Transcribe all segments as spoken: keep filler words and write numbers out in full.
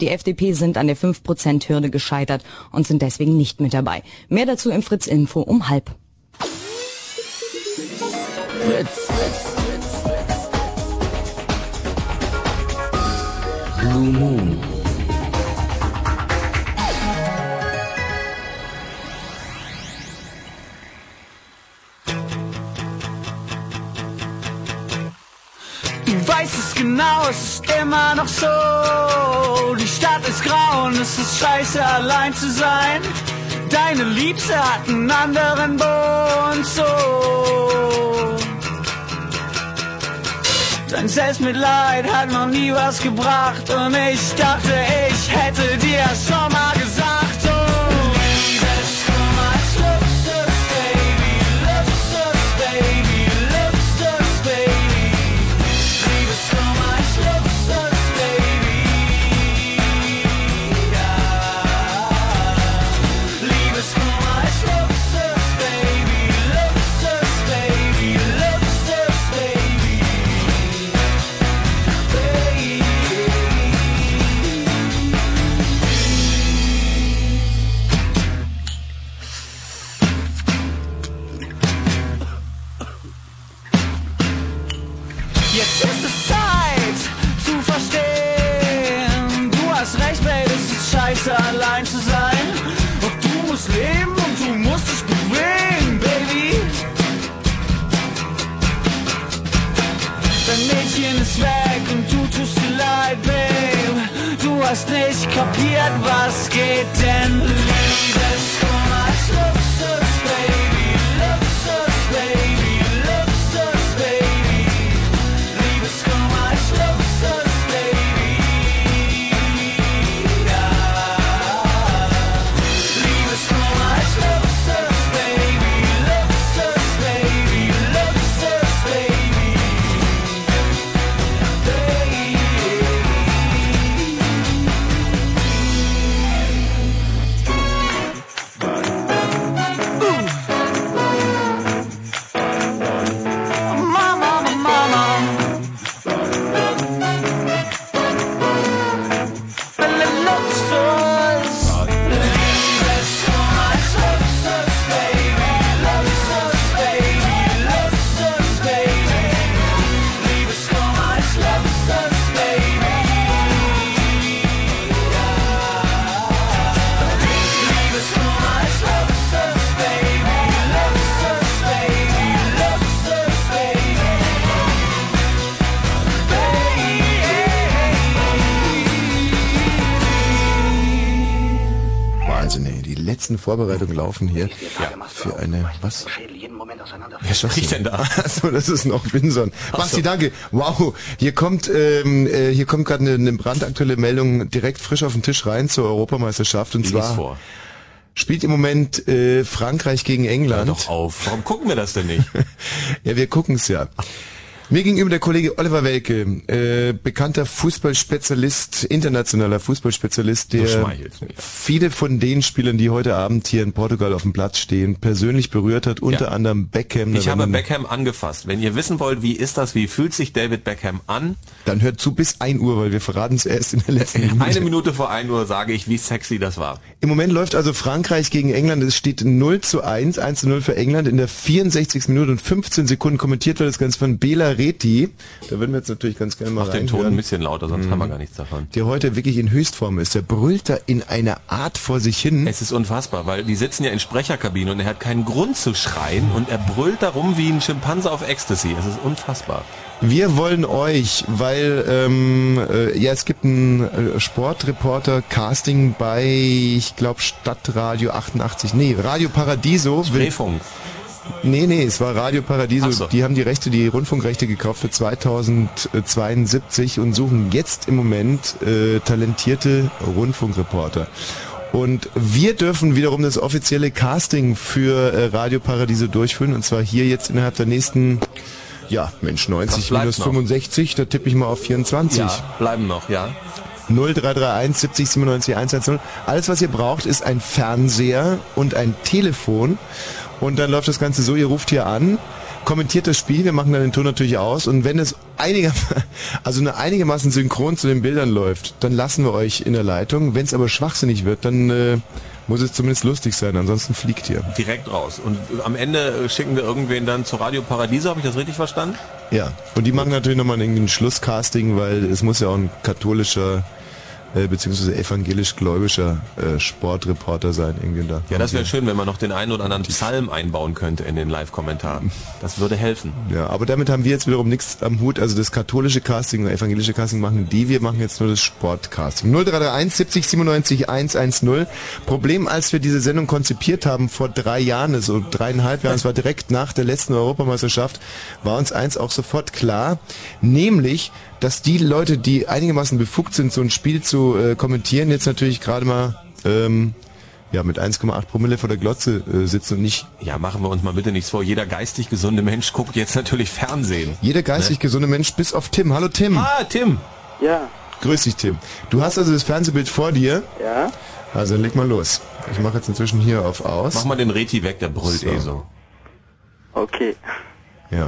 Die F D P sind an der fünf Prozent Hürde gescheitert und sind deswegen nicht mit dabei. Mehr dazu im Fritz Info um halb. Fritz, Fritz, Fritz, Fritz. Blue Moon. Du weißt es genau, es ist immer noch so. Die Stadt ist grau und es ist scheiße, allein zu sein. Deine Liebste hat einen anderen Bo und so. Dein Selbstmitleid hat noch nie was gebracht und ich dachte, ich hätte dir schon mal gesagt, so. Liebeskummer ist Luxus, Baby, Luxus, Baby, Luxus, Baby. Liebeskummer ist Luxus, Baby, ja. Liebeskummer ist Luxus, Baby, Luxus, Baby, Luxus, Baby. Jetzt ist es Zeit zu verstehen. Du hast recht, Babe, es ist scheiße, allein zu sein. Doch du musst leben und du musst dich bewegen, Baby. Dein Mädchen ist weg und du tust dir leid, Babe. Du hast nicht kapiert, was geht, denn Liebeskummer ist Luxus, Baby, Luxus, Baby, Luxus, Baby. Liebeskummer ist Luxus, Baby, ja. Liebeskummer ist Luxus, Baby, Luxus, Baby, Luxus, Baby. Mama, Mama. Luxus. Liebeskummer ist Luxus, Baby, Luxus, Baby, Luxus, Baby. Liebeskummer ist Luxus, Baby, ja. Liebeskummer ist Luxus, Baby, Luxus, Baby, Luxus, Baby. Wahnsinn, ey. Die letzten Vorbereitungen laufen hier für eine, was? Wer spricht denn da? Achso, das ist noch Winson. Basti, danke. Wow, hier kommt ähm, äh, hier kommt gerade eine, eine brandaktuelle Meldung direkt frisch auf den Tisch rein zur Europameisterschaft. Und Lies zwar vor. spielt im Moment äh, Frankreich gegen England. Hör doch auf. Warum gucken wir das denn nicht? Ja, wir gucken's ja. Mir gegenüber der Kollege Oliver Welke, äh, bekannter Fußballspezialist, internationaler Fußballspezialist, Du der schmeichelst mir. viele von den Spielern, die heute Abend hier in Portugal auf dem Platz stehen, persönlich berührt hat, unter Ja. anderem Beckham. Ich Da habe werden wir- Beckham angefasst. Wenn ihr wissen wollt, wie ist das, wie fühlt sich David Beckham an? Dann hört zu bis ein Uhr, weil wir verraten es erst in der letzten Minute. Eine Minute vor ein Uhr sage ich, wie sexy das war. Im Moment läuft also Frankreich gegen England. Es steht null zu eins, eins zu null für England. In der vierundsechzigsten Minute und fünfzehn Sekunden kommentiert wird das Ganze von Bela Reti. Da würden wir jetzt natürlich ganz gerne mal Mach den Ton ein reinhören. bisschen lauter, sonst haben wir gar nichts davon. Der heute wirklich in Höchstform ist. Der brüllt da in einer Art vor sich hin. Es ist unfassbar, weil die sitzen ja in Sprecherkabinen und er hat keinen Grund zu schreien und er brüllt darum wie ein Schimpanse auf Ecstasy. Es ist unfassbar. Wir wollen euch, weil ähm, äh, ja es gibt ein äh, Sportreporter-Casting bei, ich glaube, Stadtradio achtundachtzig, nee, Radio Paradiso. Spreefunk. Nee, nee, es war Radio Paradiso. Ach so. Die haben die Rechte, die Rundfunkrechte gekauft für zweitausendzweiundsiebzig und suchen jetzt im Moment äh, talentierte Rundfunkreporter. Und wir dürfen wiederum das offizielle Casting für äh, Radio Paradiso durchführen, und zwar hier jetzt innerhalb der nächsten, ja, Mensch, neunzig minus fünfundsechzig, da tippe ich mal auf vierundzwanzig. Ja, bleiben noch, ja. null drei drei eins siebzig siebenundneunzig hundertzehn. Alles, was ihr braucht, ist ein Fernseher und ein Telefon. Und dann läuft das Ganze so, ihr ruft hier an, kommentiert das Spiel, wir machen dann den Ton natürlich aus und wenn es einiger, also eine einigermaßen synchron zu den Bildern läuft, dann lassen wir euch in der Leitung. Wenn es aber schwachsinnig wird, dann äh, muss es zumindest lustig sein, ansonsten fliegt ihr. Direkt raus. Und am Ende schicken wir irgendwen dann zu Radio Paradiso, habe ich das richtig verstanden? Ja, und die machen natürlich nochmal ein Schlusscasting, weil es muss ja auch ein katholischer äh, beziehungsweise evangelisch-gläubischer äh, Sportreporter sein. Irgendwie da. Ja, das wäre schön, wenn man noch den einen oder anderen Psalm einbauen könnte in den Live-Kommentar. Das würde helfen. Ja, aber damit haben wir jetzt wiederum nichts am Hut. Also das katholische Casting oder evangelische Casting machen die, wir machen jetzt nur das Sportcasting. null drei drei eins siebzig siebenundneunzig hundertzehn. Problem, als wir diese Sendung konzipiert haben, vor drei Jahren, so dreieinhalb Jahren, es war direkt nach der letzten Europameisterschaft, war uns eins auch sofort klar, nämlich, dass die Leute, die einigermaßen befugt sind, so ein Spiel zu äh, kommentieren, jetzt natürlich gerade mal ähm, ja mit eins Komma acht Promille vor der Glotze äh, sitzen und nicht... Ja, machen wir uns mal bitte nichts vor. Jeder geistig gesunde Mensch guckt jetzt natürlich Fernsehen. Jeder geistig ne? gesunde Mensch, bis auf Tim. Hallo Tim. Ah, Tim. Ja. Grüß dich, Tim. Du hast also das Fernsehbild vor dir. Ja. Also leg mal los. Ich mache jetzt inzwischen hier auf aus. Mach mal den Reti weg, der brüllt so. eh so. Okay. Ja.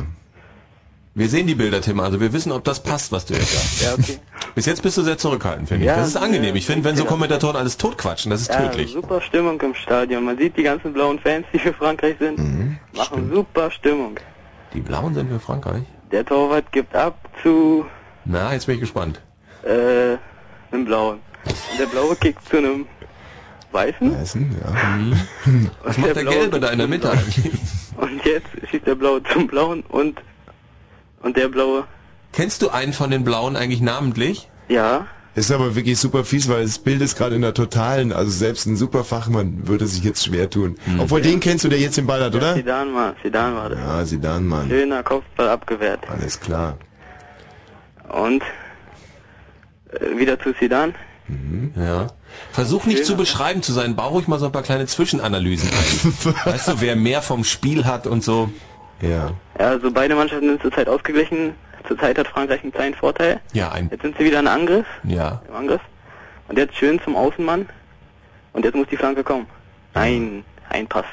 Wir sehen die Bilder, Tim, also wir wissen, ob das passt, was du jetzt sagst. Ja, okay. Bis jetzt bist du sehr zurückhaltend, finde ich. Ja, das ist angenehm. Ich finde, wenn so ja. Kommentatoren alles totquatschen, das ist Ja, tödlich. super Stimmung im Stadion. Man sieht die ganzen blauen Fans, die für Frankreich sind, Mhm, machen stimmt. super Stimmung. Die Blauen sind für Frankreich? Der Torwart gibt ab zu Na, jetzt bin ich gespannt. äh, einem Blauen. Und der Blaue kickt zu einem Weißen. Weißen, ja. Was macht der, der Gelbe da in der Mitte eigentlich? Und jetzt schießt der Blaue zum Blauen und und der Blaue. Kennst du einen von den Blauen eigentlich namentlich? Ja. Ist aber wirklich super fies, weil das Bild ist gerade in der totalen, also selbst ein super Fachmann würde sich jetzt schwer tun. Mhm. Obwohl den kennst du, der jetzt den Ball hat, oder? Zidane war, Zidane war das. Ja, Zidane, Mann. Schöner Kopfball abgewehrt. Alles klar. Und äh, wieder zu Zidane. Mhm. Ja. Versuch nicht zu beschreiben zu sein, bau ruhig mal so ein paar kleine Zwischenanalysen ein. Weißt du, wer mehr vom Spiel hat und so. Ja. Ja, also beide Mannschaften sind zurzeit ausgeglichen. Zurzeit hat Frankreich einen kleinen Vorteil. Ja, ein. Jetzt sind sie wieder in Angriff. Ja. Im Angriff. Und jetzt schön zum Außenmann. Und jetzt muss die Flanke kommen. Ein, ein Pass.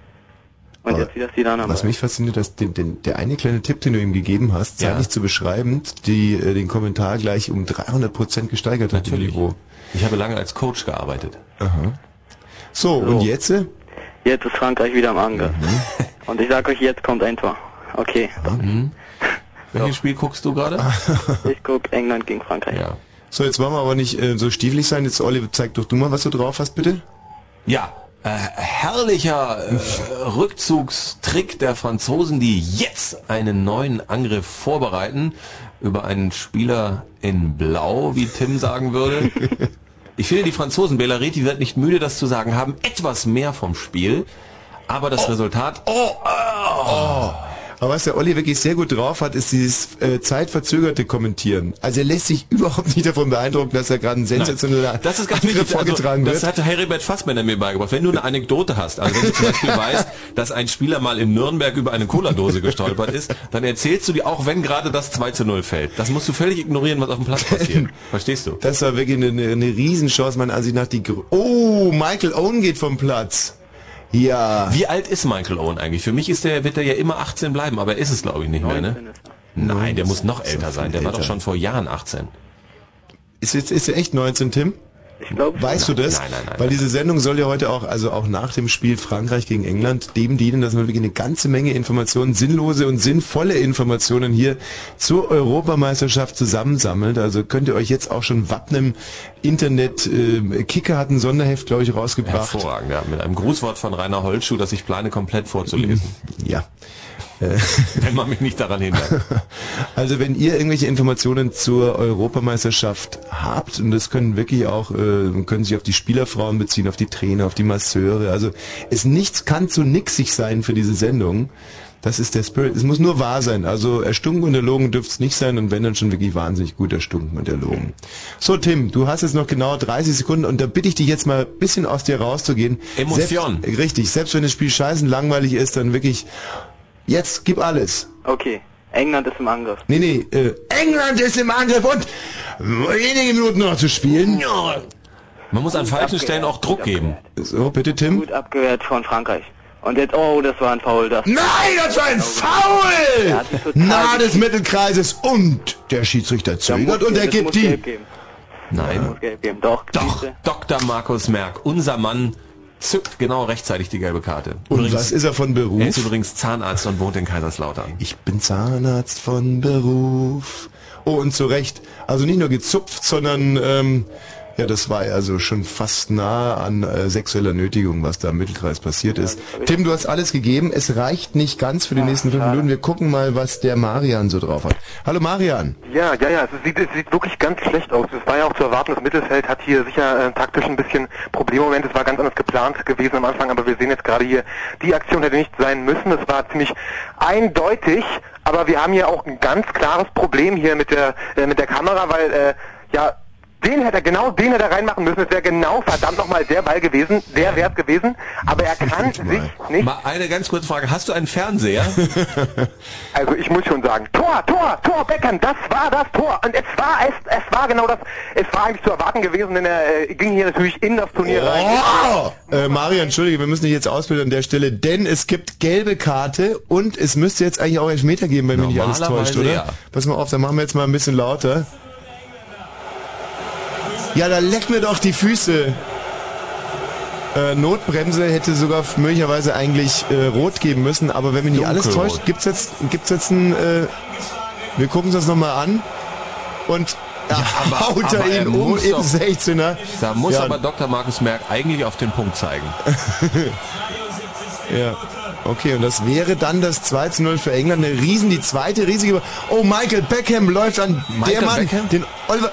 Und Aber jetzt wieder Zidane. Was mich fasziniert, dass den, den, der eine kleine Tipp, den du ihm gegeben hast, Ja. zeitlich zu beschreiben, die äh, den Kommentar gleich um dreihundert Prozent gesteigert hat. Natürlich. Im Niveau. Ich habe lange als Coach gearbeitet. Aha. So, So. und jetzt? äh? Jetzt ist Frankreich wieder im Angriff. Mhm. Und ich sag euch, jetzt kommt ein Tor. Okay. Mhm. Welches Spiel guckst du gerade? Ich guck England gegen Frankreich. Ja. So, jetzt wollen wir aber nicht äh, so stiefelig sein. Jetzt, Oliver, zeig doch du mal, was du drauf hast, bitte. Ja. Äh, herrlicher äh, Rückzugstrick der Franzosen, die jetzt einen neuen Angriff vorbereiten über einen Spieler in Blau, wie Tim sagen würde. Ich finde, die Franzosen, Bellareti wird nicht müde, das zu sagen, haben etwas mehr vom Spiel, aber das oh. Resultat... Oh, oh, oh. Aber was der Olli wirklich sehr gut drauf hat, ist dieses äh, zeitverzögerte Kommentieren. Also er lässt sich überhaupt nicht davon beeindrucken, dass er gerade ein sensationeller das ist ganz Angriff wichtig, vorgetragen also, wird. Das hat Heribert Fassbender mir beigebracht. Wenn du eine Anekdote hast, also wenn du zum Beispiel weißt, dass ein Spieler mal in Nürnberg über eine Cola-Dose gestolpert ist, dann erzählst du dir auch, wenn gerade das zwei zu null fällt. Das musst du völlig ignorieren, was auf dem Platz passiert. Verstehst du? Das war wirklich eine, eine, eine Riesenchance, meiner Ansicht nach. Die Gr- oh, Michael Owen geht vom Platz. Ja. Wie alt ist Michael Owen eigentlich? Für mich ist der, wird er ja immer achtzehn bleiben, aber er ist es glaube ich nicht mehr, ne? Nein, der muss noch älter sein. Der war doch schon vor Jahren achtzehn. Ist jetzt ist er echt neunzehn, Tim? Ich glaube. Weißt du das? Nein, nein, nein. Weil diese Sendung soll ja heute auch, also auch nach dem Spiel Frankreich gegen England, dem dienen, dass man wirklich eine ganze Menge Informationen, sinnlose und sinnvolle Informationen hier zur Europameisterschaft zusammensammelt. Also könnt ihr euch jetzt auch schon wappnen. Internet, äh, Kicker hat ein Sonderheft, glaube ich, rausgebracht. Hervorragend, ja. Mit einem Grußwort von Rainer Holtschuh, das ich plane, komplett vorzulesen. Ja. Wenn man mich nicht daran hindert. Also wenn ihr irgendwelche Informationen zur Europameisterschaft habt, und das können wirklich auch, äh, können sich auf die Spielerfrauen beziehen, auf die Trainer, auf die Masseure, also es nichts kann zu nixig sein für diese Sendung. Das ist der Spirit. Es muss nur wahr sein. Also erstunken und erlogen dürfte es nicht sein, und wenn, dann schon wirklich wahnsinnig gut erstunken und erlogen. So Tim, du hast jetzt noch genau dreißig Sekunden, und da bitte ich dich jetzt mal ein bisschen aus dir rauszugehen. Emotion. Selbst, richtig, selbst wenn das Spiel scheißen langweilig ist, dann wirklich, jetzt gib alles. Okay. England ist im Angriff. Nee, nee, äh, England ist im Angriff und wenige Minuten noch zu spielen. Man muss an falschen Stellen auch Druck geben. So, bitte Tim. Gut abgewehrt von Frankreich. Und jetzt, oh, das war ein Foul. Das Nein, das war ein Foul! Er hat sich total Nahe des Mittelkreises und der Schiedsrichter zögert und er gibt die. Nein. Muss gelb geben. Doch, Doch, siehste. Doktor Markus Merck, unser Mann, zückt genau rechtzeitig die gelbe Karte. Und was ist er von Beruf? Er ist übrigens Zahnarzt und wohnt in Kaiserslautern. Ich bin Zahnarzt von Beruf. Oh, und zu Recht. Also nicht nur gezupft, sondern, ähm, ja, das war ja so schon fast nah an äh, sexueller Nötigung, was da im Mittelkreis passiert ist. Tim, du hast alles gegeben. Es reicht nicht ganz für die nächsten fünf Minuten. Wir gucken mal, was der Marian so drauf hat. Hallo Marian. Ja, ja, ja, es sieht, es sieht wirklich ganz schlecht aus. Es war ja auch zu erwarten, das Mittelfeld hat hier sicher äh, taktisch ein bisschen Probleme im Moment. Es war ganz anders geplant gewesen am Anfang, aber wir sehen jetzt gerade hier, die Aktion hätte nicht sein müssen. Es war ziemlich eindeutig, aber wir haben hier auch ein ganz klares Problem hier mit der äh, mit der Kamera, weil, äh, ja, den hätte er, genau den hätte er reinmachen müssen. Es wäre genau verdammt nochmal der Ball gewesen, der wäre es gewesen, aber er kann sich nicht... Mal eine ganz kurze Frage, hast du einen Fernseher? Also ich muss schon sagen, Tor, Tor, Tor, Beckham, das war das Tor. Und es war, es, es war genau das, es war eigentlich zu erwarten gewesen, denn er äh, ging hier natürlich in das Turnier rein. Oh! Äh, Marian, entschuldige, wir müssen dich jetzt ausbilden an der Stelle, denn es gibt gelbe Karte und es müsste jetzt eigentlich auch Elfmeter geben, wenn mich nicht alles täuscht, oder? Ja. Pass mal auf, dann machen wir jetzt mal ein bisschen lauter. Ja, da leck mir doch die Füße. Äh, Notbremse hätte sogar möglicherweise eigentlich äh, rot geben müssen, aber wenn mich nicht alles Dunkelrot. täuscht, gibt's jetzt, gibt's jetzt ein, äh, wir gucken uns das nochmal an und ja, aber- haut er aber er ihn um muss im doch- sechzehner. Da muss Ja. aber Doktor Markus Merck eigentlich auf den Punkt zeigen. Ja. Okay, und das wäre dann das zwei zu null für England. Eine riesen, die zweite riesige... Oh, Michael Beckham läuft an Michael der Mann, Beckham? den Oliver...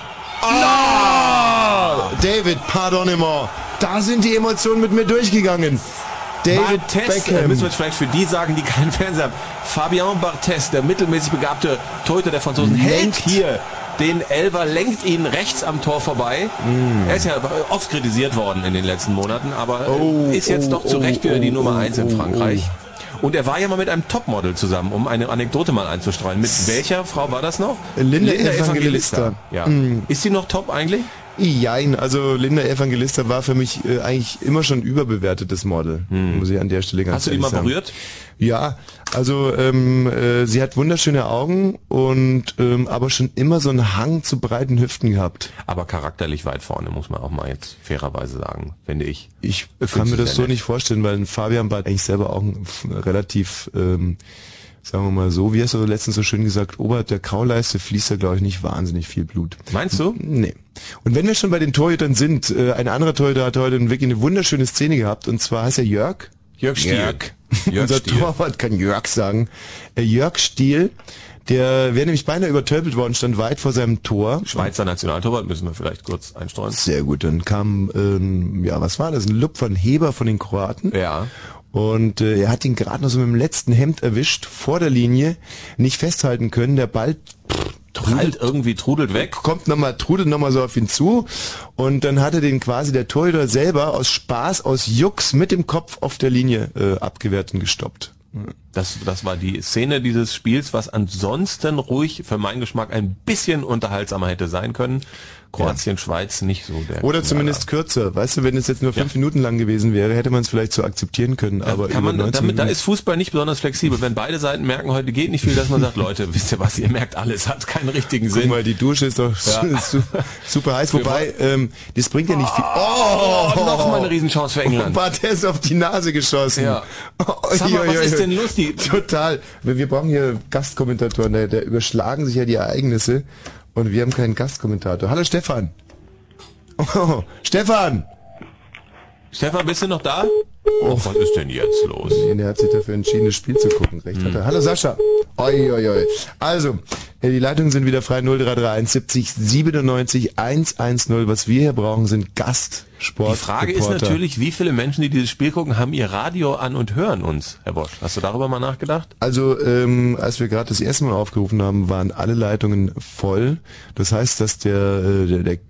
Oh! David, pardonnez-moi. Da sind die Emotionen mit mir durchgegangen. David Barthez, äh, Beckham. müssen wir jetzt vielleicht für die sagen, die keinen Fernseher haben. Fabian Barthez, der mittelmäßig begabte Torhüter der Franzosen, Lenkt. hält hier den Elfer, lenkt ihn rechts am Tor vorbei. Mm. Er ist ja oft kritisiert worden in den letzten Monaten, aber Oh, äh, ist jetzt oh, doch zu oh, Recht wieder die oh, Nummer oh, eins in oh, Frankreich. Und er war ja mal mit einem Topmodel zusammen, um eine Anekdote mal einzustreuen. Mit welcher Frau war das noch? Linda Evangelista. Ja. Mm. Ist sie noch top eigentlich? Jein, also Linda Evangelista war für mich äh, eigentlich immer schon überbewertetes Model, muss ich an der Stelle ganz Hast du die ehrlich mal sagen. berührt? Ja, also ähm, äh, sie hat wunderschöne Augen und ähm, aber schon immer so einen Hang zu breiten Hüften gehabt. Aber charakterlich weit vorne, muss man auch mal jetzt fairerweise sagen, finde ich. Ich Findest kann mir du das sehr so nett? nicht vorstellen, weil Fabian Barth eigentlich selber auch ein f- relativ, ähm, sagen wir mal so, wie hast du letztens so schön gesagt, oberhalb der Kauleiste fließt da glaube ich nicht wahnsinnig viel Blut. Meinst du? Nee. Und wenn wir schon bei den Torhütern sind, äh, ein anderer Torhüter hat heute wirklich eine wunderschöne Szene gehabt und zwar heißt er Jörg. Jörg Stiel. Jörg. Jörg Unser Stiel. Torwart kann Jörg sagen. Äh, Jörg Stiel, der wäre nämlich beinahe übertölpelt worden, stand weit vor seinem Tor. Schweizer Nationaltorwart müssen wir vielleicht kurz einstreuen. Sehr gut, dann kam, ähm, ja, was war das? Ein Lob von Heber von den Kroaten. Ja. Und äh, er hat ihn gerade noch so mit dem letzten Hemd erwischt, vor der Linie, nicht festhalten können. Der Ball pff, Trudelt irgendwie, trudelt weg. kommt nochmal, trudelt nochmal so auf ihn zu. Und dann hat er den quasi der Torhüter selber aus Spaß, aus Jux mit dem Kopf auf der Linie äh, abgewehrt und gestoppt. Das, das war die Szene dieses Spiels, was ansonsten ruhig für meinen Geschmack ein bisschen unterhaltsamer hätte sein können. Kroatien, Schweiz nicht so der. Oder zumindest kürzer. Weißt du, wenn es jetzt nur fünf Ja. Minuten lang gewesen wäre, hätte man es vielleicht so akzeptieren können. Aber kann über man, neunzehn damit, da Minuten- ist Fußball nicht besonders flexibel. Wenn beide Seiten merken, heute geht nicht viel, dass man sagt, Leute, wisst ihr was, ihr merkt alles, hat keinen richtigen Guck Sinn. mal, die Dusche ist doch Ja. su- super heiß. Wobei, ähm, das bringt ja nicht viel. Oh, noch mal eine Riesenchance für England. Barthez auf die Nase geschossen. Ja. Oh, Sag mal, oi, was oi, ist oi. denn los? Die, Total. Wir, wir brauchen hier Gastkommentatoren, da, da überschlagen sich ja die Ereignisse und wir haben keinen Gastkommentator. Hallo Stefan. Oh, Stefan! Stefan, bist du noch da? Oh, was ist denn jetzt los? Er hat sich dafür entschieden, das Spiel zu gucken. Recht hat er. Hallo Sascha. Oi, oi, oi. Also, äh, die Leitungen sind wieder frei. null drei drei eins siebzig siebenundneunzig hundertzehn. Was wir hier brauchen, sind Gastsport. Die Frage ist natürlich, wie viele Menschen, die dieses Spiel gucken, haben ihr Radio an und hören uns, Herr Bosch. Hast du darüber mal nachgedacht? Also, ähm, als wir gerade das erste Mal aufgerufen haben, waren alle Leitungen voll. Das heißt, dass der, äh, der, der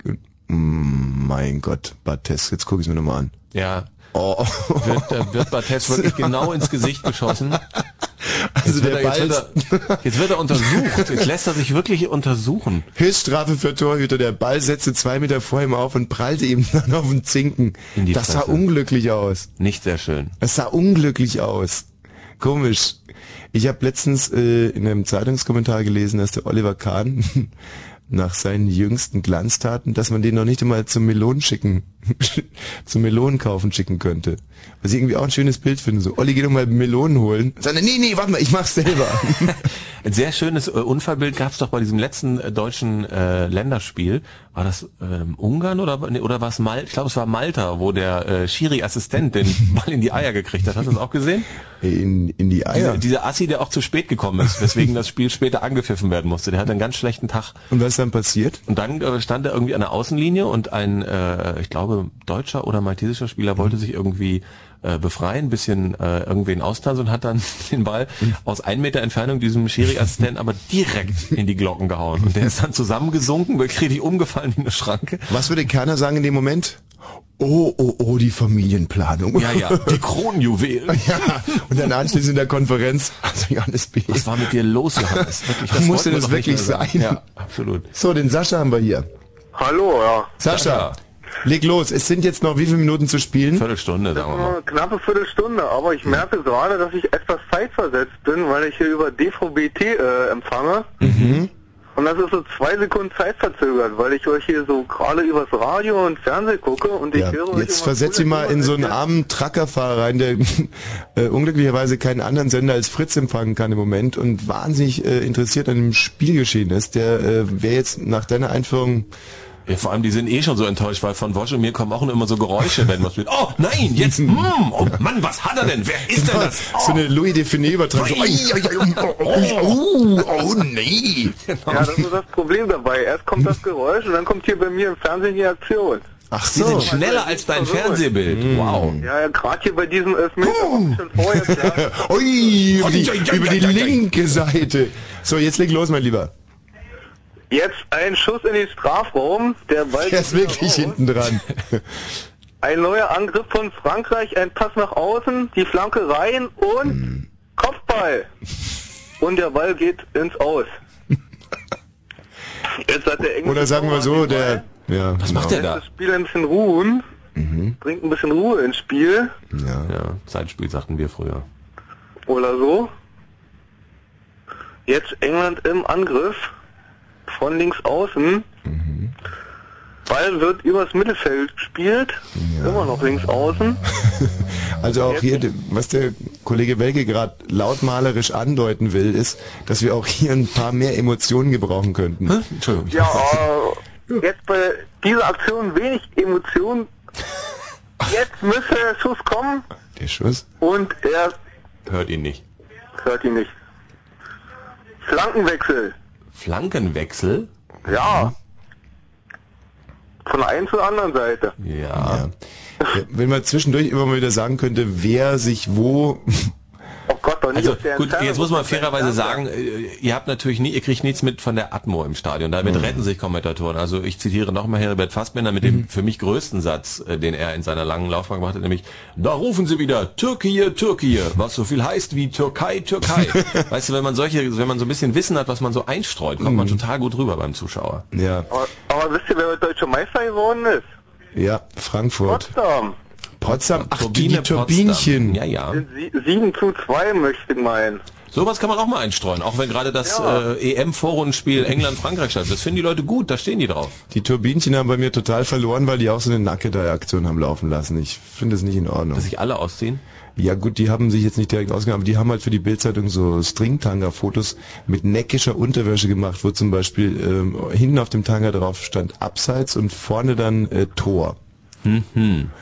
mm, mein Gott, Barthez, jetzt gucke ich es mir nochmal an. Ja. Oh. Wird, da wird Barthez wirklich genau ins Gesicht geschossen. Also Jetzt der wird, er, Ball jetzt, wird er, jetzt wird er untersucht. Jetzt lässt er sich wirklich untersuchen. Höchststrafe für Torhüter. Der Ball setzte zwei Meter vor ihm auf und prallte ihm dann auf den Zinken. In die das sah Fresse. unglücklich aus. Nicht sehr schön. Es sah unglücklich aus. Komisch. Ich habe letztens äh, in einem Zeitungskommentar gelesen, dass der Oliver Kahn nach seinen jüngsten Glanztaten, dass man den noch nicht einmal zum Melonen schicken, zum Melonen kaufen schicken könnte. Was ich irgendwie auch ein schönes Bild finde. So, Olli, geh doch mal Melonen holen. Sag, nee, nee, warte mal, ich mach's selber. Ein sehr schönes äh, Unfallbild gab es doch bei diesem letzten äh, deutschen äh, Länderspiel. War das ähm, Ungarn oder nee, oder war es Malta? Ich glaube, es war Malta, wo der äh, Schiri-Assistent den Ball in die Eier gekriegt hat. Hast du das auch gesehen? In, in die Eier. Diese, dieser Assi, der auch zu spät gekommen ist, weswegen das Spiel später angepfiffen werden musste. Der hatte einen ganz schlechten Tag. Und was ist dann passiert? Und dann äh, stand er irgendwie an der Außenlinie und ein, äh, ich glaube, deutscher oder maltesischer Spieler wollte sich irgendwie äh, befreien, ein bisschen äh, irgendwen austanzen und hat dann den Ball aus ein Meter Entfernung diesem Schiri-Assistenten aber direkt in die Glocken gehauen. Und der ist dann zusammengesunken, wirklich richtig umgefallen wie eine Schranke. Was würde Kerner sagen in dem Moment? Oh, oh, oh, die Familienplanung. Ja, ja, die Kronjuwelen. Ja, und dann anschließend in der Konferenz, also Johannes B. Was war mit dir los, Johannes? Wirklich, das Musste wollten wir das doch nicht wirklich mehr sagen. sein? Ja, absolut. So, den Sascha haben wir hier. Hallo, ja. Sascha, Sascha. leg los. Es sind jetzt noch wie viele Minuten zu spielen? Viertelstunde, sagen wir mal. Eine knappe Viertelstunde, aber ich merke gerade, dass ich etwas zeitversetzt bin, weil ich hier über D V B T äh, empfange. Mhm. Und das ist so zwei Sekunden zeitverzögert, weil ich euch hier so gerade übers Radio und Fernsehen gucke und ich Ja, höre euch jetzt immer versetz dich coole mal in so einen Themen. armen Truckerfahrer rein, der äh, unglücklicherweise keinen anderen Sender als Fritz empfangen kann im Moment und wahnsinnig äh, interessiert an dem Spielgeschehen ist. Der äh, wäre jetzt nach deiner Einführung... Ja, vor allem, die sind eh schon so enttäuscht, weil von Wosch und mir kommen auch immer so Geräusche, wenn was wird. Oh, nein, jetzt, mm, oh Mann, was hat er denn? Wer ist denn das? Oh. So eine Louis Define-Übertragung. So, ai, ai, ai, oh, oh, oh, nee. Ja, das ist das Problem dabei. Erst kommt das Geräusch und dann kommt hier bei mir im Fernsehen die Aktion. Ach Die sind so. schneller als dein Fernsehbild. Wow. Ja, ja, gerade hier bei diesem Elfmeter hab ich schon vorher klar. Ui, über die, Ai, ai, ai, über die ai, ai. linke Seite. So, jetzt leg los, mein Lieber. Jetzt ein Schuss in den Strafraum. Der Ball Der ist geht wieder wirklich raus. hinten dran. Ein neuer Angriff von Frankreich, ein Pass nach außen, die Flanke rein und Kopfball. Und der Ball geht ins Aus. Jetzt hat der englische Oder sagen wir so, Torwart den der... Ball. Ja, Was macht der Lässt da? das Spiel ein bisschen ruhen, bringt ein bisschen Ruhe ins Spiel Ja. Ja, Zeitspiel sagten wir früher. oder so. Jetzt England im Angriff von links außen. Ball wird übers Mittelfeld gespielt, immer noch links außen. Also auch hier, was der Kollege Welke gerade lautmalerisch andeuten will, ist, dass wir auch hier ein paar mehr Emotionen gebrauchen könnten. Hä? Entschuldigung. Ja, äh, jetzt bei dieser Aktion wenig Emotion. Jetzt müsste der Schuss kommen Der Schuss? und er Hört ihn nicht. hört ihn nicht. Flankenwechsel. Flankenwechsel? Ja. Von der einen zur anderen Seite. Ja. Ja. Wenn man zwischendurch immer mal wieder sagen könnte, wer sich wo... Oh Gott, doch nicht Also auf der gut, Entfernung, jetzt muss man auf der fairerweise Entfernung. sagen, äh, ihr habt natürlich nie, ihr kriegt nichts mit von der Atmo im Stadion. Damit retten sich Kommentatoren. Also ich zitiere nochmal Herbert Fassbender mit dem für mich größten Satz, äh, den er in seiner langen Laufbahn gemacht hat, nämlich: Da rufen sie wieder Türkei, Türkei, was so viel heißt wie Türkei, Türkei. Weißt du, wenn man solche, wenn man so ein bisschen Wissen hat, was man so einstreut, kommt man total gut rüber beim Zuschauer. Ja, Aber, aber wisst ihr, wer deutscher Meister geworden ist? ja, Frankfurt. Potsdam. Potsdam, ach, die, die Turbine Turbinchen. Potsdam. Ja, ja. Sind sie- sieben zu zwei möchte ich meinen. Sowas kann man auch mal einstreuen, auch wenn gerade das Ja. äh, E M-Vorrundenspiel England-Frankreich statt. Das finden die Leute gut, da stehen die drauf. Die Turbinchen haben bei mir total verloren, weil die auch so eine Nackedei-Aktion haben laufen lassen. Ich finde das nicht in Ordnung. Dass sich alle ausziehen. Ja gut, die haben sich jetzt nicht direkt ausgegangen, aber die haben halt für die Bildzeitung so Stringtanga-Fotos mit neckischer Unterwäsche gemacht, wo zum Beispiel ähm, hinten auf dem Tanga drauf stand Abseits und vorne dann äh, Tor. Mhm.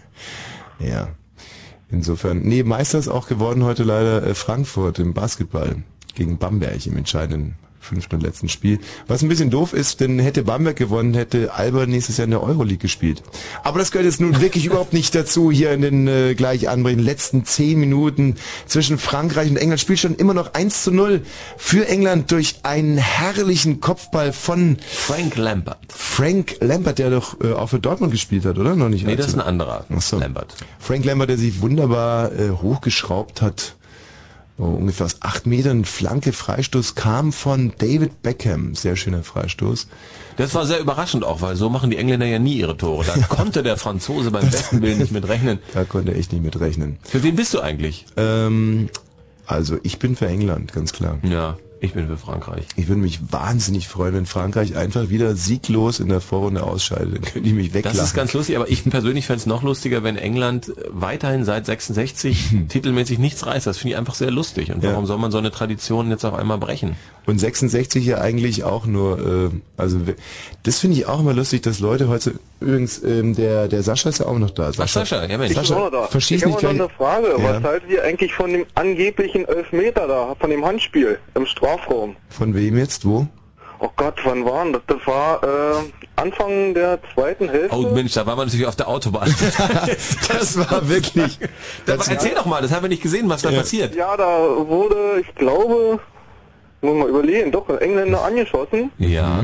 Ja, insofern. Nee, Meister ist auch geworden heute leider äh, Frankfurt im Basketball gegen Bamberg im entscheidenden fünften und letzten Spiel. Was ein bisschen doof ist, denn hätte Bamberg gewonnen, hätte Alba nächstes Jahr in der Euroleague gespielt. Aber das gehört jetzt nun wirklich überhaupt nicht dazu, hier in den äh, gleich anbrechenden letzten zehn Minuten zwischen Frankreich und England. Spielstand immer noch eins zu null für England durch einen herrlichen Kopfball von Frank Lampard. Frank Lampard, der doch äh, auch für Dortmund gespielt hat, oder? Noch nicht? Nee, das ist allzu- ein anderer. Ach so. Lampard. Frank Lampard, der sich wunderbar äh, hochgeschraubt hat oh, ungefähr aus acht Metern, Flanke, Freistoß kam von David Beckham. Sehr schöner Freistoß. Das war sehr überraschend auch, weil so machen die Engländer ja nie ihre Tore. Da konnte der Franzose beim besten Willen nicht mit rechnen. Da konnte er echt nicht mit rechnen. Für wen bist du eigentlich? Ähm, also ich bin für England, ganz klar. Ja, ich bin für Frankreich. Ich würde mich wahnsinnig freuen, wenn Frankreich einfach wieder sieglos in der Vorrunde ausscheidet. Dann könnte ich mich weglachen. Das ist ganz lustig, aber ich persönlich fände es noch lustiger, wenn England weiterhin seit sechsundsechzig titelmäßig nichts reißt. Das finde ich einfach sehr lustig. Und warum Ja. soll man so eine Tradition jetzt auf einmal brechen? Und sechsundsechzig ja eigentlich auch nur, äh, also we- das finde ich auch immer lustig, dass Leute heute, übrigens, ähm, der der Sascha ist ja auch noch da. Ach, Sascha, ja Mensch. Ich bin auch noch da. verschieß Ich habe nicht noch gleich. eine Frage. Ja. Was haltet ihr eigentlich von dem angeblichen Elfmeter da, von dem Handspiel im Strafraum? Von wem jetzt? Wo? Oh Gott, wann war denn das? Das war äh, Anfang der zweiten Hälfte. Oh Mensch, da waren wir natürlich auf der Autobahn. Das war wirklich... Das erzähl doch mal, das haben wir nicht gesehen, was da Ja. passiert. Ja, da wurde, ich glaube, muss mal überlegen, doch, ein Engländer angeschossen. Ja.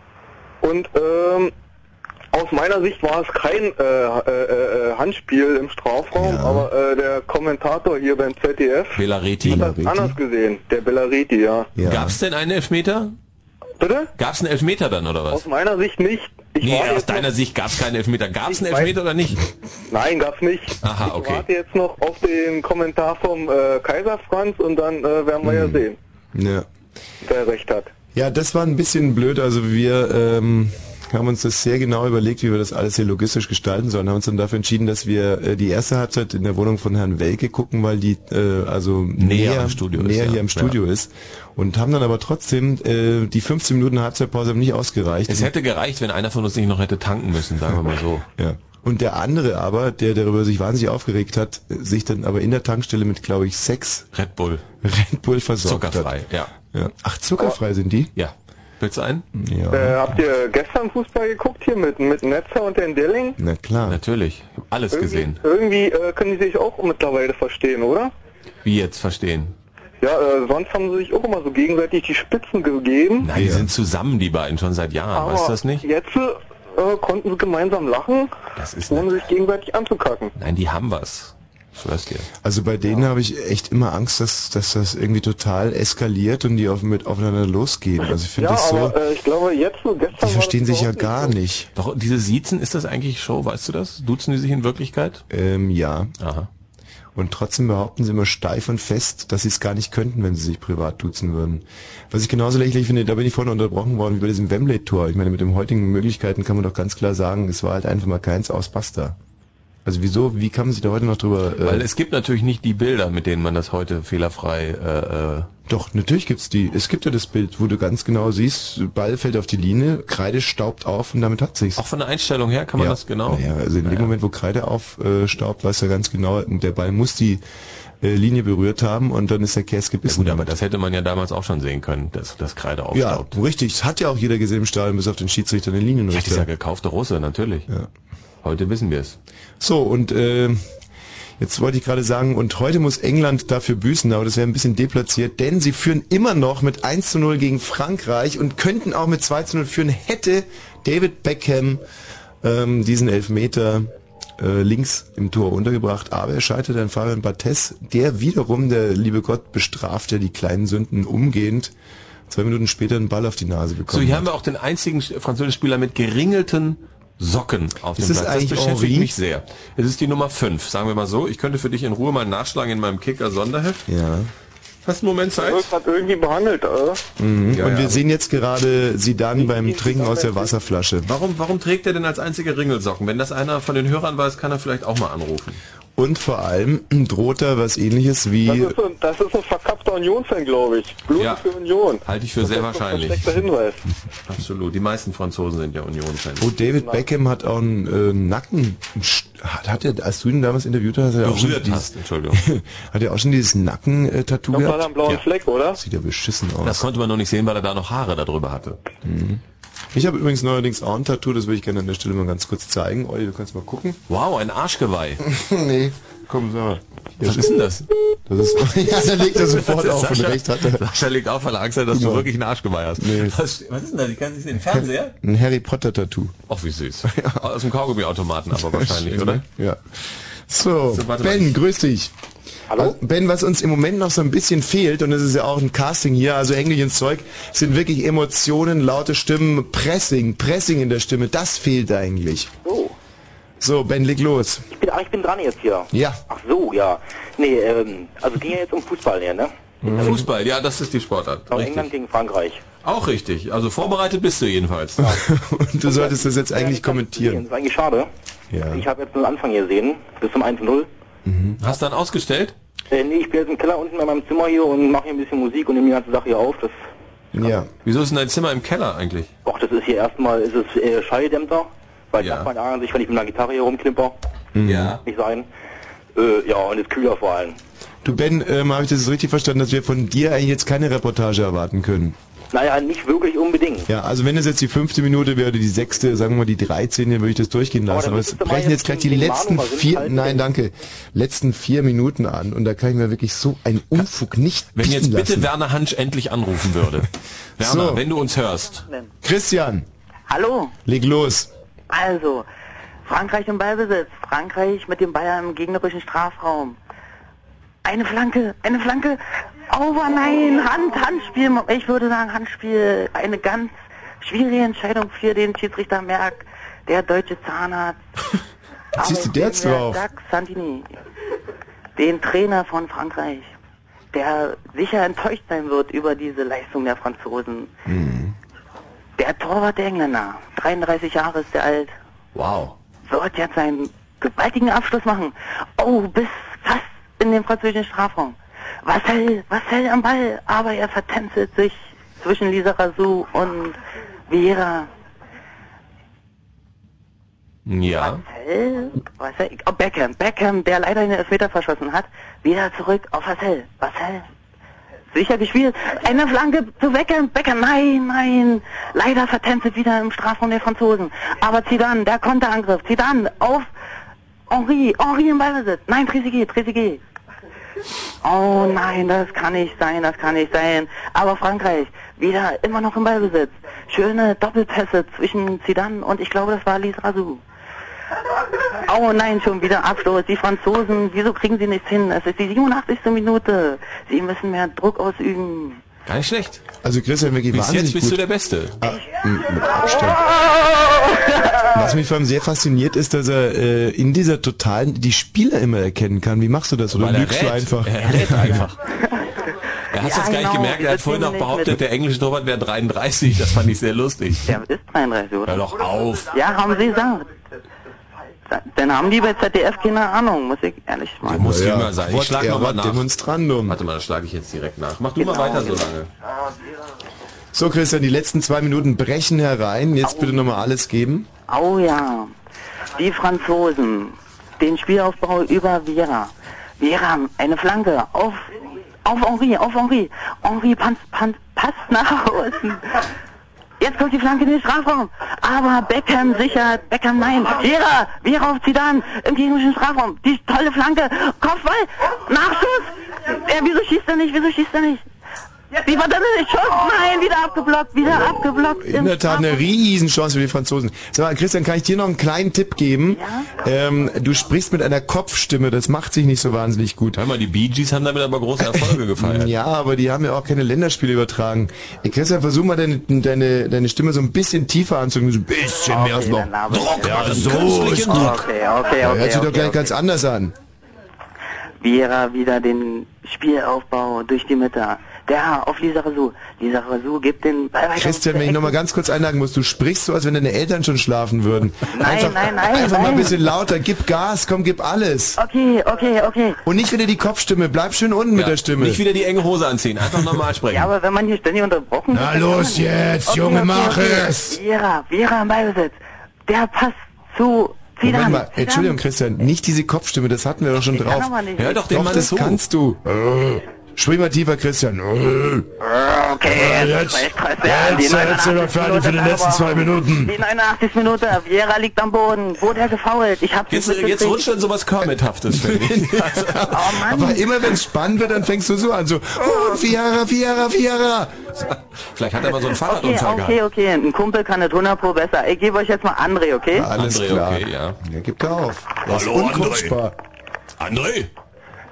Und ähm, aus meiner Sicht war es kein äh, äh, äh, Handspiel im Strafraum, Ja. aber äh, der Kommentator hier beim Z D F Belareti. hat das Belareti? anders gesehen. Der Bellariti, ja. Ja. Gab's denn einen Elfmeter? Bitte? Gab's einen Elfmeter dann, oder was? Aus meiner Sicht nicht. Ich Nee, warte aus jetzt deiner noch, Sicht gab's keinen Elfmeter. Gab's einen Ich Elfmeter oder nicht? Nein, gab's nicht. Aha, Ich okay. warte jetzt noch auf den Kommentar vom äh, Kaiser Franz und dann äh, werden wir ja sehen, Ja. wer recht hat. Ja, das war ein bisschen blöd. Also wir ähm, haben uns das sehr genau überlegt, wie wir das alles hier logistisch gestalten sollen. Haben uns dann dafür entschieden, dass wir äh, die erste Halbzeit in der Wohnung von Herrn Welke gucken, weil die äh, also näher, am Studio ist, näher ja. hier im Studio ist. Und haben dann aber trotzdem äh, die fünfzehn Minuten Halbzeitpause haben nicht ausgereicht. Es hätte gereicht, wenn einer von uns nicht noch hätte tanken müssen, sagen wir mal so. Ja. Und der andere aber, der darüber sich wahnsinnig aufgeregt hat, sich dann aber in der Tankstelle mit, glaube ich, sechs Red Bull. Red Bull versorgt Zuckerfrei, hat. ja. Ja. Ach, zuckerfrei sind die? Ja. Willst du einen? Ja. Äh, habt ihr gestern Fußball geguckt hier mit, mit Netzer und den Delling? Na klar. Natürlich. Ich hab alles Irgendwie, gesehen. irgendwie äh, können die sich auch mittlerweile verstehen, oder? Wie jetzt verstehen? Ja, äh, sonst haben sie sich auch immer so gegenseitig die Spitzen gegeben. Nein, die Ja. sind zusammen, die beiden, schon seit Jahren. aber Weißt du das nicht? jetzt äh, konnten sie gemeinsam lachen, Das ist ohne ne sich gegenseitig anzukacken. Nein, die haben was. Ich schwör's dir. Also bei denen habe ich echt immer Angst, dass, dass das irgendwie total eskaliert und die auf, mit aufeinander losgehen. Also ich finde Ja, das so, aber äh, ich glaube jetzt so gestern die war verstehen das sich ja überhaupt gar so. nicht. Doch, diese Siezen, ist das eigentlich Show, weißt du das? Duzen die sich in Wirklichkeit? Ähm, ja. Aha. Und trotzdem behaupten sie immer steif und fest, dass sie es gar nicht könnten, wenn sie sich privat duzen würden. Was ich genauso lächerlich finde, da bin ich vorhin unterbrochen worden wie bei diesem Wembley-Tor. Ich meine, mit den heutigen Möglichkeiten kann man doch ganz klar sagen, es war halt einfach mal keins aus Basta. Also wieso, wie kann man sich da heute noch drüber... Äh, Weil es gibt natürlich nicht die Bilder, mit denen man das heute fehlerfrei... Äh, äh, Doch, natürlich gibt's die. Es gibt ja das Bild, wo du ganz genau siehst, Ball fällt auf die Linie, Kreide staubt auf und damit hat sich's. auch von der Einstellung her kann man ja. das genau... Ja, also in dem Moment, wo Kreide aufstaubt, weißt du ja ganz genau, der Ball muss die äh, Linie berührt haben und dann ist der Käse Ja, gebissen. gut, aber das hätte man ja damals auch schon sehen können, dass das Kreide ja, aufstaubt. richtig. Das hat ja auch jeder gesehen im Stadion, bis auf den Schiedsrichter, den Ja, das ist ja Linienrichter. gekaufte Russe, natürlich. Ja. Heute wissen wir es. So, und äh, jetzt wollte ich gerade sagen, und heute muss England dafür büßen, aber das wäre ein bisschen deplatziert, denn sie führen immer noch mit eins zu null gegen Frankreich und könnten auch mit zwei zu null führen, hätte David Beckham ähm, diesen Elfmeter äh, links im Tor untergebracht, aber er scheiterte an Fabian Barthez, der wiederum, der liebe Gott, bestraft ja die kleinen Sünden umgehend, zwei Minuten später einen Ball auf die Nase So, bekommen hier hat. haben wir auch den einzigen französischen Spieler mit geringelten Socken auf dem Ist es Platz. Das eigentlich beschäftigt Henri? mich sehr. Es ist die Nummer fünf, sagen wir mal so. Ich könnte für dich in Ruhe mal nachschlagen in meinem Kicker-Sonderheft. Ja. Hast du einen Moment Zeit? Wird gerade irgendwie behandelt, oder? Mhm. Ja, und wir ja. sehen jetzt gerade Zidane beim Trinken aus der Wasserflasche. Warum, warum trägt er denn als einziger Ringelsocken? Wenn das einer von den Hörern weiß, kann er vielleicht auch mal anrufen. Und vor allem droht er was ähnliches Das wie... ist, so, das ist ein verkappter Union-Fan, glaube ich. Blut Ja. für Union. Halte ich für sehr Das ist ein wahrscheinlich. versteckter Hinweis. Absolut. Die meisten Franzosen sind ja Union-Fans. Oh, David Beckham hat auch einen äh, Nacken... Hat, hat er, als du ihn damals interviewt hast, hat er auch schon Berührt dieses, hast, Entschuldigung. hat er auch schon dieses Nacken-Tattoo Da war da gehabt? einen blauen Ja. Fleck, oder? Sieht ja beschissen aus. Das konnte man noch nicht sehen, weil er da noch Haare darüber hatte. Ich habe übrigens neuerdings auch ein Tattoo, das will ich gerne an der Stelle mal ganz kurz zeigen. Olli, du kannst mal gucken. Wow, ein Arschgeweih. Nee, komm, sag mal. Was ist denn das? Das ist, ja, da legt er sofort Das ist auf und Sascha. recht hat er. Sascha legt auf, weil er Angst hat, dass Genau. du wirklich ein Arschgeweih hast. Nee. Was, was ist denn das? Ich kann nicht sehen. Fernseher? Ein Harry Potter Tattoo. Ach, wie süß. Aus dem Kaugummiautomaten aber wahrscheinlich, oder? Ja. So, So, warte mal, Ben, ich- grüß dich. Hallo? Ben, was uns im Moment noch so ein bisschen fehlt, und das ist ja auch ein Casting hier, also Englisch ins Zeug, sind wirklich Emotionen, laute Stimmen, Pressing, Pressing in der Stimme, das fehlt eigentlich. So. So, Ben, leg los. Ich bin, ach, ich bin dran jetzt hier. Ja. Ach so, ja. Nee, ähm, also ging ja jetzt um Fußball hier, ne? Mhm. Fußball, ja, das ist die Sportart. Richtig. England gegen Frankreich. Auch richtig. Also vorbereitet bist du jedenfalls. Ja. Und du solltest das jetzt eigentlich kommentieren. Das ist eigentlich schade. Ja. Ich habe jetzt nur den Anfang gesehen, bis zum eins null. Mhm. Hast du dann ausgestellt? Äh, nee, ich bin jetzt im Keller unten bei meinem Zimmer hier und mache hier ein bisschen Musik und nehme die ganze Sache hier auf. Das ja. Wieso ist denn dein Zimmer im Keller eigentlich? Ach, das ist hier erstmal, ist es äh, Schalldämpfer, weil Ja. Nachbarn ärgern sich, wenn ich mit einer Gitarre hier rumklimper. Ja. Nicht sein. Äh, ja, und ist kühler vor allem. Du Ben, ähm, habe ich das richtig verstanden, dass wir von dir eigentlich jetzt keine Reportage erwarten können? Naja, nicht wirklich unbedingt. Ja, also wenn es jetzt die fünfte Minute wäre, die sechste, sagen wir mal die dreizehnte, würde ich das durchgehen Aber lassen. dann Aber es müsstest du mal brechen jetzt jetzt gleich die den letzten Manu mal vier, hinhalten, nein, denn- danke, letzten vier Minuten an. Und da kann ich mir wirklich so einen Unfug nicht Wenn bieten jetzt bitte lassen. Werner Hansch endlich anrufen würde. Werner, So. wenn du uns hörst. Christian, Hallo, leg los. also, Frankreich im Ballbesitz, Frankreich mit dem Ball im gegnerischen Strafraum. Eine Flanke, eine Flanke, aber nein, Hand, Handspiel, ich würde sagen Handspiel, eine ganz schwierige Entscheidung für den Schiedsrichter Merck, der deutsche Zahnarzt. Was siehst du Aber der jetzt den drauf? Jacques Santini, den Trainer von Frankreich, der sicher enttäuscht sein wird über diese Leistung der Franzosen. Mhm. Der Torwart der Engländer, dreiunddreißig Jahre ist der alt, Wow. wird jetzt einen gewaltigen Abschluss machen. Oh, bis fast in den französischen Strafraum. Marcel, Marcel am Ball, aber er vertänzelt sich zwischen Lisa Razou und Vieira. Ja. Marcel, Marcel, oh, Beckham, Beckham, der leider den Elfmeter verschossen hat, wieder zurück auf Marcel. Marcel, sicher gespielt. Eine Flanke zu Beckham, Beckham, nein, nein. Leider vertänzelt wieder im Strafraum der Franzosen. Aber Zidane, der Konterangriff, Zidane auf Henri, Henri im Ballbesitz. Nein, Trezeguet, Trezeguet. Oh nein, das kann nicht sein, das kann nicht sein. Aber Frankreich, wieder immer noch im Ballbesitz. Schöne Doppelpässe zwischen Zidane und ich glaube, das war Lise Razou. Oh nein, schon wieder Abstoß. Die Franzosen, wieso kriegen sie nichts hin? Es ist die siebenundachtzigste Minute. Sie müssen mehr Druck ausüben. Gar nicht schlecht. Also Christian, wirklich Bis wahnsinnig jetzt bist gut. du der Beste. Ah, m- mit Abstand. Was mich vor allem sehr fasziniert ist, dass er äh, in dieser totalen, die Spieler immer erkennen kann. Wie machst du das? Oder Weil er lügst du rät. einfach? Er rät einfach. Er hat es Ja, jetzt gar nicht genau, gemerkt, er hat diese vorhin noch Themen nicht behauptet, mit- der englische Torwart wäre dreiunddreißig, das fand ich sehr lustig. Der ist dreiunddreißig, oder? Hör doch auf. Ja, haben sie gesagt. Da- Dann haben die bei Z D F keine Ahnung, muss ich ehrlich Der sagen. muss Ja, jünger sein. Ich schlag whatever nochmal nach. Demonstrandum. Warte mal, das schlage ich jetzt direkt nach. Mach du Genau, mal weiter so genau. lange. So Christian, die letzten zwei Minuten brechen herein. Jetzt bitte nochmal alles geben. Oh ja, die Franzosen, den Spielaufbau über Vieira. Vieira, eine Flanke auf, auf Henri, auf Henri. Henri passt, passt, passt nach außen. Jetzt kommt die Flanke in den Strafraum. Aber Beckham sichert, Beckham nein. Vieira, Vieira auf Zidane im gegnerischen Strafraum. Die tolle Flanke, Kopfball, Nachschuss. Er, wieso schießt er nicht, wieso schießt er nicht? Wie war das denn? Schuss? Nein, wieder abgeblockt, wieder abgeblockt. In im der Tat eine Strafraum. Riesenchance für die Franzosen. Sag mal, Christian, kann ich dir noch einen kleinen Tipp geben? Ja? Ähm, du sprichst mit einer Kopfstimme, das macht sich nicht so wahnsinnig gut. Hör mal, die Bee Gees haben damit aber große Erfolge gefeiert. Ja, aber die haben ja auch keine Länderspiele übertragen. Ey, Christian, versuch mal deine, deine, deine Stimme so ein bisschen tiefer anzugehen. So ein bisschen mehr Okay, noch. dann habe ich- Druck, ja, so Künstlichen ist Druck. gut. Okay, okay, Ja, okay. hört sich doch okay, gleich okay. ganz anders an. Vieira wieder den Spielaufbau durch die Mitte. Der auf Lisa Razou. Lisa Razou gibt den Ball weiter. Christian, wenn ich nochmal ganz kurz einhaken muss, du sprichst so, als wenn deine Eltern schon schlafen würden. Nein, einfach, nein, nein, Einfach mal ein nein. bisschen lauter, gib Gas, komm, gib alles. Okay, okay, okay. Und nicht wieder die Kopfstimme, bleib schön unten mit Ja, der Stimme. Nicht wieder die enge Hose anziehen, einfach normal sprechen. Ja, aber wenn man hier ständig unterbrochen Na dann los kann man nicht. jetzt, Junge, mach es. Vieira, Vieira im Ballbesitz. Der passt zu Zidane. Moment mal, Zidane. Entschuldigung, Christian, nicht diese Kopfstimme, das hatten wir doch schon Ich drauf. kann aber nicht. Hör doch den Doch, Mann das zu. kannst du. Äh, Sprich mal tiefer, Christian. Äh. Okay, jetzt- jetzt, jetzt, jetzt erzähl doch fertig für die letzten zwei Minuten. Die neunundachtzigste Minute, Vieira liegt am Boden, wurde er gefault. Ich hab's Jetzt, nicht jetzt mitgekriegt. rutscht dann sowas Kermithaftes, finde ich. Oh Mann. Aber immer wenn es spannend wird, dann fängst du so an, so, oh, Viera, Viera, Viera. Vielleicht hat er mal so einen Okay, Fahrradunfall okay, gehabt. okay. Ein Kumpel kann das hundert Pro besser. Ich gebe euch jetzt mal André, okay? Alles André, klar. okay, ja. Ja, gib da auf. Das ist Hallo, uncoachbar. André!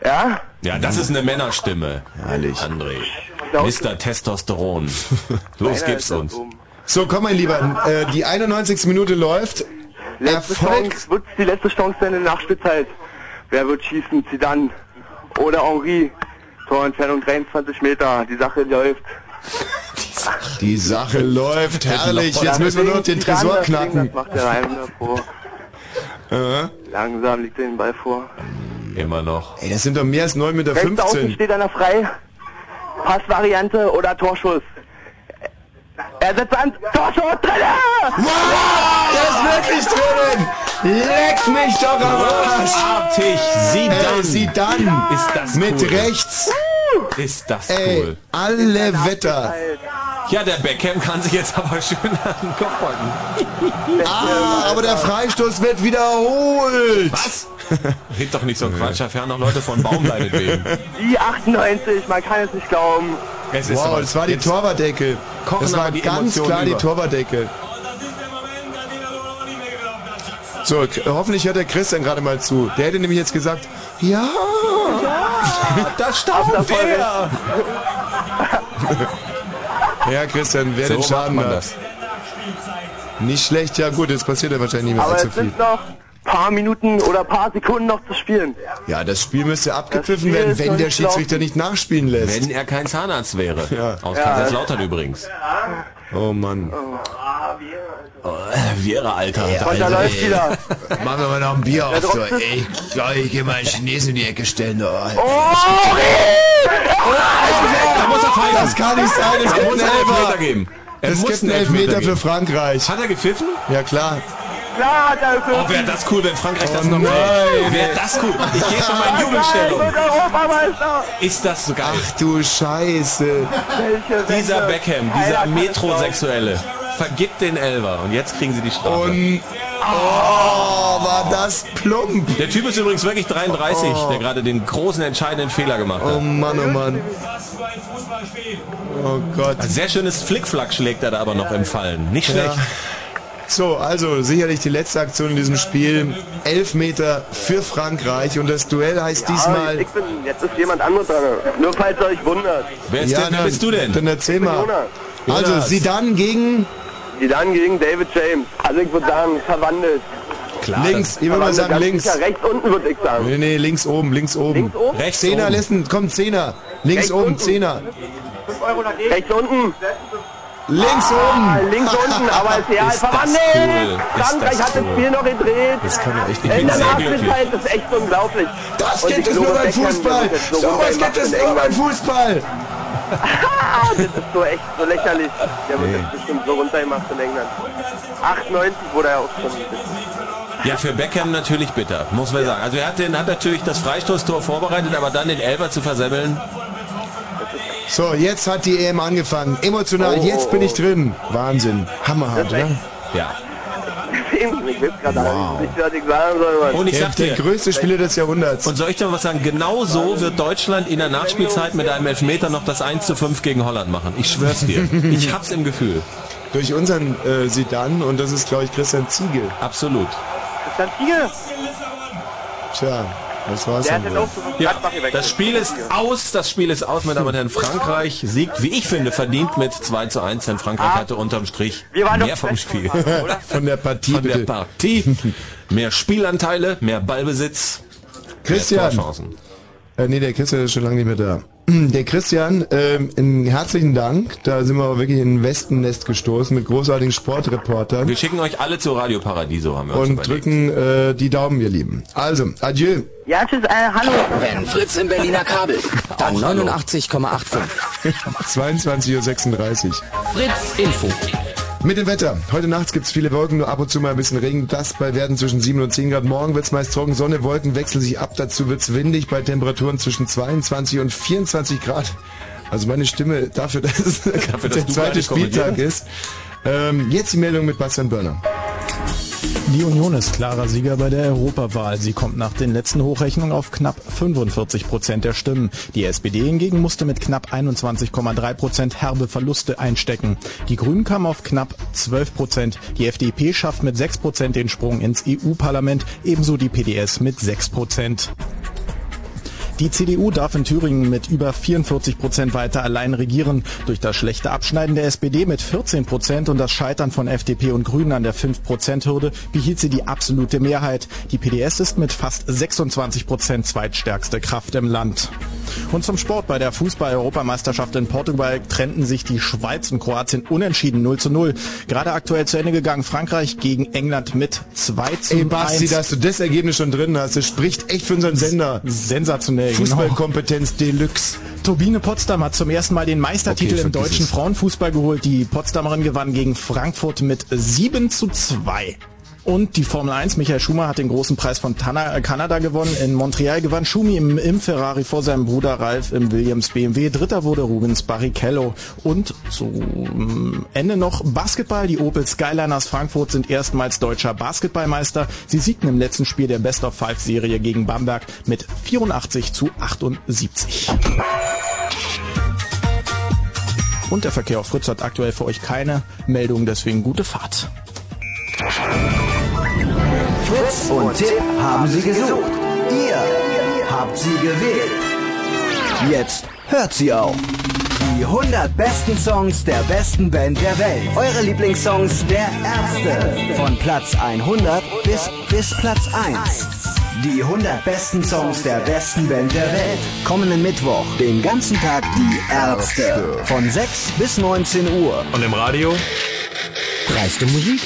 Ja? Ja, das ist eine Männerstimme. Herrlich. André. Mister Testosteron. Los, gib's uns. So, komm mein Lieber, äh, die einundneunzigste Minute läuft. Letzte Chance, wird die letzte Chance sein in der Nachspielzeit. Wer wird schießen? Zidane oder Henry? Torentfernung dreiundzwanzig Meter. Die Sache läuft. Die Sache läuft, herrlich. Jetzt müssen wir nur noch den Tresor knacken. Das macht der Reim davor. Äh? Langsam liegt er den Ball vor. Immer noch. Ey, das sind doch mehr als neun Meter Rechts außen fünfzehn. steht einer frei. Passvariante oder Torschuss. Er setzt an. Torschuss drin! Wow! Der ist wirklich drin! Leck mich doch am Arsch! Artig, Zidane. Äh, Zidane. Ist das cool. Mit rechts. Ist das Ey, cool. alle Wetter. Ja, der Beckham kann sich jetzt aber schön an den Kopf halten. Ah, aber der Freistoß wird wiederholt. Was? Red doch nicht so ein Quatsch, da fern noch Leute von Baum meinetwegen. Die achtundneunzig, man kann es nicht glauben. Es ist Wow, aber- das war die jetzt Torwart-Ecke. kochen Das war aber die ganz Emotionen klar die über. Torwart-Ecke. So, k- hoffentlich hört der Christian gerade mal zu. Der hätte nämlich jetzt gesagt, ja. Da staubt er! Ja, Christian, wer So den Schaden macht man hat. das. Nicht schlecht, ja gut, jetzt passiert ja wahrscheinlich nicht mehr Aber allzu es viel. sind noch paar Minuten oder paar Sekunden noch zu spielen. Ja, das Spiel müsste abgepfiffen Spiel werden, ist wenn noch der nicht Schiedsrichter nicht nachspielen lässt. Wenn er kein Zahnarzt wäre. Ja. Aus Ja. Kaiserslautern übrigens. Oh Mann. Oh, Viera, Alter. Und da läuft wieder. Machen wir mal noch ein Bier auf. So. trotzdem- Ey, ich glaube, ich gehe mal einen Chinesen in die Ecke stellen. Oh, Da muss er pfeifen. das kann nicht sein, es Er gibt muss einen einen Elfmeter Elfer. geben. Er Es muss gibt einen Elfmeter für geben. Frankreich. Hat er gepfiffen? Ja, klar. Klar, hat er Oh, für wäre das cool, wenn Frankreich das Oh noch nein. kriegt. Wäre das cool. Ich gehe schon mal in Jubelstellung. wird Europameister. Ist das so geil? Ach du Scheiße. Welche Dieser Wende. Beckham, dieser Alter, Metrosexuelle, vergibt den Elfer und jetzt kriegen sie die Strafe. Und oh, war das plump. Der Typ ist übrigens wirklich dreiunddreißig, Oh. der gerade den großen entscheidenden Fehler gemacht Oh hat. Mann, oh Mann. Oh Gott. Ein sehr schönes Flickflack schlägt er da aber noch im Fallen. Nicht schlecht. Ja. So, also sicherlich die letzte Aktion in diesem Spiel. Elfmeter für Frankreich und das Duell heißt Ah, diesmal... ich bin, jetzt ist jemand anderes dran. Nur falls ihr euch wundert. Wer, ist denn, wer dann- bist du denn? Dann erzähl mal. Jonas. Also Zidane gegen Die dann gegen David James. Also ich würde sagen, verwandelt. Klar, links. Ich würde mal Verwandelt, sagen ganz links. sicher. Rechts unten würde ich sagen. Nee, nee, links oben, links oben. Links oben? rechts Zehner, oben. listen, komm, Zehner. Links Rechts oben, unten. Zehner. Rechts unten. Links Ah, oben. links unten, aber ist ja Ist das verwandelt. cool. Ist Frankreich das hat das cool. Spiel noch gedreht. Das kann ja echt Ich nicht bin In der sehr glücklich. Nachspielzeit ist echt unglaublich. Das Und gibt ich es nur glaube, beim Beckham, der Fußball. wird jetzt so So was runtergemacht gibt es in nur beim England. Fußball. Ah, das ist so echt so lächerlich. Der wird jetzt bestimmt so runtergemacht in England. achtundneunzig wurde er auch schon. Ja, für Beckham natürlich bitter, muss man sagen. Also er hat, den, hat natürlich das Freistoßtor vorbereitet, aber dann den Elfer zu versemmeln. So, jetzt hat die E M angefangen. Emotional, Oh, jetzt oh, bin ich oh. drin. Wahnsinn. Hammerhart, oder? Ja. Ich weiß gerade nicht, was ich sagen soll. Mann. Und ich Der, sag der dir, größte Spieler des Jahrhunderts. und soll ich dir mal was sagen, genau so wird Deutschland in der Nachspielzeit mit einem Elfmeter noch das eins zu fünf gegen Holland machen. Ich schwör's dir. Ich hab's im Gefühl. Durch unseren äh, Zidane und das ist, glaube ich, Christian Ziege. Absolut. Christian Ziege. Tja, das war's Der dann hat jetzt wohl. auch so Ja, Gladbach gewechselt. das Spiel ist aus, das Spiel ist aus, meine Damen und Herren. Frankreich siegt, wie ich finde, verdient mit zwei zu eins, denn Frankreich hatte unterm Strich Wir waren doch mehr vom schlecht, Spiel. oder? Von der Partie, Von der bitte. Partie. Mehr Spielanteile, mehr Ballbesitz, Christian. mehr Torchancen. Äh, nee, der Christian ist schon lange nicht mehr da. Der Christian, ähm, einen herzlichen Dank. Da sind wir aber wirklich in ein Wespennest gestoßen mit großartigen Sportreportern Wir schicken euch alle zu Radio Paradiso, haben wir uns und überlegt. drücken äh, die Daumen, ihr Lieben. Also, adieu. Ja, tschüss, äh, hallo. Wenn Fritz im Berliner Kabel, dann neunundachtzig Komma fünfundachtzig. zweiundzwanzig Uhr sechsunddreißig. Fritz Info. Mit dem Wetter. Heute Nacht gibt's viele Wolken, nur ab und zu mal ein bisschen Regen. Das bei Werten zwischen sieben und zehn Grad. Morgen wird's meist trocken. Sonne, Wolken wechseln sich ab. Dazu wird's windig bei Temperaturen zwischen zweiundzwanzig und vierundzwanzig Grad. Also meine Stimme dafür, dass es dass der du gar zweite nicht Spieltag kommentierst. ist. Ähm, jetzt die Meldung mit Bastian Börner. Die Union ist klarer Sieger bei der Europawahl. Sie kommt nach den letzten Hochrechnungen auf knapp fünfundvierzig Prozent der Stimmen. Die S P D hingegen musste mit knapp einundzwanzig Komma drei Prozent herbe Verluste einstecken. Die Grünen kamen auf knapp zwölf Prozent. Die F D P schafft mit sechs Prozent den Sprung ins E U-Parlament, ebenso die P D S mit sechs Prozent. Die C D U darf in Thüringen mit über vierundvierzig Prozent weiter allein regieren. Durch das schlechte Abschneiden der S P D mit vierzehn Prozent und das Scheitern von F D P und Grünen an der fünf Prozent Hürde behielt sie die absolute Mehrheit. Die P D S ist mit fast sechsundzwanzig Prozent zweitstärkste Kraft im Land. Und zum Sport. Bei der Fußball-Europameisterschaft in Portugal trennten sich die Schweiz und Kroatien unentschieden null zu null. Gerade aktuell zu Ende gegangen Frankreich gegen England mit zwei zu eins. Ey Basti, dass du das Ergebnis schon drin hast, das spricht echt für unseren Sender. Sensationell. Fußballkompetenz genau. Deluxe. Turbine Potsdam hat zum ersten Mal den Meistertitel okay, im deutschen es. Frauenfußball geholt. Die Potsdamerin gewann gegen Frankfurt mit sieben zu zwei. Und die Formel eins, Michael Schumacher hat den großen Preis von Tana, Kanada gewonnen. In Montreal gewann Schumi im, im Ferrari vor seinem Bruder Ralf im Williams B M W. Dritter wurde Rubens Barrichello. Und zum Ende noch Basketball. Die Opel Skyliners Frankfurt sind erstmals deutscher Basketballmeister. Sie siegten im letzten Spiel der Best-of-Five-Serie gegen Bamberg mit vierundachtzig zu achtundsiebzig. Und der Verkehr auf Fritz hat aktuell für euch keine Meldung, deswegen gute Fahrt. Fritz und Tipp haben sie gesucht. Ihr habt sie gewählt. Jetzt hört sie auch. Die hundert besten Songs der besten Band der Welt. Eure Lieblingssongs der Ärzte. Von Platz hundert bis, bis Platz eins. Die hundert besten Songs der besten Band der Welt. Kommenden Mittwoch, den ganzen Tag die Ärzte. Von sechs bis neunzehn Uhr. Und im Radio? Dreiste Musik.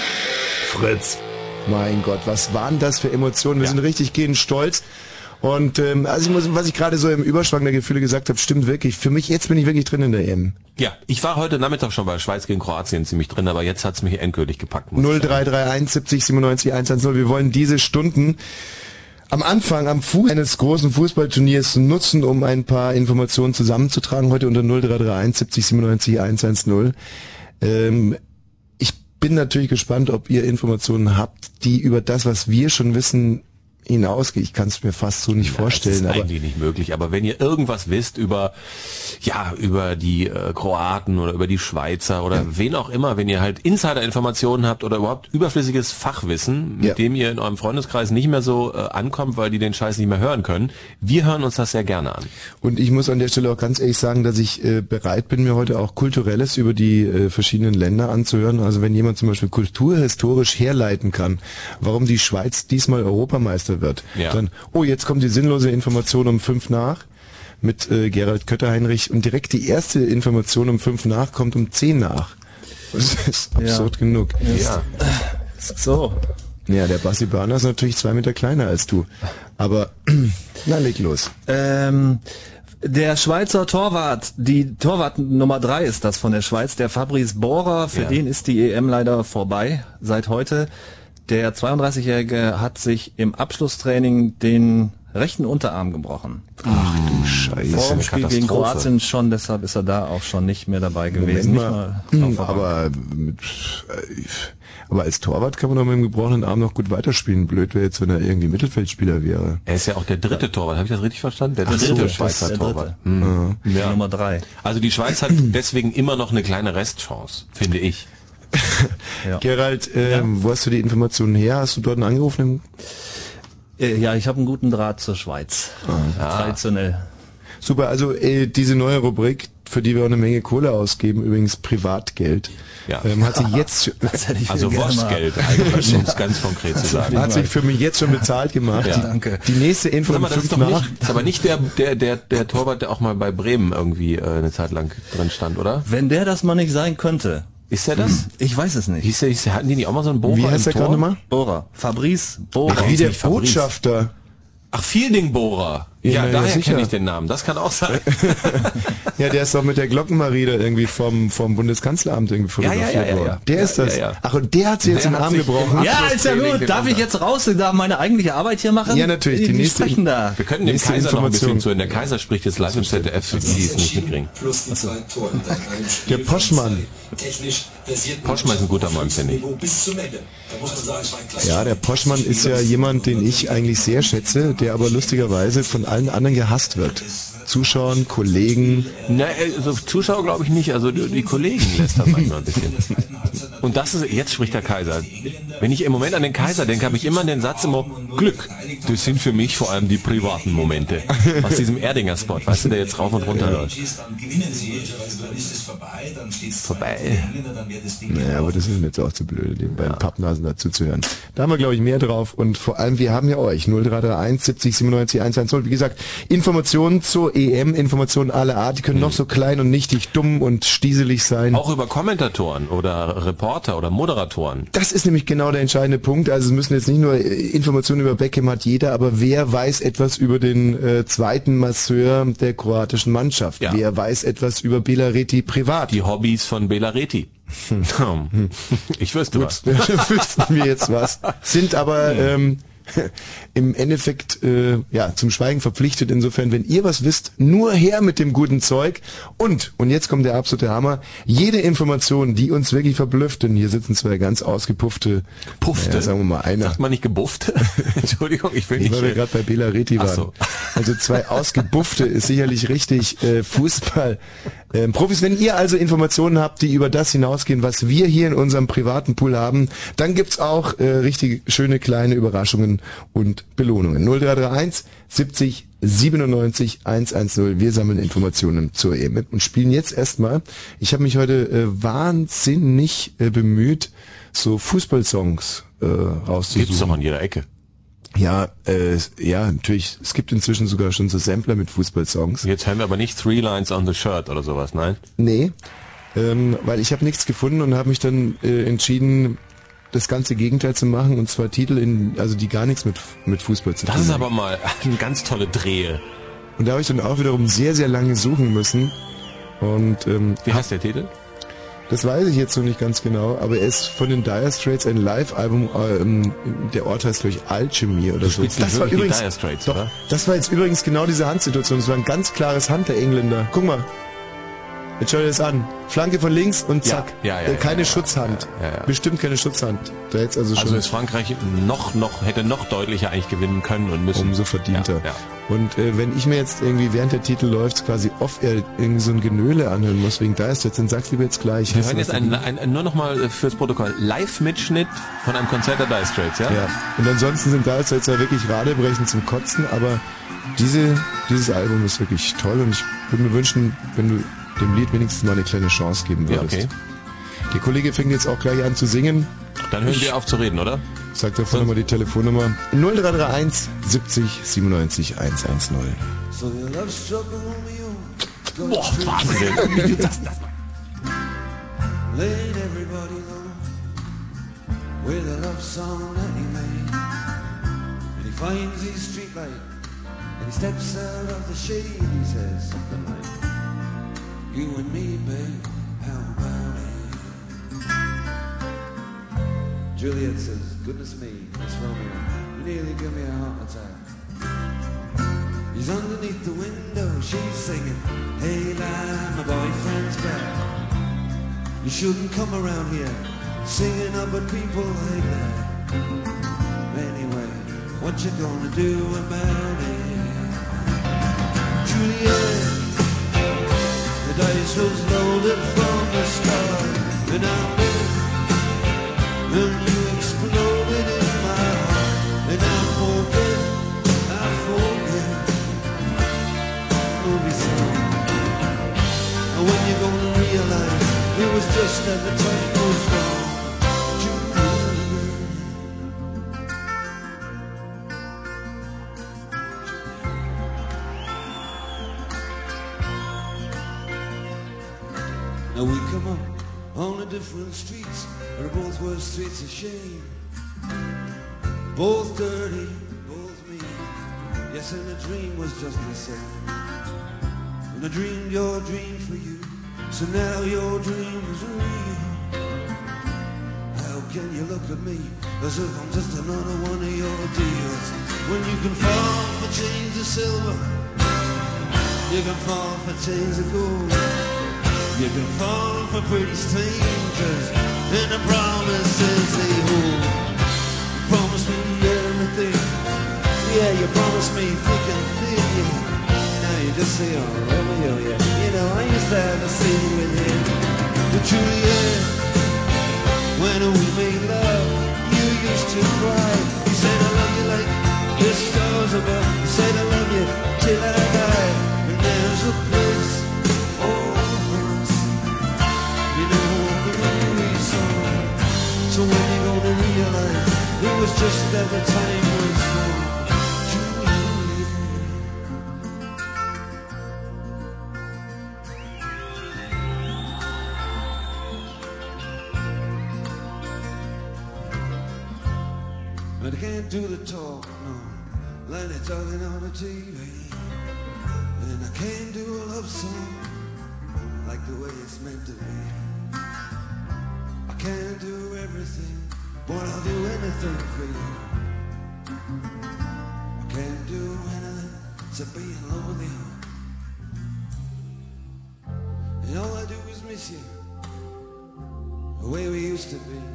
Fritz. Mein Gott, was waren das für Emotionen? Wir ja. sind richtig gehend stolz. Und ähm, also ich muss, was ich gerade so im Überschwang der Gefühle gesagt habe, stimmt wirklich. Für mich, jetzt bin ich wirklich drin in der E M. Ja, ich war heute Nachmittag schon bei Schweiz gegen Kroatien ziemlich drin, aber jetzt hat's mich endgültig gepackt. null drei drei eins siebzig siebenundneunzig hundertzehn. Wir wollen diese Stunden am Anfang, am Fuß eines großen Fußballturniers nutzen, um ein paar Informationen zusammenzutragen. Heute unter null drei drei eins siebzig siebenundneunzig hundertzehn. Ähm, ich bin natürlich gespannt, ob ihr Informationen habt, die über das, was wir schon wissen, hinausgeht. Ich kann es mir fast so nicht ja, vorstellen. Das ist aber eigentlich nicht möglich. Aber wenn ihr irgendwas wisst über, ja, über die äh, Kroaten oder über die Schweizer oder ja. wen auch immer, wenn ihr halt Insider-Informationen habt oder überhaupt überflüssiges Fachwissen, mit ja. dem ihr in eurem Freundeskreis nicht mehr so äh, ankommt, weil die den Scheiß nicht mehr hören können, wir hören uns das sehr gerne an. Und ich muss an der Stelle auch ganz ehrlich sagen, dass ich äh, bereit bin, mir heute auch Kulturelles über die äh, verschiedenen Länder anzuhören. Also wenn jemand zum Beispiel kulturhistorisch herleiten kann, warum die Schweiz diesmal Europameister wird. Ja. Dann, oh, jetzt kommt die sinnlose Information um fünf nach mit äh, Gerald Kötter-Heinrich und direkt die erste Information um fünf nach kommt um zehn nach. Das ist absurd ja. genug. Ja. So. Ja, der Basti Börner ist natürlich zwei Meter kleiner als du. Aber, na, leg los. Ähm... Der Schweizer Torwart, die Torwart Nummer drei ist das von der Schweiz, der Fabrice Bohrer, für ja. den ist die E M leider vorbei seit heute. Der zweiunddreißigjährige hat sich im Abschlusstraining den rechten Unterarm gebrochen. Ach du Scheiße. Vor dem Spiel gegen Kroatien schon, deshalb ist er da auch schon nicht mehr dabei gewesen. Mal, nicht mal aber, mit, aber als Torwart kann man doch mit dem gebrochenen Arm noch gut weiterspielen. Blöd wäre jetzt, wenn er irgendwie Mittelfeldspieler wäre. Er ist ja auch der dritte Torwart, habe ich das richtig verstanden? Der dritte so, Schweizer der Torwart. Dritte. Mhm. Ja. Nummer drei. Also die Schweiz hat deswegen immer noch eine kleine Restchance, finde ich. Ja. Gerald, äh, ja. wo hast du die Informationen her? Hast du dort angerufen? Ja, ich habe einen guten Draht zur Schweiz. Ah. Traditionell. Super, also äh, diese neue Rubrik, für die wir auch eine Menge Kohle ausgeben, übrigens Privatgeld, ja. ähm, hat sich jetzt also Wurstgeld, eigentlich, um es ganz konkret zu sagen. Hat sich für mich jetzt schon bezahlt gemacht. Ja. Die, Danke. Die nächste Info um fünf nach. Nicht, das ist aber nicht der, der, der, der Torwart, der auch mal bei Bremen irgendwie äh, eine Zeit lang drin stand, oder? Wenn der das mal nicht sein könnte. Ist der das? Ich weiß es nicht. Hieß der, hieß der, hatten die nicht auch mal so einen Bohrer? Wie heißt der gerade nochmal? Bohrer. Fabrice Bohrer. Ach, wie der Botschafter. Ach, Fielding-Bohrer. Ja, ja, daher ja, kenne ich den Namen. Das kann auch sein. Ja, der ist doch mit der Glockenmarie da irgendwie vom, vom Bundeskanzleramt irgendwie fotografiert ja, ja, ja, worden. ja. Der ja, ist das. Ja, ja. Ach, und der hat sich jetzt den Arm gebrochen. Ja, ist ja gut. Darf ich jetzt raus? Darf meine eigentliche Arbeit hier machen? Ja, natürlich. Die, die nächste, sprechen da. Wir könnten dem Kaiser noch ein bisschen zu. Der Kaiser spricht jetzt live im Z D F, für die, die es nicht mitkriegen. Der Poschmann. Poschmann ist ein guter Mann, finde ich. Ja, der Poschmann ist ja jemand, den ich eigentlich sehr schätze, der aber lustigerweise von allen anderen gehasst wird. Zuschauern, Kollegen. Na, also Zuschauer glaube ich nicht, also die, die Kollegen lässt das manchmal ein bisschen. Und das ist, jetzt spricht der Kaiser. Wenn ich im Moment an den Kaiser denke, habe ich immer den Satz immer, Glück, das sind für mich vor allem die privaten Momente. Aus diesem Erdinger-Spot, weißt du, der jetzt rauf und runter läuft. Vorbei. Naja, aber das ist mir jetzt auch zu blöd, den beiden Pappnasen dazu zu hören. Da haben wir, glaube ich, mehr drauf. Und vor allem, wir haben ja euch, null drei drei eins siebzig siebenundneunzig hundertzehn. Wie gesagt, Informationen zur E M, Informationen aller Art, die können noch so klein und nichtig, dumm und stieselig sein. Auch über Kommentatoren oder Reporter oder Moderatoren. Das ist nämlich genau der entscheidende Punkt. Also es müssen jetzt nicht nur Informationen über Beckham hat jeder, aber wer weiß etwas über den äh, zweiten Masseur der kroatischen Mannschaft? Ja. Wer weiß etwas über Bela Reti privat? Die Hobbys von Bela Reti. Hm. Ich wüsste was. Wüssten wir jetzt was. Sind aber ähm, im Endeffekt äh, ja zum Schweigen verpflichtet. Insofern, wenn ihr was wisst, nur her mit dem guten Zeug. Und, und jetzt kommt der absolute Hammer, jede Information, die uns wirklich verblüfft, denn hier sitzen zwei ganz ausgepuffte, Puffte. Ja, sagen wir mal, einer. Sagt man nicht gebufft? Entschuldigung, ich will nicht. Weil wir gerade bei Bela Reti waren. So. Also zwei ausgebuffte ist sicherlich richtig äh, Fußball. Ähm, Profis, wenn ihr also Informationen habt, die über das hinausgehen, was wir hier in unserem privaten Pool haben, dann gibt's auch äh, richtig schöne kleine Überraschungen und Belohnungen. null drei drei eins siebzig siebenundneunzig hundertzehn. Wir sammeln Informationen zur E M und spielen jetzt erstmal. Ich habe mich heute äh, wahnsinnig äh, bemüht, so Fußballsongs äh, rauszusuchen. Gibt's doch an jeder Ecke. Ja, äh, ja, natürlich. Es gibt inzwischen sogar schon so Sampler mit Fußballsongs. Jetzt hören wir aber nicht Three Lines on the Shirt oder sowas, nein? Nee, ähm, weil ich habe nichts gefunden und habe mich dann äh, entschieden, das ganze Gegenteil zu machen, und zwar Titel, in, also die gar nichts mit mit Fußball zu tun haben. Das ist aber mal eine ganz tolle Drehe. Und da habe ich dann auch wiederum sehr, sehr lange suchen müssen. Und ähm, wie heißt der Titel? Das weiß ich jetzt noch nicht ganz genau, aber er ist von den Dire Straits, ein Live-Album, ähm, der Ort heißt, glaube ich, Alchemy oder so. Das war übrigens, die Dire Straits, doch, oder? Das war jetzt übrigens genau diese Handsituation. Das war ein ganz klares Hand der Engländer. Guck mal. Jetzt schau dir das an. Flanke von links und zack. Ja, ja, ja, äh, keine ja, Schutzhand. Ja, ja, ja. Bestimmt keine Schutzhand. Da jetzt also schon. Also ist Frankreich noch, noch, hätte noch deutlicher eigentlich gewinnen können und müssen. Umso verdienter. Ja, ja. Und äh, wenn ich mir jetzt irgendwie während der Titel läuft quasi off-air irgendwie so ein Genöle anhören muss wegen Dire Straits, dann sag's lieber jetzt gleich. Wir hören jetzt ein, ein, ein, nur noch mal fürs Protokoll. Live-Mitschnitt von einem Konzert der Dire Straits, ja? Ja. Und ansonsten sind Dire Straits ja wirklich radebrechend zum Kotzen, aber diese, dieses Album ist wirklich toll und ich würde mir wünschen, wenn du dem Lied wenigstens mal eine kleine Chance geben würdest. Ja, okay. Der Kollege fängt jetzt auch gleich an zu singen. Dann hören wir auf zu reden, oder? Sag davon nochmal die Telefonnummer null drei drei eins siebzig siebenundneunzig hundertzehn. Boah, Wahnsinn. Wie du das, das Let everybody know with a love song that he made. And he finds his street light and he steps out of the shade. He says something like, you and me, babe, how about it? Juliet says, goodness me, Miss Romeo, you nearly give me a heart attack. He's underneath the window, she's singing, hey lad, my boyfriend's back. You shouldn't come around here singing up at people like that. Anyway, what you gonna do about it? Juliet, the dice was loaded from the start, and I'm in, and you exploded in my heart, and I forget, I forget, movie song. And when you gonna realize it was just that the time was wrong. Now we come up on the different streets, and both were streets of shame. Both dirty, both mean. Yes, and the dream was just the same. And I dreamed your dream for you, so now your dream is real. How can you look at me as if I'm just another one of your deals? When you can fall for chains of silver, you can fall for chains of gold. You can fall for pretty strangers and the promises they hold. You promise me everything, yeah, you promise me thick and thin, yeah. Now you just say, oh, Romeo, yeah. You know, I used to have a scene with him, but Juliet, When we made love, you used to cry. You said I love you like the stars above. You said I love you till I die. And there's a place for us, you know, the movie song. So when you gonna realize it was just that the time was wrong. But I can't do the talk, no, like they're talking on the T V. And I can't do a love song like the way it's meant to be. I can't do everything, but I'll do anything for you. I can't do anything except be in love with you. And all I do is miss you, the way we used to be.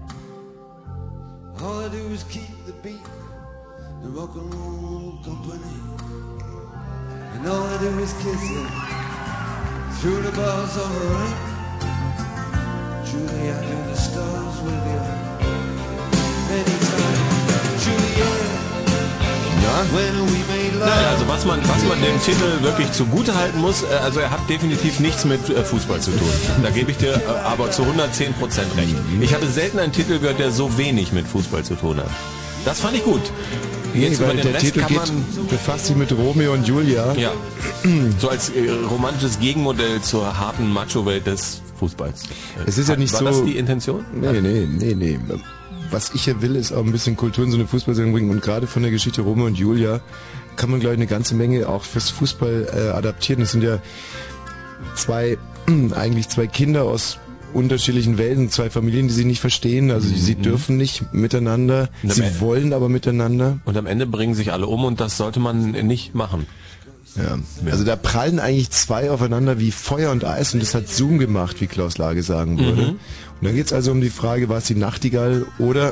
All I do is keep the beat and rock and roll company. And all I do is kiss you through the bars of rain. Julie, I do the stars with you anytime. Juliet, when we made love. Naja, also was man, was man dem Titel wirklich zugute halten muss, äh, also er hat definitiv nichts mit äh, Fußball zu tun. Da gebe ich dir äh, aber zu hundertzehn Prozent recht. Ich habe selten einen Titel gehört, der so wenig mit Fußball zu tun hat. Das fand ich gut. Jetzt nee, über den der Rest Titel kann geht, man befasst sich mit Romeo und Julia. Ja. So als äh, romantisches Gegenmodell zur harten Macho-Welt des Fußballs. Es ist ja nicht War so. War das die Intention? Nee, nee, nee, nee. Was ich ja will, ist auch ein bisschen Kultur in so eine Fußballsendung bringen. Und gerade von der Geschichte Romeo und Julia kann man, glaube ich, eine ganze Menge auch fürs Fußball äh, adaptieren. Das sind ja zwei, eigentlich zwei Kinder aus unterschiedlichen Welten, zwei Familien, die sich nicht verstehen. Also mhm. sie dürfen nicht miteinander, sie Ende, wollen aber miteinander. Und am Ende bringen sich alle um und das sollte man nicht machen. Ja. ja. Also da prallen eigentlich zwei aufeinander wie Feuer und Eis und das hat Zoom gemacht, wie Klaus Lage sagen würde. Mhm. Und dann geht es also um die Frage, war es die Nachtigall oder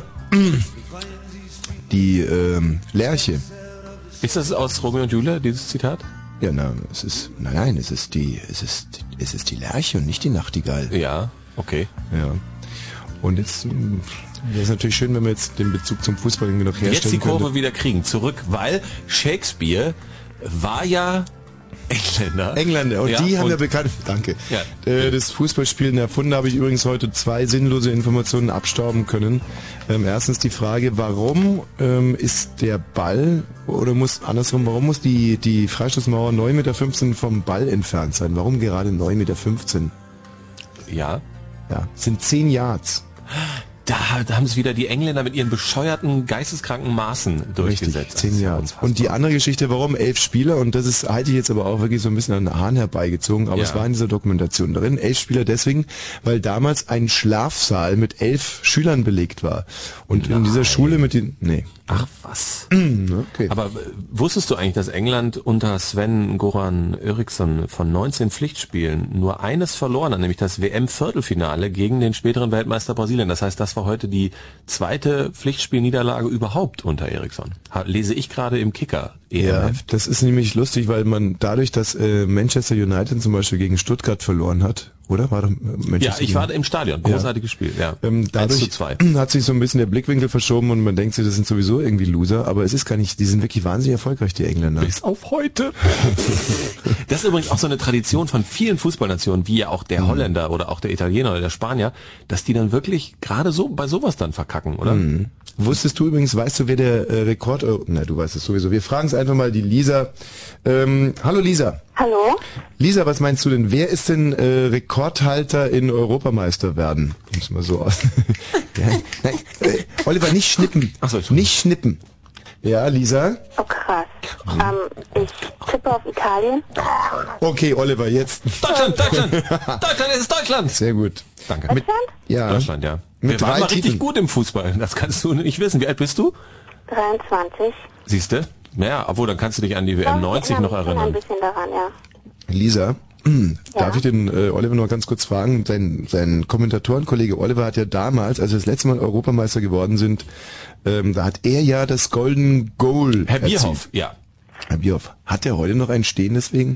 die ähm, Lerche? Ist das aus Romeo und Julia, dieses Zitat? Ja, na, es ist, nein, nein, es ist die, es ist, es ist die Lerche und nicht die Nachtigall. Ja, okay. Ja. Und jetzt wäre es natürlich schön, wenn wir jetzt den Bezug zum Fußball irgendwie noch herstellen Jetzt die Kurve könnte. wieder kriegen, zurück, weil Shakespeare war ja Engländer. Engländer. Und ja, die haben und ja bekannt, danke, ja. äh, das Fußballspielen erfunden. Habe ich übrigens heute zwei sinnlose Informationen abstauben können. Ähm, erstens die Frage, warum ähm, ist der Ball, oder muss, andersrum, warum muss die, die Freistoßmauer neun Meter fünfzehn vom Ball entfernt sein? Warum gerade neun Meter fünfzehn? Ja. Ja, sind zehn Yards. Da, da haben es wieder die Engländer mit ihren bescheuerten, geisteskranken Maßen durchgesetzt. Richtig, zehn Jahre. Und die andere Geschichte, warum elf Spieler, und das ist, halte ich jetzt aber auch wirklich so ein bisschen an den Haaren herbeigezogen, aber ja. es war in dieser Dokumentation drin, elf Spieler deswegen, weil damals ein Schlafsaal mit elf Schülern belegt war. Und Nein. in dieser Schule mit den, nee. Ach was. Okay. Aber wusstest du eigentlich, dass England unter Sven-Goran Eriksson von neunzehn Pflichtspielen nur eines verloren hat, nämlich das W M-Viertelfinale gegen den späteren Weltmeister Brasilien? Das heißt, das war heute die zweite Pflichtspielniederlage überhaupt unter Eriksson. Lese ich gerade im Kicker. E M F. Ja, das ist nämlich lustig, weil man dadurch, dass äh, Manchester United zum Beispiel gegen Stuttgart verloren hat, oder? War doch Manchester Ja, ich war im Stadion. Großartiges ja. Spiel, ja. Ähm, dadurch eins zu zwei. Hat sich so ein bisschen der Blickwinkel verschoben und man denkt sich, das sind sowieso irgendwie Loser, aber es ist gar nicht, die sind wirklich wahnsinnig erfolgreich, die Engländer. Bis auf heute. Das ist übrigens auch so eine Tradition von vielen Fußballnationen, wie ja auch der Holländer oder auch der Italiener oder der Spanier, dass die dann wirklich gerade so bei sowas dann verkacken, oder? Mhm. Wusstest du übrigens, weißt du, wer der äh, Rekord... Oh, na, du weißt es sowieso. Wir fragen es einfach mal die Lisa. Ähm, hallo Lisa. Hallo. Lisa, was meinst du denn? Wer ist denn äh, Rekordhalter in Europameister werden? Muss mal so aus. ja. Nein, äh, Oliver, nicht schnippen. Ach so, nicht schnippen. Ja, Lisa? Oh, krass. Ähm, ich tippe auf Italien. Okay, Oliver, jetzt. Deutschland, Deutschland! Deutschland, es ist Deutschland! Sehr gut. Danke. Deutschland? Mit, ja. Deutschland, ja. Mit Wir waren mal Titeln. richtig gut im Fußball. Das kannst du nicht wissen. Wie alt bist du? dreiundzwanzig. Siehst du? Naja, obwohl, dann kannst du dich an die W M neunzig noch erinnern. Ein bisschen daran, ja. Lisa, hm, ja. darf ich den äh, Oliver noch ganz kurz fragen? Sein, sein Kommentatorenkollege Oliver hat ja damals, als wir das letzte Mal Europameister geworden sind, ähm, da hat er ja das Golden Goal Herr erzielt. Bierhoff, ja. Herr Bierhoff, hat er heute noch einen stehen deswegen?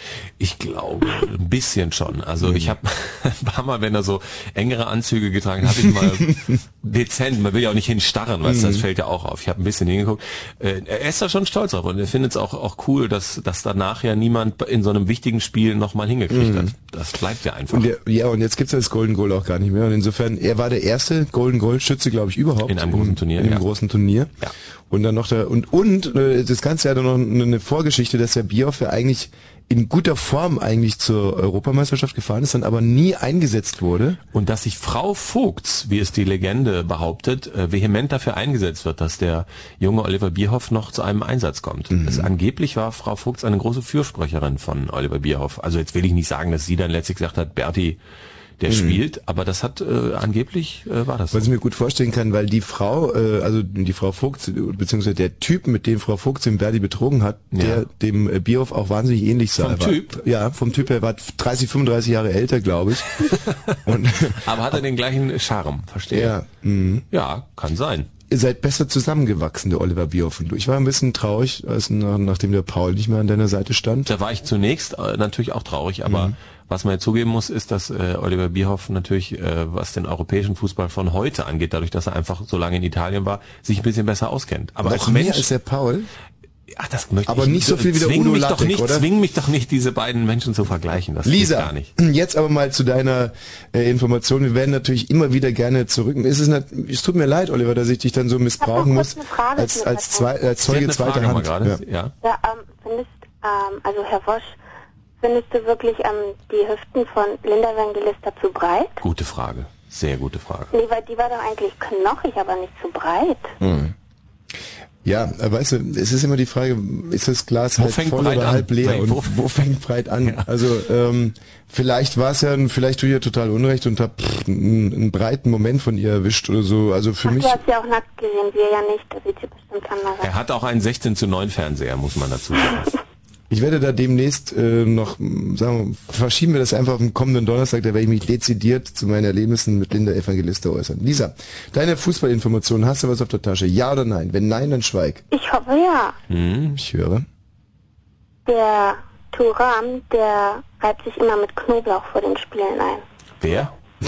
Ich glaube, ein bisschen schon. Also mhm. ich habe ein paar Mal, wenn er so engere Anzüge getragen hat, habe ich mal dezent, man will ja auch nicht hinstarren, weißt du, mhm. das fällt ja auch auf. Ich habe ein bisschen hingeguckt. Äh, er ist da schon stolz drauf und er findet es auch, auch cool, dass, dass danach ja niemand in so einem wichtigen Spiel nochmal hingekriegt mhm. hat. Das bleibt ja einfach. Und der, ja, und jetzt gibt's ja das Golden Goal auch gar nicht mehr. Und insofern, er war der erste Golden Goal-Schütze, glaube ich, überhaupt. In einem großen Turnier. In einem ja. großen Turnier. Ja. Und dann noch der, und, und, das Ganze hat dann noch eine Vorgeschichte, dass der Bierhoff ja eigentlich in guter Form eigentlich zur Europameisterschaft gefahren ist, dann aber nie eingesetzt wurde. Und dass sich Frau Vogts, wie es die Legende behauptet, vehement dafür eingesetzt wird, dass der junge Oliver Bierhoff noch zu einem Einsatz kommt. Mhm. Es, angeblich war Frau Vogts eine große Fürsprecherin von Oliver Bierhoff. Also jetzt will ich nicht sagen, dass sie dann letztlich gesagt hat, Berti, der mhm. spielt, aber das hat äh, angeblich äh, war das. Was ich mir gut vorstellen kann, weil die Frau, äh, also die Frau Vogt, beziehungsweise der Typ, mit dem Frau Vogt den Berti betrogen hat, ja. der dem äh, Bierhoff auch wahnsinnig ähnlich sah. Vom war, Typ? Ja, vom Typ her war dreißig, fünfunddreißig Jahre älter, glaube ich. Und aber hat er den gleichen Charme, verstehe. Ja, mh. ja, kann sein. Ihr seid besser zusammengewachsen, der Oliver Bierhoff und du. Ich war ein bisschen traurig, als nach, nachdem der Paul nicht mehr an deiner Seite stand. Da war ich zunächst äh, natürlich auch traurig, aber mhm. was man ja zugeben muss, ist, dass äh, Oliver Bierhoff natürlich, äh, was den europäischen Fußball von heute angeht, dadurch, dass er einfach so lange in Italien war, sich ein bisschen besser auskennt. Aber noch als mehr Mensch, als der Paul? Ach, das möchte aber ich nicht so viel wie der zwing Udo mich Lattek, doch nicht, oder? Zwing mich doch nicht, diese beiden Menschen zu vergleichen. Das Lisa, geht gar nicht. Jetzt aber mal zu deiner äh, Information. Wir werden natürlich immer wieder gerne zurück. Es, ist nicht, es tut mir leid, Oliver, dass ich dich dann so missbrauchen muss. Als, als, zwei, als Zeuge zweiter Hand. Ja, ja. ja ähm, findest, ähm, also Herr Wosch, findest du wirklich ähm, die Hüften von Linda Evangelista zu breit? Gute Frage. Sehr gute Frage. Nee, weil die war doch eigentlich knochig, aber nicht zu breit. Hm. Ja, weißt du, es ist immer die Frage, ist das Glas wo halb voll oder an? halb leer? Und wo, wo fängt breit an? Ja. Also ähm, vielleicht war es ja, vielleicht tue ich ja total Unrecht und habe einen, einen breiten Moment von ihr erwischt oder so. Also für Ach, mich. Du hast ja auch nackt gesehen, wir ja nicht. Das sieht sie bestimmt anders aus. Er hat auch einen sechzehn zu neun Fernseher, muss man dazu sagen. Ich werde da demnächst äh, noch, sagen wir, verschieben wir das einfach auf den kommenden Donnerstag, da werde ich mich dezidiert zu meinen Erlebnissen mit Linda Evangelista äußern. Lisa, deine Fußballinformationen, hast du was auf der Tasche? Ja oder nein? Wenn nein, dann schweig. Ich hoffe ja. Hm, ich höre. Der Thuram, der reibt sich immer mit Knoblauch vor den Spielen ein. Wer?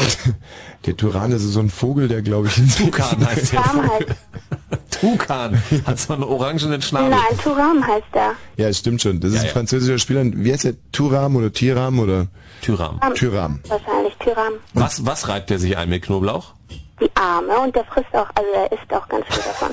Der Turan, das ist so ein Vogel, der glaube ich... Tukan heißt der Turam heißt. Tukan hat so einen orangenen Schnabel. Nein, Thuram heißt er. Ja, es stimmt schon. Das ist ja, ein ja. französischer Spieler. Wie heißt der? Thuram oder Tiram oder? Thuram. Um, Thuram. Wahrscheinlich Thuram. Was, was reibt er sich ein mit Knoblauch? Die Arme und der frisst auch, also er isst auch ganz viel davon.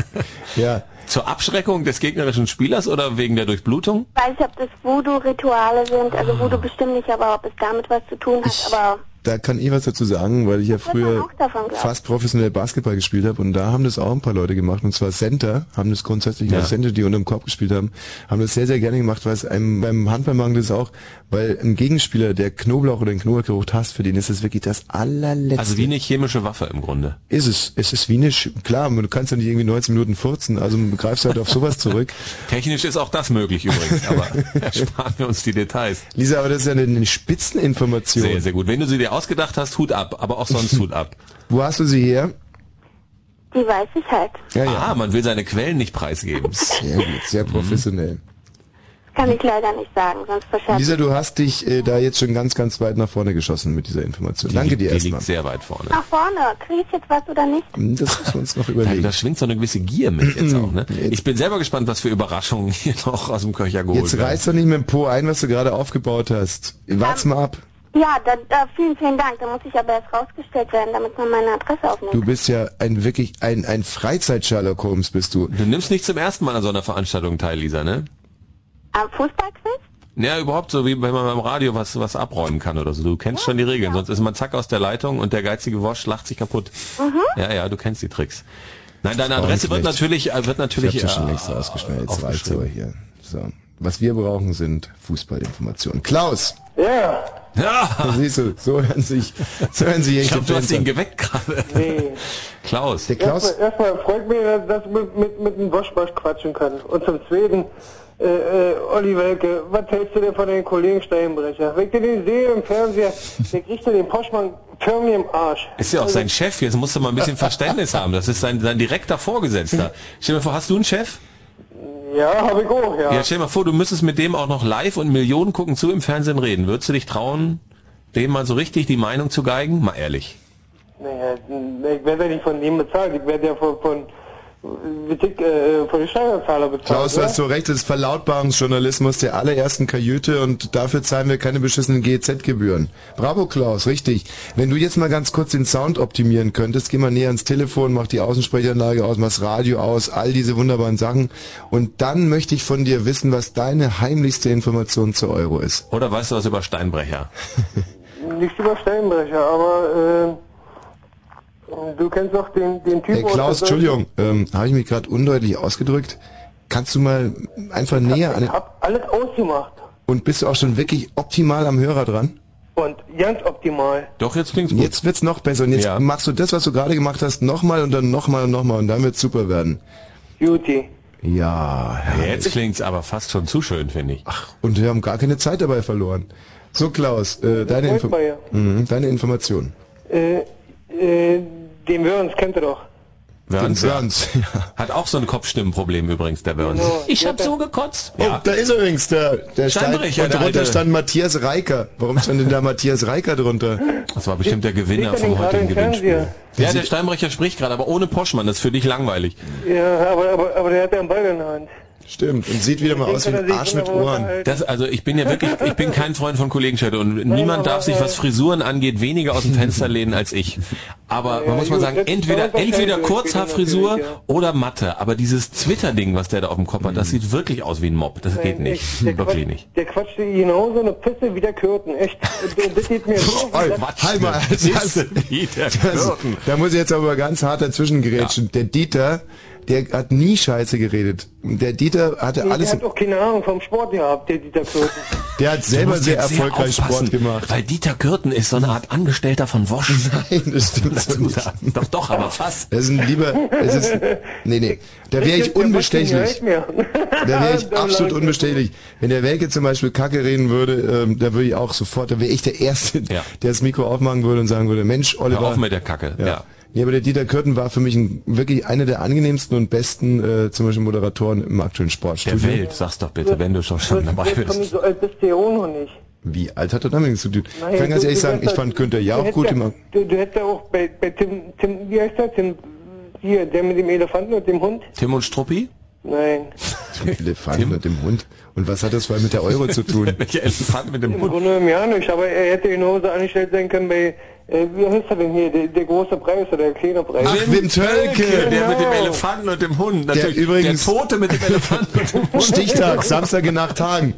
Ja. Zur Abschreckung des gegnerischen Spielers oder wegen der Durchblutung? Ich weiß nicht, ob das Voodoo-Rituale sind, also Voodoo bestimmt nicht, aber ob es damit was zu tun hat, ich, aber... Da kann ich was dazu sagen, weil ich ja früher davon, fast professionell Basketball gespielt habe und da haben das auch ein paar Leute gemacht und zwar Center, haben das grundsätzlich, ja. Center, die unter dem Korb gespielt haben, haben das sehr, sehr gerne gemacht, weil es einem beim Handball machen das auch, weil ein Gegenspieler, der Knoblauch oder den Knoblauchgeruch hasst, für den ist es wirklich das allerletzte. Also wie eine chemische Waffe im Grunde. Ist es. Es ist wie eine, Sch klar, du kannst ja nicht irgendwie neunzehn Minuten furzen, also greifst halt auf sowas zurück. Technisch ist auch das möglich übrigens, aber ersparen wir uns die Details. Lisa, aber das ist ja eine, eine Spitzeninformation. Sehr, sehr gut. Wenn du sie dir ausgedacht hast, Hut ab, aber auch sonst Hut ab. Wo hast du sie her? Die weiß ich halt. Ja, ja. Ah, man will seine Quellen nicht preisgeben. Sehr gut, sehr professionell. Kann ich leider nicht sagen, sonst verschärft. Lisa, du hast dich äh, da jetzt schon ganz, ganz weit nach vorne geschossen mit dieser Information. Die Danke dir erstmal. Die liegt sehr weit vorne. Nach vorne. Krieg ich jetzt was oder nicht? Das müssen wir uns noch überlegen. Ja, da schwingt so eine gewisse Gier mit jetzt auch, ne? Ich bin selber gespannt, was für Überraschungen hier noch aus dem Köcher geholt Jetzt werden. reiß doch nicht mit dem Po ein, was du gerade aufgebaut hast. Wart's mal ab. Ja, da, da, vielen, vielen Dank. Da muss ich aber erst rausgestellt werden, damit man meine Adresse aufnimmt. Du bist ja ein wirklich ein, ein Freizeit-Sherlock Holmes, bist du. Du nimmst nicht zum ersten Mal an so einer Veranstaltung teil, Lisa, ne? Am Fußballquiz? Ja, überhaupt so, wie wenn man beim Radio was was abräumen kann oder so. Du kennst ja, schon die Regeln, ja. Sonst ist man zack aus der Leitung und der geizige Wosch lacht sich kaputt. Mhm. Ja, ja, du kennst die Tricks. Nein, deine Adresse wird natürlich, wird natürlich... Ich hab schon längst ausgeschnellt, jetzt reicht's aber hier. So. Was wir brauchen, sind Fußballinformationen. Klaus! Ja! Ja! Siehst du, so hören sich, so hören sich Ich glaube, du hast ihn geweckt gerade. Nee. Klaus. Der Klaus. Erstmal, erstmal freut mich, dass ich mit, mit, mit dem Woschbosch quatschen kann. Und zum Zweiten, äh, äh, Olli Welke, was hältst du denn von den Kollegen Steinbrecher? Wenn ich den sehe im Fernseher, der kriegt den Poschmann förmlich im Arsch. Ist ja auch sein Chef, jetzt musst du mal ein bisschen Verständnis haben. Das ist sein, sein direkter Vorgesetzter. Stell dir mal vor, hast du einen Chef? Ja, habe ich auch, ja. Ja, stell dir mal vor, du müsstest mit dem auch noch live und Millionen gucken zu im Fernsehen reden. Würdest du dich trauen, dem mal so richtig die Meinung zu geigen? Mal ehrlich. Naja, ich werde ja nicht von ihm bezahlt, ich werde ja von, von, äh, von den Steuerzahler bezahlt. Klaus, du hast so recht, das ist Verlautbarungsjournalismus der allerersten Kajüte und dafür zahlen wir keine beschissenen G E Z-Gebühren. Bravo, Klaus, richtig. Wenn du jetzt mal ganz kurz den Sound optimieren könntest, geh mal näher ans Telefon, mach die Außensprechanlage aus, mach das Radio aus, all diese wunderbaren Sachen. Und dann möchte ich von dir wissen, was deine heimlichste Information zu Euro ist. Oder weißt du was über Steinbrecher? Nicht über Steinbrecher, aber äh, du kennst doch den, den Typen... Hey Klaus, Entschuldigung, ähm, habe ich mich gerade undeutlich ausgedrückt? Kannst du mal einfach näher an... Ich hab alles ausgemacht. Und bist du auch schon wirklich optimal am Hörer dran? Und ganz optimal. Doch, jetzt klingt's gut. Jetzt wird's noch besser. Und jetzt Ja. machst du das, was du gerade gemacht hast, nochmal und dann nochmal und nochmal und dann wird's super werden. Beauty. Ja, herrlich. Jetzt klingt's aber fast schon zu schön, finde ich. Ach, und wir haben gar keine Zeit dabei verloren. So Klaus, äh, deine, Info mhm, deine Information. Äh, äh, den Wörns kennt ihr doch. Wörns, Den ja. Wörns, Hat auch so ein Kopfstimmenproblem übrigens, der Wörns. Genau. Ich hab so gekotzt. Oh, da ist übrigens der, der Stein, Steinbrecher, und der drunter alte. stand Matthias Reiker. Warum stand denn da Matthias Reiker drunter? Das war bestimmt der Gewinner Seht ihr vom den gerade heutigen im Fernseher? Gewinnspiel. Ja, der Steinbrecher spricht gerade, aber ohne Poschmann. Das ist für dich langweilig. Ja, aber, aber, aber der hat ja einen Ball in der Hand. Stimmt, und sieht wieder mal aus wie ein Arsch mit Ohren. Das, also ich bin ja wirklich, ich bin kein Freund von Kollegenschäde und niemand darf sich, was Frisuren angeht, weniger aus dem Fenster lehnen als ich. Aber man muss mal sagen, entweder entweder Kurzhaarfrisur oder Matte. Aber dieses Twitter-Ding, was der da auf dem Kopf hat, das sieht wirklich aus wie ein Mob. Das geht nicht, wirklich nicht. Der quatscht genauso eine Pisse wie der Kürten, echt. Und das geht mir so. Oh, halt mal, das, das, das, da muss ich jetzt aber ganz hart dazwischen gerätschen. Der Dieter, der hat nie Scheiße geredet. Der Dieter hatte Nee, alles... der hat auch keine Ahnung vom Sport gehabt, der Dieter Kürten. Der hat selber sehr erfolgreich Sport gemacht. Weil Dieter Kürten ist so eine Art Angestellter von Wosch. Nein, das stimmt so nicht. Doch, doch, aber fast. Das ist ein lieber... Das ist, nee, nee. Da wäre ich unbestechlich. Da wäre ich absolut unbestechlich. Wenn der Welke zum Beispiel Kacke reden würde, ähm, da würde ich auch sofort, da wäre ich der Erste, der das Mikro aufmachen würde und sagen würde, Mensch, Oliver... Hör auf mit der Kacke, ja. ja. Nee, aber der Dieter Kürten war für mich ein, wirklich einer der angenehmsten und besten, äh, zum Beispiel Moderatoren im aktuellen Sportstudio. Der Welt, sag's doch bitte, wenn du schon, schon dabei bist. So alt bist du ja auch noch nicht. Wie alt hat er damit nichts zu tun? Naja, ich kann ganz du- ehrlich du sagen, hättest- ich fand Günther du Jauch hättest gut ja- immer. Du, du hättest ja auch bei, bei Tim, Tim, wie heißt der? Tim, hier, der mit dem Elefanten und dem Hund? Tim und Struppi? Nein. Der Elefant mit dem Hund. Und was hat das vor allem mit der Euro zu tun? Welcher Elefant mit dem Im Hund? Grunde genommen ja nicht, aber er hätte genauso angestellt sein können bei, äh, wie heißt er denn hier, der, der große Preis oder der kleine Preis? Ach, Wim Tölke! Der mit dem Genau. Elefanten und dem Hund. Der Natürlich, übrigens- der Tote mit dem Elefanten und dem Hund. Stichtag, Samstag in acht Tagen.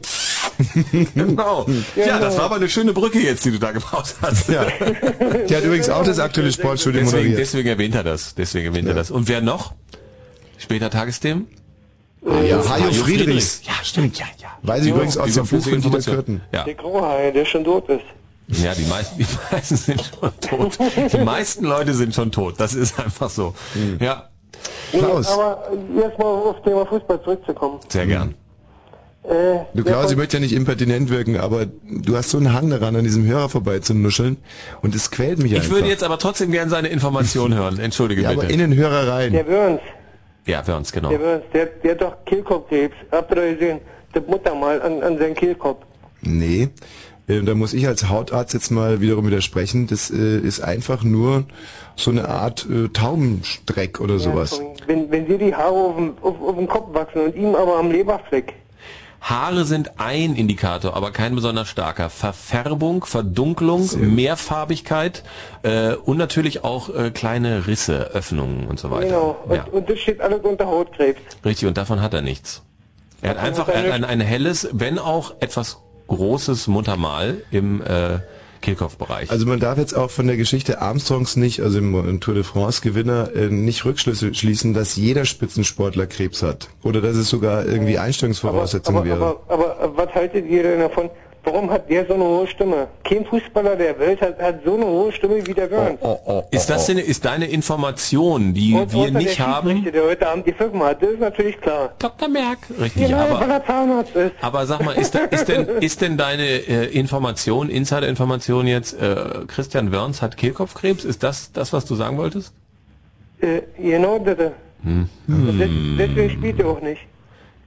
Genau. Ja, das war aber eine schöne Brücke jetzt, die du da gebaut hast. Ja. Der hat übrigens auch das aktuelle Sportstudio Deswegen, moderiert. deswegen erwähnt er das. Deswegen erwähnt er das. Und wer noch? Später Tagesthemen? Ah, ja, Hajo Friedrichs. Ja, stimmt, ja, ja. Weiß ich Ja, übrigens aus dem Buch überflüssige von Dieter Information. Kürten. Ja. Der Grauhaar, der schon tot ist. Ja, die meisten, die meisten sind schon tot. Die meisten Leute sind schon tot. Das ist einfach so. Ja, Klaus. Aber jetzt mal auf Thema Fußball zurückzukommen. sehr gern. Äh, Du Klaus, ich möchte ja nicht impertinent wirken, aber du hast so einen Hang daran, an diesem Hörer vorbei zu nuscheln und es quält mich Ich einfach. würde jetzt aber trotzdem gern seine Information hören. Entschuldige ja, aber bitte. in den Hörer rein. der Wörns, Ja, für uns, genau. der Wörns, der, der hat doch Kehlkopfkrebs. Habt ihr doch gesehen? Das Mutter mal an, an seinen Kehlkopf. Nee, äh, da muss ich als Hautarzt jetzt mal wiederum widersprechen. Das äh, ist einfach nur so eine Art äh, Taubenstreck oder sowas. Wenn, wenn dir die Haare auf dem, auf, auf dem Kopf wachsen und ihm aber am Leberfleck. Haare sind ein Indikator, aber kein besonders starker. Verfärbung, Verdunklung, Mehrfarbigkeit äh, und natürlich auch äh, kleine Risse, Öffnungen und so weiter. Genau. Und, Ja, und das steht alles unter Hautkrebs. richtig, und davon hat er nichts. Er hat einfach er hat ein, ein helles, wenn auch etwas großes Muttermal im äh, Kehlkopfbereich. Also man darf jetzt auch von der Geschichte Armstrongs nicht, also im, im Tour de France Gewinner, äh, nicht Rückschlüsse schließen, dass jeder Spitzensportler Krebs hat. Oder dass es sogar irgendwie Einstellungsvoraussetzung aber, wäre. aber, aber, aber was haltet ihr denn davon? Warum hat der so eine hohe Stimme? Kein Fußballer der Welt hat, hat so eine hohe Stimme wie der Wörns. Oh, oh, ist das denn, ist deine Information, die Und wir außer nicht der haben? Schiedsrichter, der heute Abend die Fünf hat, das ist natürlich klar. Doktor Merck. Richtig, Genau, weil aber, er Zahnarzt ist. aber sag mal, ist, da, ist denn, ist denn deine äh, Information, Insider-Information jetzt, äh, Christian Wörns hat Kehlkopfkrebs? Ist das das, was du sagen wolltest? Äh, genau das. Hm. Und des- Deswegen spielt er auch nicht.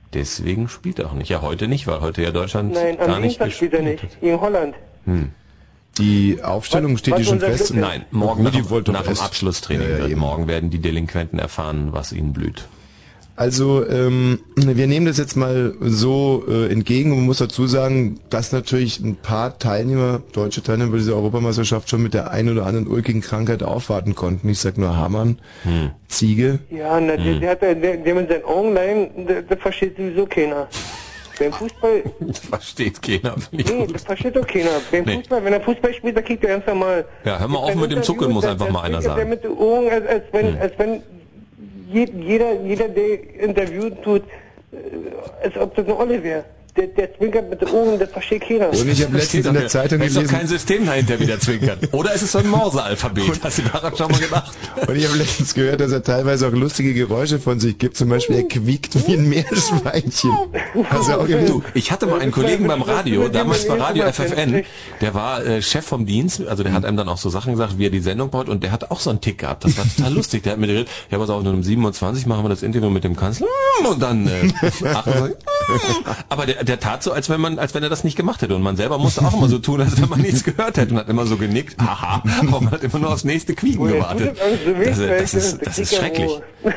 Deswegen spielt er auch nicht. Ja, heute nicht, weil heute ja Deutschland Nein, gar am nicht Dienstag spielt er nicht. In Holland. Hm. Die Aufstellung Was- steht was die schon unser fest? Glück ist. Nein, morgen Nee, nach, die wollte nach doch dem erst- Abschlusstraining. Ja, ja, wird. eben. Morgen werden die Delinquenten erfahren, was ihnen blüht. Also ähm, wir nehmen das jetzt mal so äh, entgegen und man muss dazu sagen, dass natürlich ein paar Teilnehmer, deutsche Teilnehmer bei dieser Europameisterschaft schon mit der einen oder anderen ulkigen Krankheit aufwarten konnten. Ich sag nur Hamann, hm. Ziege. Ja, na, der, der, hat, der, der mit seinen Augen leihen, der, der versteht sowieso keiner. Beim Fußball... Das versteht keiner. Nee, das versteht doch keiner. Beim Nee. Fußball, wenn er Fußball spielt, dann kriegt er ganz normal. Ja, hör mal auf mit dem Zuckeln, muss einfach mal einer Der sagen. mit den Ohren, als, als wenn, Hm. als wenn je- jeder, jeder, der interviewt tut, äh, als ob das eine Olle wäre. Der, der zwinkert mit den Ohren, das versteht keiner. Und ich habe letztens in der Zeitung Da ist doch gelesen... kein System dahinter, wieder zwinkern. Oder ist es so ein Morse-Alphabet? Hast du daran schon mal gedacht? Und ich habe letztens gehört, dass er teilweise auch lustige Geräusche von sich gibt. Zum Beispiel, er quiekt wie ein Meerschweinchen. Hast du auch gehört? Du, ich hatte mal einen Kollegen beim Radio, damals bei Radio F F N, der war äh, Chef vom Dienst, also der hat einem dann auch so Sachen gesagt, wie er die Sendung baut, und der hat auch so einen Tick gehabt. Das war total lustig. Der hat mir geredet, ja, pass auf, nur um siebenundzwanzig machen wir das Interview mit dem Kanzler, und dann äh, achtundzwanzig. Aber der, der tat so, als wenn man, als wenn er das nicht gemacht hätte, und man selber musste auch immer so tun, als wenn man nichts gehört hätte, und hat immer so genickt, aha, aber man hat immer nur aufs nächste Quieken gewartet. Das, das, ist, das ist schrecklich.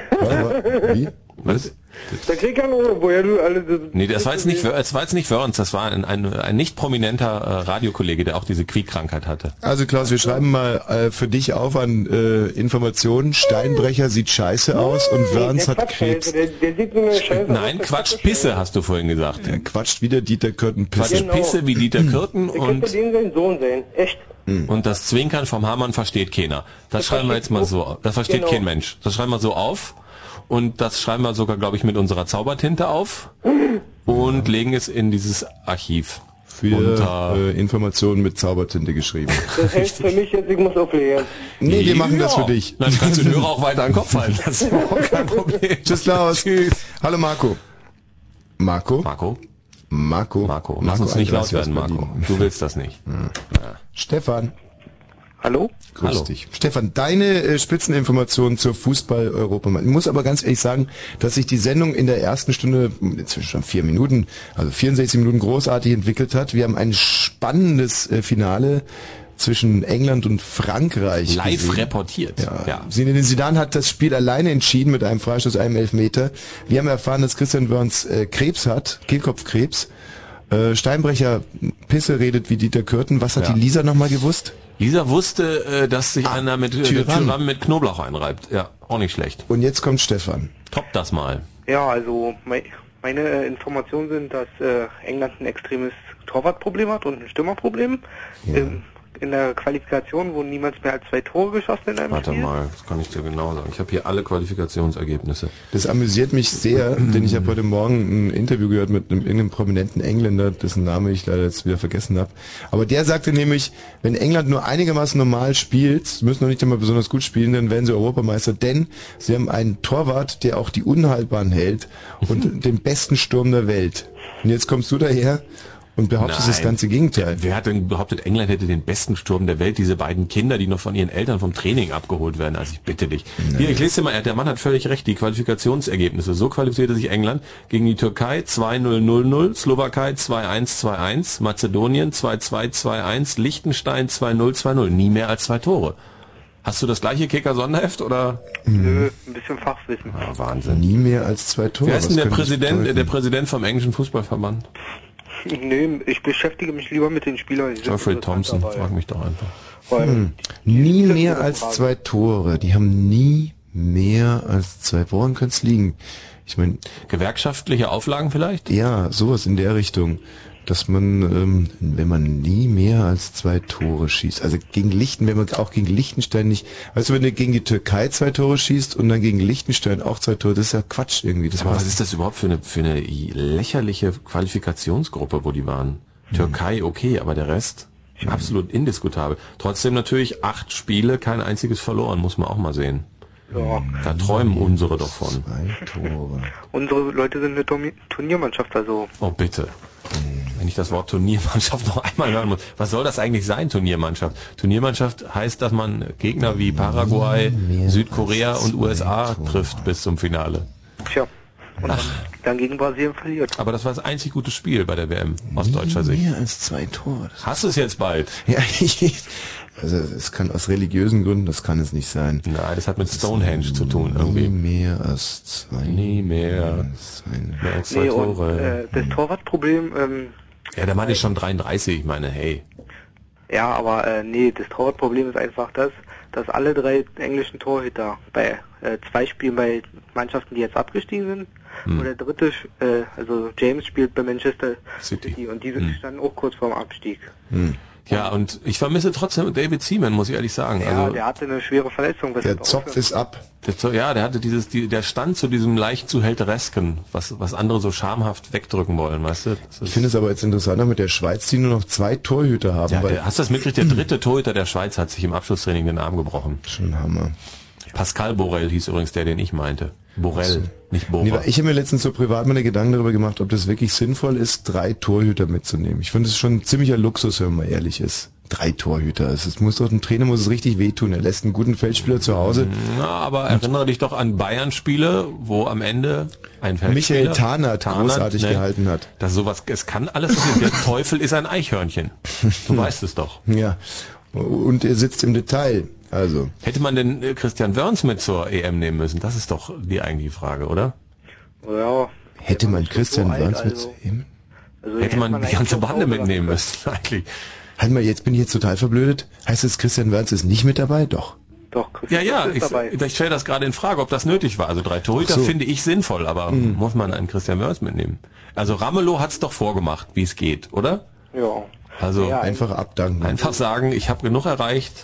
Wie? Was? Da kriegt er nur, woher du alle... Nee, das war jetzt nicht, das war jetzt nicht Wörns, das war ein, ein, ein nicht prominenter äh, Radiokollege, der auch diese Quiekkrankheit hatte. Also Klaus, wir schreiben mal äh, für dich auf an äh, Informationen. Steinbrecher sieht scheiße aus und Wörns hat Krebs. Der, der sieht nur eine Scheiße Nein, aus, Quatsch, Pisse hast du vorhin gesagt. Er quatscht wieder Dieter Kürten Quatsch, Pisse. Pisse wie Dieter Kürten der könnte und, den sein Sohn sein. Echt. und das Zwinkern vom Hamann versteht keiner. Das schreiben wir jetzt mal so, das versteht Genau. kein Mensch. Das schreiben wir so auf. Und das schreiben wir sogar, glaube ich, mit unserer Zaubertinte auf und legen es in dieses Archiv. Für unter äh, Informationen mit Zaubertinte geschrieben. Das heißt für mich jetzt, ich muss auflegen. Nee, wir machen das Ja. für dich. Dann kannst du den Hörer auch weiter an den Kopf halten. Das ist auch kein Problem. Tschüss, Klaus. Tschüss. Hallo, Marco. Marco? Marco? Marco. Marco, lass uns nicht laut werden, Marco. Du willst das nicht. Ja. Stefan. Hallo? Grüß Hallo. dich. Stefan, deine äh, Spitzeninformationen zur Fußball-Europameisterschaft. Ich muss aber ganz ehrlich sagen, dass sich die Sendung in der ersten Stunde, inzwischen schon vier Minuten, also vierundsechzig Minuten großartig entwickelt hat. Wir haben ein spannendes äh, Finale zwischen England und Frankreich Live gesehen. reportiert. Ja. Ja. Zinedine Zidane hat das Spiel alleine entschieden mit einem Freistoß, einem Elfmeter. Wir haben erfahren, dass Christian Wörns äh, Krebs hat, Kehlkopfkrebs. Äh, Steinbrecher Pisse redet wie Dieter Kürten. Was hat Ja. die Lisa nochmal gewusst? Lisa wusste, äh, dass sich einer mit äh, Tyrann. Tyrann mit Knoblauch einreibt. Ja, auch nicht schlecht. Und jetzt kommt Stefan. Top das mal. Ja, also mei- meine äh, Informationen sind, dass äh, England ein extremes Torwartproblem hat und ein Stürmerproblem. Ähm, in der Qualifikation wurden niemals mehr als zwei Tore geschossen in einem Warte Spiel. mal, das kann ich dir genau sagen. Ich habe hier alle Qualifikationsergebnisse. Das amüsiert mich sehr, denn ich habe heute Morgen ein Interview gehört mit einem, irgendeinem prominenten Engländer, dessen Name ich leider jetzt wieder vergessen habe. Aber der sagte nämlich, wenn England nur einigermaßen normal spielt, sie müssen noch nicht einmal besonders gut spielen, dann werden sie Europameister, denn sie haben einen Torwart, der auch die Unhaltbaren hält und den besten Sturm der Welt. Und jetzt kommst du daher und behauptest das Nein. ganze Gegenteil. Wer hat denn behauptet, England hätte den besten Sturm der Welt? Diese beiden Kinder, die noch von ihren Eltern vom Training abgeholt werden. Also ich bitte dich. Hier, ich lese dir mal, der Mann hat völlig recht, die Qualifikationsergebnisse. So qualifizierte sich England gegen die Türkei zwei null null null, Slowakei zwei eins zwei eins, Mazedonien zwei zwei zwei eins, Liechtenstein zwei null zwei null. Nie mehr als zwei Tore. Hast du das gleiche Kicker-Sonderheft oder? Nö, ein bisschen Fachwissen. Ja, Wahnsinn. Nie mehr als zwei Tore. Wer ist denn Was der könnte das Präsident, bedeuten? der Präsident vom englischen Fußballverband? Nö, ich beschäftige mich lieber mit den Spielern. die sind Geoffrey interessant Thompson, dabei. frag mich doch einfach. Weil Hm. Nie mehr als zwei Tore. Die haben nie mehr als zwei. Woran könnte es liegen? Ich meine, Gewerkschaftliche Auflagen vielleicht? ja, sowas in der Richtung, dass man, ähm, wenn man nie mehr als zwei Tore schießt, also gegen Lichten, wenn man auch gegen Liechtenstein nicht, weißt du, wenn du gegen die Türkei zwei Tore schießt und dann gegen Liechtenstein auch zwei Tore, das ist ja Quatsch irgendwie. Das Aber passt. was ist das überhaupt für eine, für eine lächerliche Qualifikationsgruppe, wo die waren? Türkei okay, aber der Rest absolut indiskutabel. Trotzdem natürlich acht Spiele, kein einziges verloren, muss man auch mal sehen. Ja. Da träumen unsere doch von. Zwei Tore. Unsere Leute sind eine Turnier- Turniermannschaft, also Oh bitte. Wenn ich das Wort Turniermannschaft noch einmal hören muss. Was soll das eigentlich sein, Turniermannschaft? Turniermannschaft heißt, dass man Gegner wie Paraguay, Südkorea und U S A trifft bis zum Finale. tja. Und Ach. dann gegen Brasilien verliert. Aber das war das einzig gute Spiel bei der W M aus deutscher Sicht. Mehr als zwei Tore. Hast du es jetzt bald? Ja, ich, also es kann aus religiösen Gründen, das kann es nicht sein. Nein, das hat mit Stonehenge zu tun irgendwie. Nie mehr als zwei. Nie mehr, mehr als zwei Nee, Tore. und äh, das Torwartproblem, ähm, Ja, der Mann ist schon dreiunddreißig, ich meine, hey. ja, aber äh, nee, das Torwartproblem ist einfach das, dass alle drei englischen Torhüter bei äh, zwei Spielen bei Mannschaften, die jetzt abgestiegen sind, Hm. und der dritte, äh, also James spielt bei Manchester City, City und diese Hm. standen auch kurz vorm Abstieg. Hm. Ja, und ich vermisse trotzdem David Seaman, muss ich ehrlich sagen. Ja, also, der hatte eine schwere Verletzung. Was Der Zopf ist ab. Der, Zo- ja, der hatte dieses, die, der stand zu diesem leicht zuhälteresken, was, was andere so schamhaft wegdrücken wollen, weißt du? Das Ich finde es aber jetzt interessanter mit der Schweiz, die nur noch zwei Torhüter haben. Ja, weil der, hast du das mitgekriegt? Der dritte Torhüter der Schweiz hat sich im Abschlusstraining den Arm gebrochen. Schon Hammer. Pascal Borel hieß übrigens der, den ich meinte. Borel, nicht Borel. Nee, weil ich habe mir letztens so privat meine Gedanken darüber gemacht, ob das wirklich sinnvoll ist, drei Torhüter mitzunehmen. Ich finde es schon ein ziemlicher Luxus, wenn man ehrlich ist. Drei Torhüter. Es es muss doch, ein Trainer muss es richtig wehtun. Er lässt einen guten Feldspieler zu Hause. Na, aber erinnere dich doch an Bayern-Spiele, wo am Ende ein Feldspieler Michael Tarnath großartig gehalten hat. Das sowas, es kann alles passieren. Der Teufel ist ein Eichhörnchen. Du weißt es doch. Ja. Und er sitzt im Detail. Also. Hätte man denn äh, Christian Wörns mit zur E M nehmen müssen? Das ist doch die eigentliche Frage, oder? Ja. Hätte man Christian so alt, Wörns mit also- zur E M? Also Hätte man die eigentlich ganze auch Bande Pause mitnehmen lassen müssen, eigentlich. Halt mal, jetzt bin ich jetzt total verblödet. Heißt es, Christian Wörns ist nicht mit dabei? Doch. Doch, Ja, Christian ja, Wörns ich, ist dabei. ich stelle das gerade in Frage, ob das nötig war. Also drei Torhüter Ach so. finde ich sinnvoll, aber Mhm. muss man einen Christian Wörns mitnehmen? Also Ramelow hat's doch vorgemacht, wie es geht, oder? Ja. Also Ja, Einfach abdanken. einfach sagen, ich habe genug erreicht.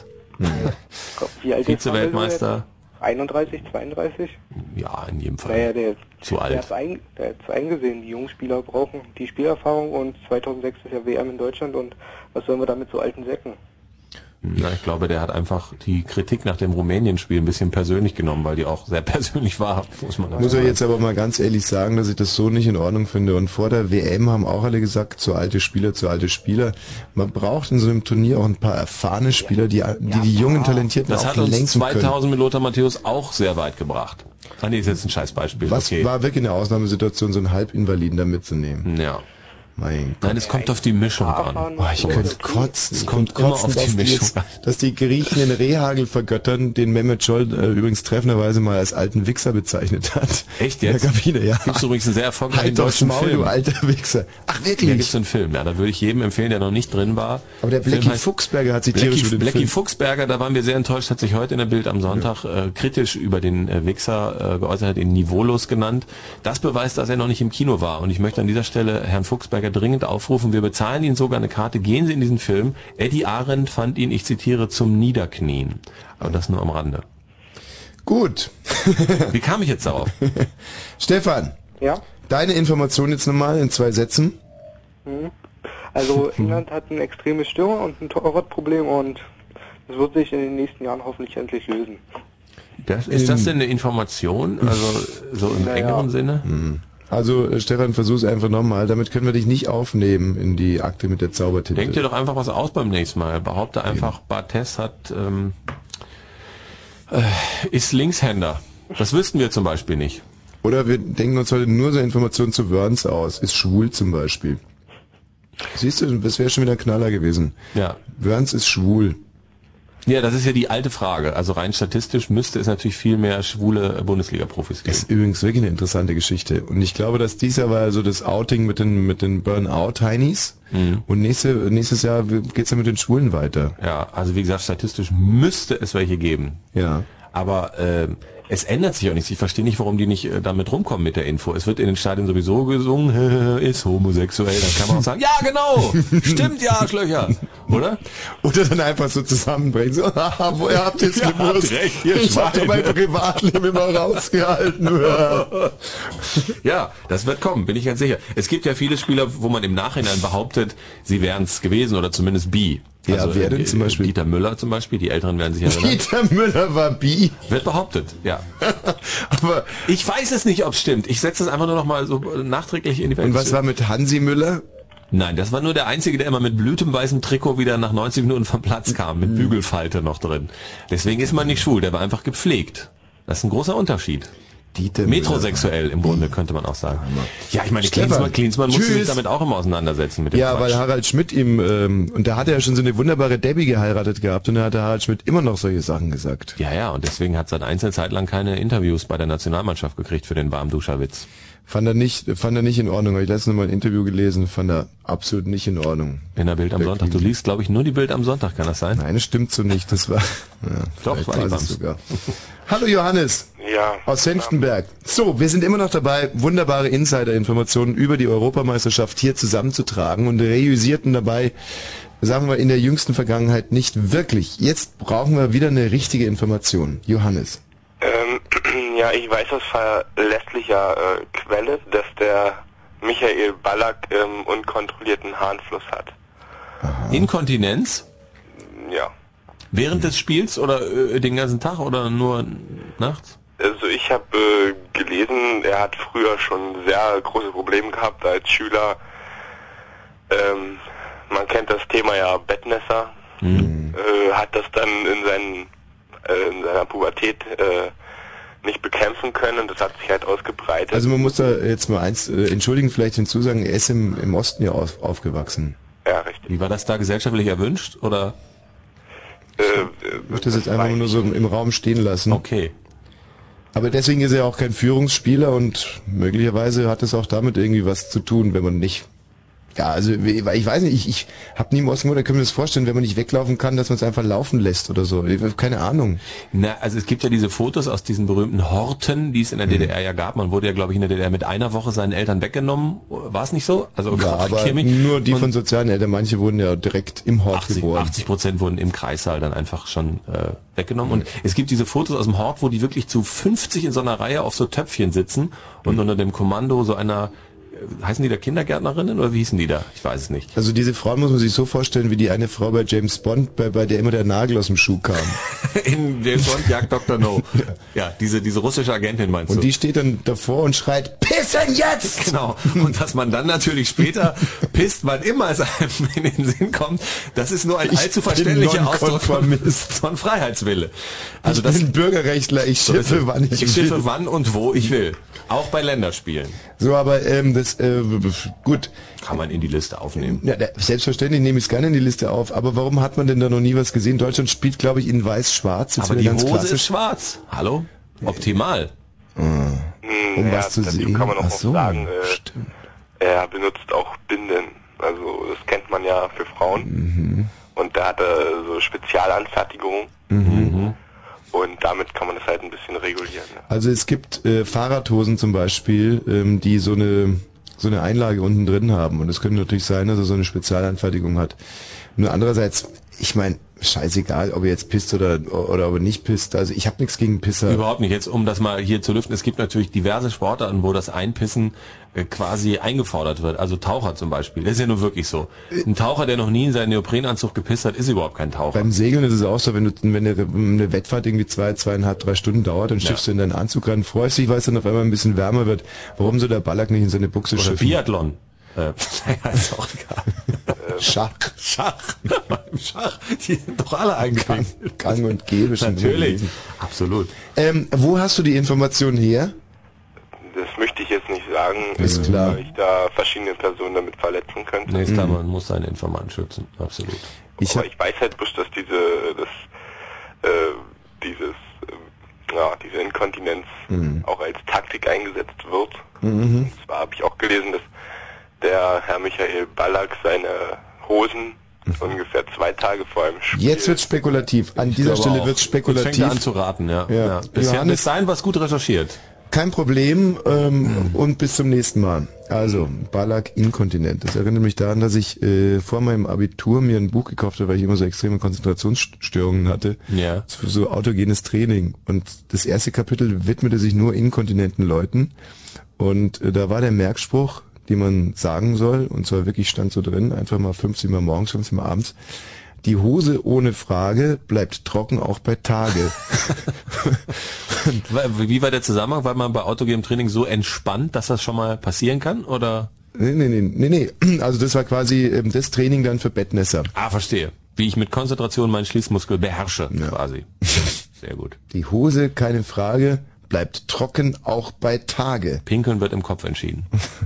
Wie alt ist Vize-Weltmeister. Ramelow jetzt? einunddreißig, zweiunddreißig? Ja, in jedem Fall. Naja, der, Zu der alt. hat's ein, der hat's eingesehen, die jungen Spieler brauchen die Spielerfahrung und zweitausendsechs ist ja W M in Deutschland und was sollen wir da mit so alten Säcken? Na, ich glaube, der hat einfach die Kritik nach dem Rumänien-Spiel ein bisschen persönlich genommen, weil die auch sehr persönlich war, muss man Muss er jetzt aber mal ganz ehrlich sagen, dass ich das so nicht in Ordnung finde. Und vor der W M haben auch alle gesagt, zu alte Spieler, zu alte Spieler. Man braucht in so einem Turnier auch ein paar erfahrene Spieler, die die, die jungen Talentierten Das auch hat uns lenken können. zweitausend mit Lothar Matthäus auch sehr weit gebracht. Ah nee, ist jetzt ein Scheißbeispiel. Was okay. war wirklich eine Ausnahmesituation, so einen Halbinvaliden da mitzunehmen? Ja. Mein Nein, es kommt auf die Mischung an. Oh, ich könnte kotzen. Es Ich kommt könnte immer kotzen, auf die dass Mischung jetzt, an. dass die Griechen den Rehhagel vergöttern, den Mehmet Scholl äh, übrigens treffenderweise mal als alten Wichser bezeichnet hat. Echt In jetzt? der Kabine, ja. Gibt's übrigens einen sehr erfolgreichen Halt doch deutschen Maul, Film. du alter Wichser. Ach, Da wirklich? gibt's einen Film, ja, da würde ich jedem empfehlen, der noch nicht drin war. Aber der Film Blackie heißt- Fuchsberger hat sich tierisch Blackie, über den Blackie Film... Fuchsberger, da waren wir sehr enttäuscht, hat sich heute in der Bild am Sonntag äh, kritisch über den äh, Wichser äh, geäußert, hat ihn niveaulos genannt. Das beweist, dass er noch nicht im Kino war. Und ich möchte an dieser Stelle Herrn Fuchsberger dringend aufrufen, wir bezahlen ihn sogar eine Karte, gehen Sie in diesen Film. Eddie Arendt fand ihn, ich zitiere, zum Niederknien. Aber das nur am Rande. Gut. Wie kam ich jetzt darauf? Stefan, Ja? deine Information jetzt nochmal in zwei Sätzen. Mhm. Also England hat ein extremes Stürmer- und ein Torwartproblem und es wird sich in den nächsten Jahren hoffentlich endlich lösen. Das, ist das denn eine Information? Also so im Naja. engeren Sinne? Also äh, Stefan, versuch's einfach nochmal. Damit können wir dich nicht aufnehmen in die Akte mit der Zaubertinte. Denk dir doch einfach was aus beim nächsten Mal. Behaupte einfach, Barthez hat ähm, äh, ist Linkshänder. Das wüssten wir zum Beispiel nicht. Oder wir denken uns heute nur so Informationen zu Wörns aus. Ist schwul zum Beispiel. Siehst du, das wäre schon wieder ein Knaller gewesen. Ja. Wörns ist schwul. Ja, das ist ja die alte Frage. Also rein statistisch müsste es natürlich viel mehr schwule Bundesliga-Profis geben. Das ist übrigens wirklich eine interessante Geschichte. Und ich glaube, dass dies Jahr war also das Outing mit den mit den Burnout-Heinis. Mhm. Und nächste, nächstes Jahr geht's dann mit den Schwulen weiter. Ja, also wie gesagt, statistisch müsste es welche geben. Ja. Aber äh, es ändert sich auch nichts. Ich verstehe nicht, warum die nicht äh, damit rumkommen mit der Info. Es wird in den Stadien sowieso gesungen, ist homosexuell. Dann kann man auch sagen, ja genau, stimmt, ja, Arschlöcher. Oder? Oder dann einfach so zusammenbringen. So, haha, woher habt ihr es Ja, gewusst? habt recht, ihr Ich hab doch mein Schweine. Privatleben immer rausgehalten. Ja, das wird kommen, bin ich ganz sicher. Es gibt ja viele Spieler, wo man im Nachhinein behauptet, sie wären es gewesen oder zumindest bi. Ja, wer denn äh, zum Beispiel? Dieter Müller zum Beispiel, die Älteren werden sich erinnern. Dieter Müller war bi. Wird behauptet, ja. Aber Ich weiß es nicht, ob es stimmt. Ich setze es einfach nur noch mal so nachträglich in die Welt. und was war mit Hansi Müller? Nein, das war nur der Einzige, der immer mit blütem weißem Trikot wieder nach neunzig Minuten vom Platz kam, mit Bügelfalte noch drin. Deswegen ist man nicht schwul, der war einfach gepflegt. Das ist ein großer Unterschied. Dieter Metrosexuell im Grunde, könnte man auch sagen. Ja, ich meine, Stefan, Klinsmann, Klinsmann muss sich tschüss. damit auch immer auseinandersetzen. Mit dem Ja, Quatsch. weil Harald Schmidt ihm, ähm, und da hat er ja schon so eine wunderbare Debbie geheiratet gehabt und da hat der Harald Schmidt immer noch solche Sachen gesagt. Ja, ja, und deswegen hat seit einzelne Zeit lang keine Interviews bei der Nationalmannschaft gekriegt für den Warmduscherwitz. Fand er nicht, fand er nicht in Ordnung. Habe ich letztens mal ein Interview gelesen, fand er absolut nicht in Ordnung. In der Bild am Der Sonntag. Du liest, glaube ich, nur die Bild am Sonntag, kann das sein? Nein, das stimmt so nicht. Das war, ja, Doch, war die es Bams. sogar. Hallo Johannes. Ja. Aus Senftenberg. So, wir sind immer noch dabei, wunderbare Insider-Informationen über die Europameisterschaft hier zusammenzutragen und reüsierten dabei, sagen wir in der jüngsten Vergangenheit nicht wirklich. Jetzt brauchen wir wieder eine richtige Information. Johannes. Ähm, ja, ich weiß aus verlässlicher äh, Quelle, dass der Michael Ballack ähm, unkontrollierten Harnfluss hat. Aha. Inkontinenz? Ja. Während des Spiels oder äh, den ganzen Tag oder nur nachts? Also ich habe äh, gelesen, er hat früher schon sehr große Probleme gehabt als Schüler. Ähm, man kennt das Thema ja Bettnässer. Mhm. Äh, hat das dann in, seinen, äh, in seiner Pubertät äh, nicht bekämpfen können und das hat sich halt ausgebreitet. Also man muss da jetzt mal eins äh, entschuldigen, vielleicht hinzusagen, er ist im, im Osten ja auf, aufgewachsen. Ja, richtig. Wie war das da gesellschaftlich erwünscht oder? Äh, Ich möchte das jetzt einfach nur so im Raum stehen lassen. Okay. Aber deswegen ist er auch kein Führungsspieler und möglicherweise hat es auch damit irgendwie was zu tun, wenn man nicht... Ja, also ich weiß nicht, ich, ich habe nie im Osten gewohnt, da können wir uns vorstellen, wenn man nicht weglaufen kann, dass man es einfach laufen lässt oder so. Ich hab keine Ahnung. Na, also es gibt ja diese Fotos aus diesen berühmten Horten, die es in der D D R ja gab. Man wurde ja, glaube ich, in der D D R mit einer Woche seinen Eltern weggenommen. War es nicht so? Also Ja, aber nur die von sozialen Eltern, manche wurden ja direkt im Hort achtzig, geboren. achtzig Prozent wurden im Kreissaal dann einfach schon äh, weggenommen. Und es gibt diese Fotos aus dem Hort, wo die wirklich zu fünfzig in so einer Reihe auf so Töpfchen sitzen und Mhm. unter dem Kommando so einer, äh, heißen die da Kindergärtnerinnen oder wie hießen die da? Ich weiß es nicht. Also diese Frauen muss man sich so vorstellen, wie die eine Frau bei James Bond, bei, bei der immer der Nagel aus dem Schuh kam. In James Bond jagt Doktor No. Ja, diese, diese russische Agentin meinst Und du? die steht dann davor und schreit, pissen jetzt! Genau. Und dass man dann natürlich später pisst, wann immer es einem in den Sinn kommt, das ist nur ein Ich allzu bin verständlicher Ausdruck von, Nonkonformist. von Freiheitswille. Also Ich das bin Bürgerrechtler, ich so ist es. schiffe, wann ich, ich will. schiffe wann und wo ich will. Auch bei Länderspielen. So, aber ähm, das, äh, gut. Kann man in die Liste aufnehmen. Ja, da, selbstverständlich nehme ich es gerne in die Liste auf, aber warum hat man denn da noch nie was gesehen? Deutschland spielt, glaube ich, in weiß-schwarz. Jetzt Aber wieder die ganz Hose klassisch. ist schwarz. Hallo? Optimal. Um ja, was zu dazu sehen. kann man auch Ach noch so, sagen, äh, er benutzt auch Binden. Also das kennt man ja für Frauen. Mhm. Und da hat er so Spezialanfertigungen. Mhm. Und damit kann man das halt ein bisschen regulieren. Ne? Also es gibt äh, Fahrradhosen zum Beispiel, ähm, die so eine so eine Einlage unten drin haben. Und es könnte natürlich sein, dass er so eine Spezialanfertigung hat. Nur andererseits, ich meine, scheißegal, ob er jetzt pisst oder oder ob er nicht pisst. Also ich habe nichts gegen Pisser. Überhaupt nicht. Jetzt, um das mal hier zu lüften, es gibt natürlich diverse Sportarten, wo das Einpissen äh, quasi eingefordert wird. Also Taucher zum Beispiel. Das ist ja nur wirklich so. Ein Taucher, der noch nie in seinen Neoprenanzug gepisst hat, ist überhaupt kein Taucher. Beim Segeln ist es auch so, wenn du wenn eine, eine Wettfahrt irgendwie zwei, zweieinhalb, drei Stunden dauert, dann schiffst Ja. du in deinen Anzug rein, freust dich, weil es dann auf einmal ein bisschen wärmer wird. Warum soll der Ballack nicht in seine Buchse Oder schiffen? Biathlon. Äh, ja, ist auch egal. Schach. Schach. Beim Schach. Die sind doch alle eingegangen. Gang und Gäbe schon immer Natürlich. gewesen. Absolut. Ähm, wo hast du die Informationen her? Das möchte ich jetzt nicht sagen, Ist äh, klar. weil ich da verschiedene Personen damit verletzen könnte. Nee, ist klar, man muss seine Informanten schützen. Absolut. Ich Aber ich weiß halt bloß, dass diese, das, äh, dieses, äh, ja, diese Inkontinenz Mhm. auch als Taktik eingesetzt wird. Mhm. Und zwar habe ich auch gelesen, dass der Herr Michael Ballack seine Hosen ungefähr zwei Tage vor einem Spiel... Jetzt wird's spekulativ. An dieser glaube Stelle auch. wird's Jetzt fängt spekulativ. er an zu raten, ja. Ja. ja. Bisher, Johannes- bis dahin war es gut recherchiert. Kein Problem ähm, und bis zum nächsten Mal. Also, Ballack inkontinent. Das erinnert mich daran, dass ich äh, vor meinem Abitur mir ein Buch gekauft habe, weil ich immer so extreme Konzentrationsstörungen hatte. Ja. Für so autogenes Training. Und das erste Kapitel widmete sich nur inkontinenten Leuten. Und äh, da war der Merkspruch, den man sagen soll, und zwar wirklich stand so drin, einfach mal fünfzehn Mal morgens, fünfzehn Mal abends. Die Hose ohne Frage bleibt trocken auch bei Tage. Wie war der Zusammenhang? Weil man bei autogenem Training so entspannt, dass das schon mal passieren kann? Oder? Nee, nee, nee, nee, nee. Also das war quasi ähm, das Training dann für Bettnässer. Ah, verstehe. Wie ich mit Konzentration meinen Schließmuskel beherrsche, quasi. Sehr gut. Die Hose, keine Frage, bleibt trocken, auch bei Tage. Pinkeln wird im Kopf entschieden.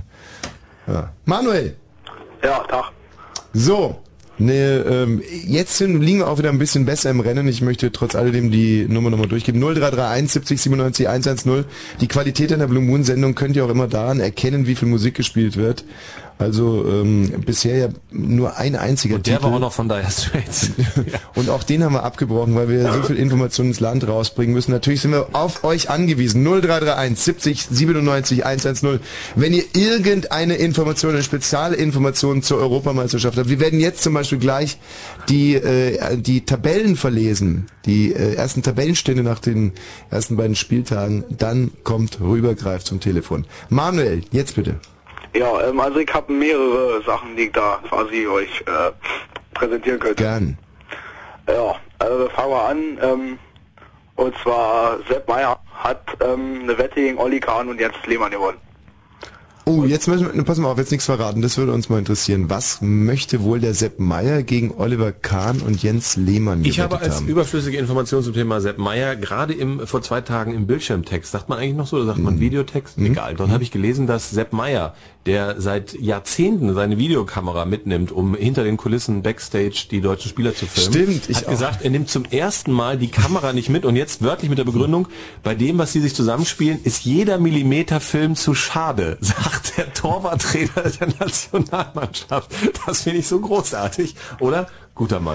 Ja. Manuel! Ja, Tag. So, ne, ähm, jetzt sind, liegen wir auch wieder ein bisschen besser im Rennen. Ich möchte trotz alledem die Nummer nochmal durchgeben. null drei drei eins siebzig siebenundneunzig hundertzehn. Die Qualität einer Blue Moon Sendung könnt ihr auch immer daran erkennen, wie viel Musik gespielt wird. Also ähm, bisher ja nur ein einziger Und der Titel. war auch noch von Dire Straits. Und auch den haben wir abgebrochen, weil wir so viel Informationen ins Land rausbringen müssen. Natürlich sind wir auf euch angewiesen. null drei drei eins siebzig siebenundneunzig hundertzehn. Wenn ihr irgendeine Information, eine spezielle Information zur Europameisterschaft habt. Wir werden jetzt zum Beispiel gleich die äh, die Tabellen verlesen. Die äh, ersten Tabellenstände nach den ersten beiden Spieltagen. Dann kommt rübergreift zum Telefon. Manuel, jetzt bitte. Ja, ähm, also ich habe mehrere Sachen, die ich da quasi euch äh, präsentieren könnte. Gern. Ja, also fangen wir an. Ähm, und zwar Sepp Meier hat ähm, eine Wette gegen Olli Kahn und Jens Lehmann gewonnen. Oh, jetzt müssen wir, pass mal auf, jetzt nichts verraten, das würde uns mal interessieren. Was möchte wohl der Sepp Meier gegen Oliver Kahn und Jens Lehmann Ich habe als haben? überflüssige Information zum Thema Sepp Meier gerade im vor zwei Tagen im Bildschirmtext, sagt man eigentlich noch so, oder sagt man Videotext? Mhm. Egal, dort habe ich gelesen, dass Sepp Meier, der seit Jahrzehnten seine Videokamera mitnimmt, um hinter den Kulissen Backstage die deutschen Spieler zu filmen, Stimmt, ich hat auch. gesagt, er nimmt zum ersten Mal die Kamera nicht mit und jetzt wörtlich mit der Begründung, bei dem, was sie sich zusammenspielen, ist jeder Millimeter Film zu schade, sagt der Torwarttrainer der Nationalmannschaft. Das finde ich so großartig, oder? Guter Mann.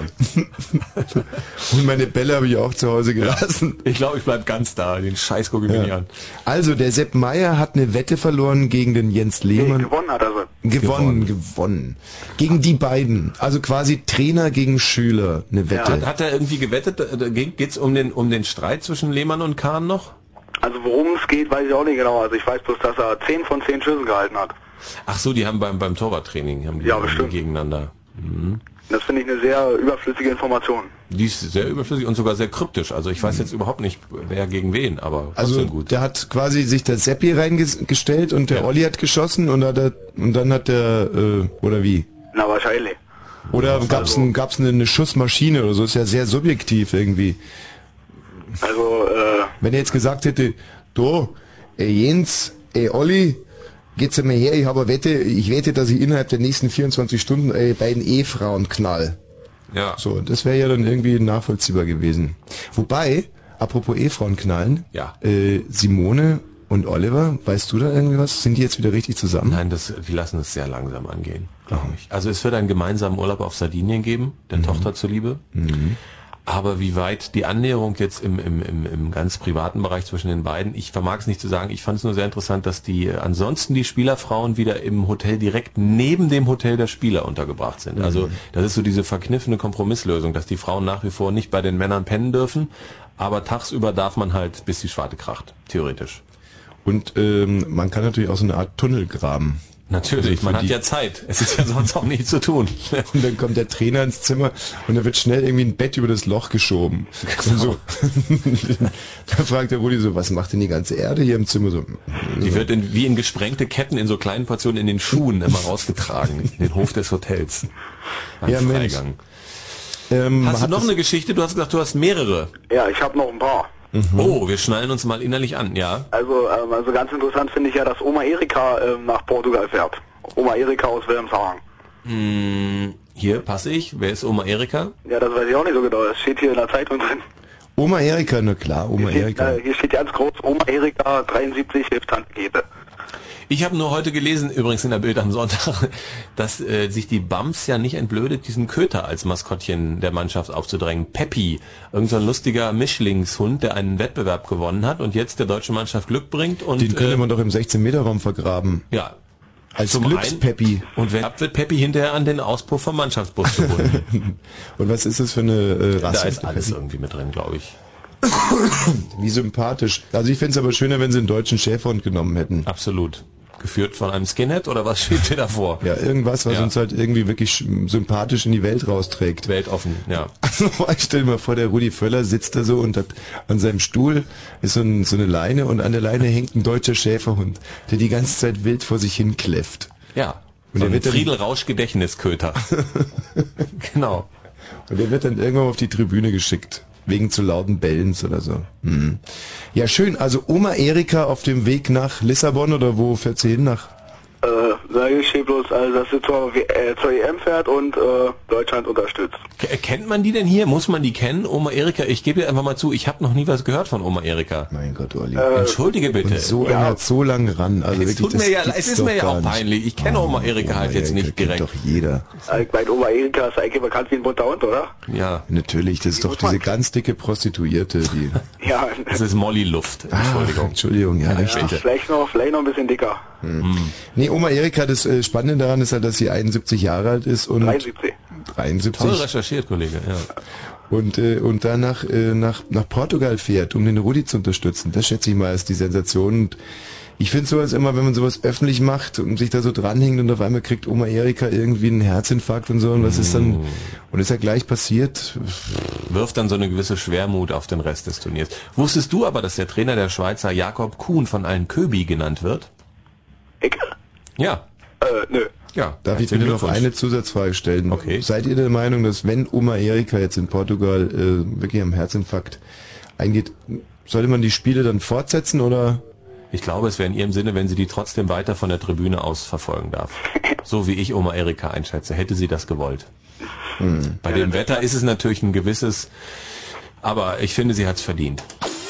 Und meine Bälle habe ich auch zu Hause gelassen. Ich glaube, ich bleib ganz da. Den Scheiß gucke ich mir nicht an. Also, der Sepp Meier hat eine Wette verloren gegen den Jens Lehmann. Nee, gewonnen hat er so. Gewonnen, gewonnen. Gegen die beiden. Also quasi Trainer gegen Schüler. Eine Wette. Ja, hat, hat er irgendwie gewettet? Geht's um den, um den Streit zwischen Lehmann und Kahn noch? Also worum es geht, weiß ich auch nicht genau. Also ich weiß bloß, dass er zehn von zehn Schüssen gehalten hat. Ach so, die haben beim, beim Torwarttraining haben die, Ja, haben die bestimmt. gegeneinander. Mhm. Das finde ich eine sehr überflüssige Information. Die ist sehr überflüssig und sogar sehr kryptisch. Also ich weiß jetzt überhaupt nicht, wer gegen wen, aber Also trotzdem gut. der hat quasi sich der Seppi reingestellt und der Ja. Olli hat geschossen und, hat er, und dann hat der, äh, oder wie? Na, wahrscheinlich. Oder gab's ein, gab's eine, eine Schussmaschine oder so? Ist ja sehr subjektiv irgendwie. Also, äh... Wenn er jetzt gesagt hätte, du, ey Jens, ey Olli, geht's ja mal her, ich habe eine Wette, ich wette, dass ich innerhalb der nächsten vierundzwanzig Stunden eure beiden Ehefrauen knall. Ja. So, das wäre ja dann irgendwie nachvollziehbar gewesen. Wobei, apropos Ehefrauen knallen, Ja. äh, Simone und Oliver, weißt du da irgendwie was? Sind die jetzt wieder richtig zusammen? Nein, das, die lassen es sehr langsam angehen, glaube ich. Also es wird einen gemeinsamen Urlaub auf Sardinien geben, der Tochter zuliebe. Mhm. Aber wie weit die Annäherung jetzt im, im, im, im ganz privaten Bereich zwischen den beiden, ich vermag es nicht zu sagen. Ich fand es nur sehr interessant, dass die äh, ansonsten die Spielerfrauen wieder im Hotel direkt neben dem Hotel der Spieler untergebracht sind. Mhm. Also das ist so diese verkniffene Kompromisslösung, dass die Frauen nach wie vor nicht bei den Männern pennen dürfen, aber tagsüber darf man halt, bis die Schwarte kracht, theoretisch. Und ähm, man kann natürlich auch so eine Art Tunnel graben. Natürlich, Also man für hat die- ja Zeit. Es ist ja sonst auch nichts zu tun. Und dann kommt der Trainer ins Zimmer und da wird schnell irgendwie ein Bett über das Loch geschoben. Genau. Und so. Da fragt der Rudi so, was macht denn die ganze Erde hier im Zimmer? So, Die wird in, wie in gesprengte Ketten in so kleinen Portionen in den Schuhen immer rausgetragen. In den Hof des Hotels. Beim Ja, Mensch. Freigang. ähm, Hast du hat noch das- eine Geschichte? Du hast gesagt, du hast mehrere. Ja, ich habe noch ein paar. Oh, wir schnallen uns mal innerlich an, ja. Also, ähm, also ganz interessant finde ich ja, dass Oma Erika ähm, nach Portugal fährt. Oma Erika aus Wilhelmshaven. Hm, hier passe ich. Wer ist Oma Erika? Ja, das weiß ich auch nicht so genau. Das steht hier in der Zeitung drin. Oma Erika, na klar, Oma Hier steht, Erika. äh, hier steht ganz groß, Oma Erika dreiundsiebzig hilft Tante Käthe. Ich habe nur heute gelesen, übrigens in der Bild am Sonntag, dass äh, sich die Bams ja nicht entblödet, diesen Köter als Maskottchen der Mannschaft aufzudrängen. Peppi, irgend so ein lustiger Mischlingshund, der einen Wettbewerb gewonnen hat und jetzt der deutschen Mannschaft Glück bringt. Und Den könnte äh, man doch im sechzehn-Meter-Raum vergraben. ja, Als zum Glückspeppi. einen- Und wenn ab wird Peppi hinterher an den Auspuff vom Mannschaftsbus gebunden. Und was ist das für eine äh, Rasse? Da ist alles irgendwie mit drin, glaube ich. Wie sympathisch. Also ich fände es aber schöner, wenn sie einen deutschen Schäferhund genommen hätten. Absolut. Geführt von einem Skinhead oder was steht dir da vor? Ja, irgendwas, was Ja. uns halt irgendwie wirklich sch- sympathisch in die Welt rausträgt. Weltoffen, ja. Also ich stell dir mal vor, der Rudi Völler sitzt da so und hat an seinem Stuhl ist so, ein, so eine Leine und an der Leine hängt ein deutscher Schäferhund, der die ganze Zeit wild vor sich hin kläfft. Ja. Und so der ein wird dann- Friedel Rausch Gedächtnisköter. Genau. Und der wird dann irgendwann auf die Tribüne geschickt. wegen zu lauten Bellens oder so. Hm. Ja, schön. Also Oma Erika auf dem Weg nach Lissabon oder wo fährt sie hin? Nach? Äh, sage ich hier bloß, also dass sie zur, äh, zur E M fährt und äh, Deutschland unterstützt. K- Kennt man die denn hier? Muss man die kennen? Oma Erika, ich gebe dir einfach mal zu, ich habe noch nie was gehört von Oma Erika. Mein Gott, Olli. Äh, Entschuldige bitte. Und so einer hat so lange ran. Also es wirklich, tut das mir ja, gibt's es ist doch mir ja gar auch nicht. peinlich. Ich kenne Oma Erika Oma halt jetzt Erika nicht kennt direkt. doch jeder. Ich meine, Oma Erika ist eigentlich bekannt wie ein bunter Hund, oder? Ja. Natürlich, das ist doch diese ganz dicke Prostituierte, die... Ja. Das ist Molly Luft. Entschuldigung. Ah, Entschuldigung, ja, Ja, richtig. vielleicht noch, vielleicht noch ein bisschen dicker. Hm. Nee, Oma Erika, das äh, Spannende daran ist halt, dass sie einundsiebzig Jahre alt ist und... dreiundsiebzig. dreiundsiebzig. Toll recherchiert, Kollege, ja. Und, äh, und danach äh, nach, nach Portugal fährt, um den Rudi zu unterstützen. Das schätze ich mal als die Sensation. Und ich finde sowas immer, wenn man sowas öffentlich macht und sich da so dranhängt und auf einmal kriegt Oma Erika irgendwie einen Herzinfarkt und so und was ist dann, und ist ja gleich passiert. Wirft dann so eine gewisse Schwermut auf den Rest des Turniers. Wusstest du aber, dass der Trainer der Schweizer Jakob Kuhn von allen Köbi genannt wird? Ich? Ja. Äh, nö. Ja. Darf ich bitte noch eine Zusatzfrage stellen? Okay. Seid ihr der Meinung, dass wenn Oma Erika jetzt in Portugal äh, wirklich am Herzinfarkt eingeht, sollte man die Spiele dann fortsetzen oder? Ich glaube, es wäre in ihrem Sinne, wenn sie die trotzdem weiter von der Tribüne aus verfolgen darf. So wie ich Oma Erika einschätze, hätte sie das gewollt. Hm. Bei dem Wetter ist es natürlich ein gewisses, aber ich finde, sie hat es verdient.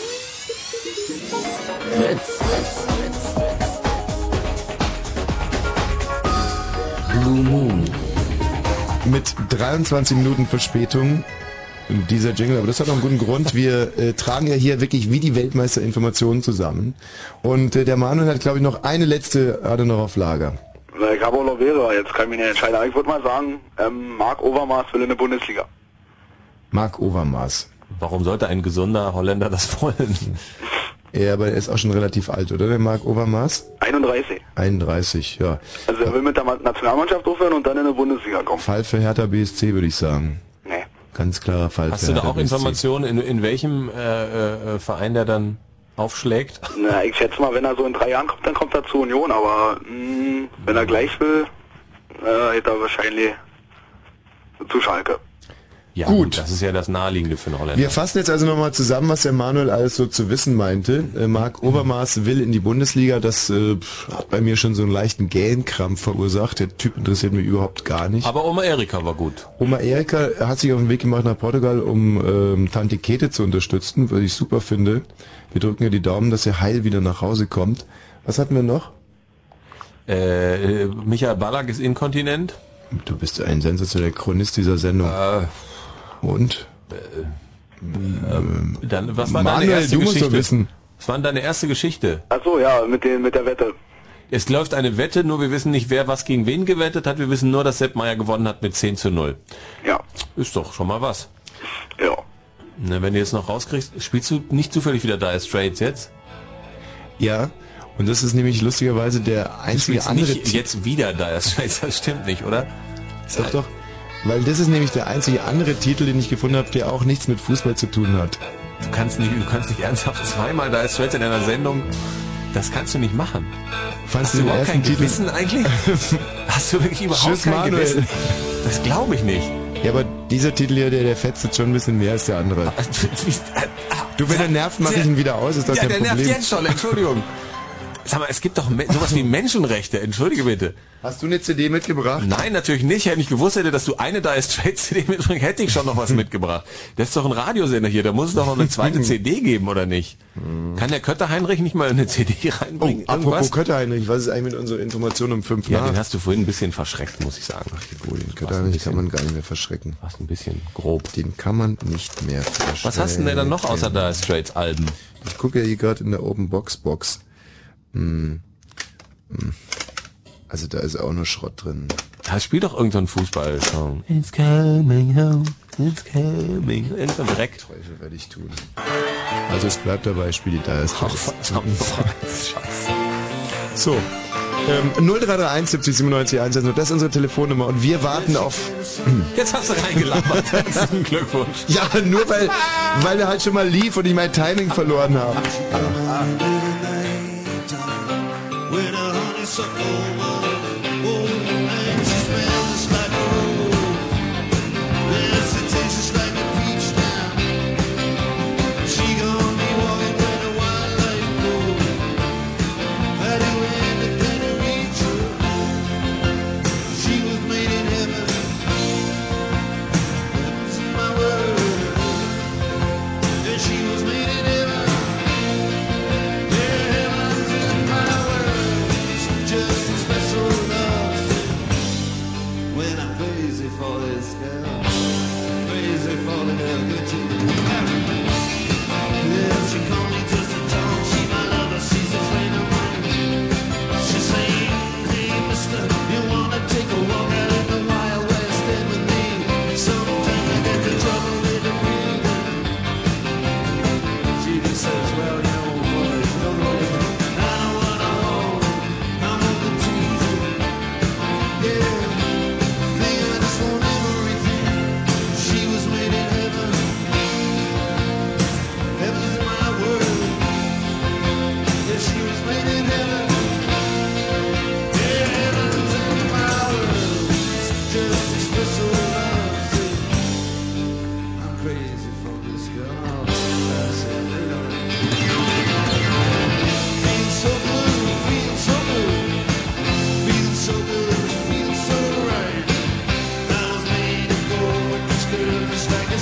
Blue Moon. Mit dreiundzwanzig Minuten Verspätung dieser Jingle, aber das hat auch einen guten Grund. Wir äh, tragen ja hier wirklich wie die Weltmeister Informationen zusammen. Und äh, der Manuel hat, glaube ich, noch eine letzte, hat er noch auf Lager. Na, ich habe auch noch wäre, jetzt kann ich mich nicht entscheiden. Aber ich würde mal sagen, ähm, Marc Overmars will in der Bundesliga. Marc Overmars. Warum sollte ein gesunder Holländer das wollen? Ja, aber er ist auch schon relativ alt, oder, der Marc Overmars? einunddreißig. einunddreißig, ja. Also er will mit der Nationalmannschaft aufhören und dann in der Bundesliga kommen. Fall für Hertha B S C, würde ich sagen. Nee. Ganz klarer Fall Hast für du da Hertha auch B S C. Informationen, in, in welchem äh, äh, Verein der dann aufschlägt? Na, ich schätze mal, wenn er so in drei Jahren kommt, dann kommt er zur Union, aber mh, wenn er gleich will, äh, hätte er wahrscheinlich zu Schalke. Ja, Gut. Das ist ja das Naheliegende für einen Holländer. Wir fassen jetzt also nochmal zusammen, was der Manuel alles so zu wissen meinte. Äh, Marc Overmars will in die Bundesliga, das äh, hat bei mir schon so einen leichten Gähnkrampf verursacht. Der Typ interessiert mich überhaupt gar nicht. Aber Oma Erika war gut. Oma Erika hat sich auf den Weg gemacht nach Portugal, um ähm, Tante Kete zu unterstützen, was ich super finde. Wir drücken ihr die Daumen, dass er heil wieder nach Hause kommt. Was hatten wir noch? Äh, Michael Ballack ist inkontinent. Du bist ein sensationeller Chronist dieser Sendung. Äh, Und? Ähm, dann, was war Manuel, deine erste du musst Geschichte? doch wissen. Was war denn deine erste Geschichte? Ach so, ja, mit den, mit der Wette. Es läuft eine Wette, nur wir wissen nicht, wer was gegen wen gewettet hat. Wir wissen nur, dass Sepp Meier gewonnen hat mit zehn zu null. Ja. Ist doch schon mal was. Ja. Na, wenn du jetzt noch rauskriegst, spielst du nicht zufällig wieder Dire Straits jetzt? Ja. Und das ist nämlich lustigerweise der einzige Du andere... nicht jetzt wieder Dire Straits, das stimmt nicht, oder? Doch, doch. Weil das ist nämlich der einzige andere Titel, den ich gefunden habe, der auch nichts mit Fußball zu tun hat. Du kannst nicht, du kannst nicht ernsthaft zweimal Dire Straits in einer Sendung. Das kannst du nicht machen. Fandst Hast du du den überhaupt ersten kein Titel? Gewissen eigentlich? Hast du wirklich überhaupt Tschüss, kein Manuel. Gewissen? Das glaube ich nicht. Ja, aber dieser Titel hier, der, der fetzt jetzt schon ein bisschen mehr als der andere. Du, wenn er nervt, mache ich ihn wieder aus, ist doch Ja, kein der Problem. nervt jetzt schon, Entschuldigung. Sag mal, es gibt doch Me- sowas wie Menschenrechte, entschuldige bitte. Hast du eine C D mitgebracht? Nein, natürlich nicht. Hätte ich gewusst hätte, dass du eine Dire Straits C D mitbringst, hätte ich schon noch was mitgebracht. Das ist doch ein Radiosender hier, da muss es doch noch eine zweite C D geben, oder nicht? Kann der Kötter Heinrich nicht mal eine C D reinbringen? Oh, apropos Kötter Heinrich, was ist eigentlich mit unserer Information um fünf Ja, nach? den hast du vorhin ein bisschen verschreckt, muss ich sagen. Ach, Gut, den Kötter Heinrich kann man gar nicht mehr verschrecken. Was ein bisschen grob. Den kann man nicht mehr verschrecken. Was hast du denn da noch außer Dire Straits Alben? Ich gucke ja hier gerade in der Open Box Box. Hm. Hm. Also da ist auch nur Schrott drin. Da spielt doch irgendein so Fußballsong. It's coming home, it's coming home. Irgend so ein Dreck. Teufel werde ich tun. Also es bleibt dabei, ich spiele die Dire Straits. Scheiße. So. Ähm, null drei drei eins siebzig siebenundneunzig eins, also das ist unsere Telefonnummer und wir warten auf... Jetzt hast du reingelabert. Herzlichen Glückwunsch. Ja, nur weil, weil er halt schon mal lief und ich mein Timing verloren habe.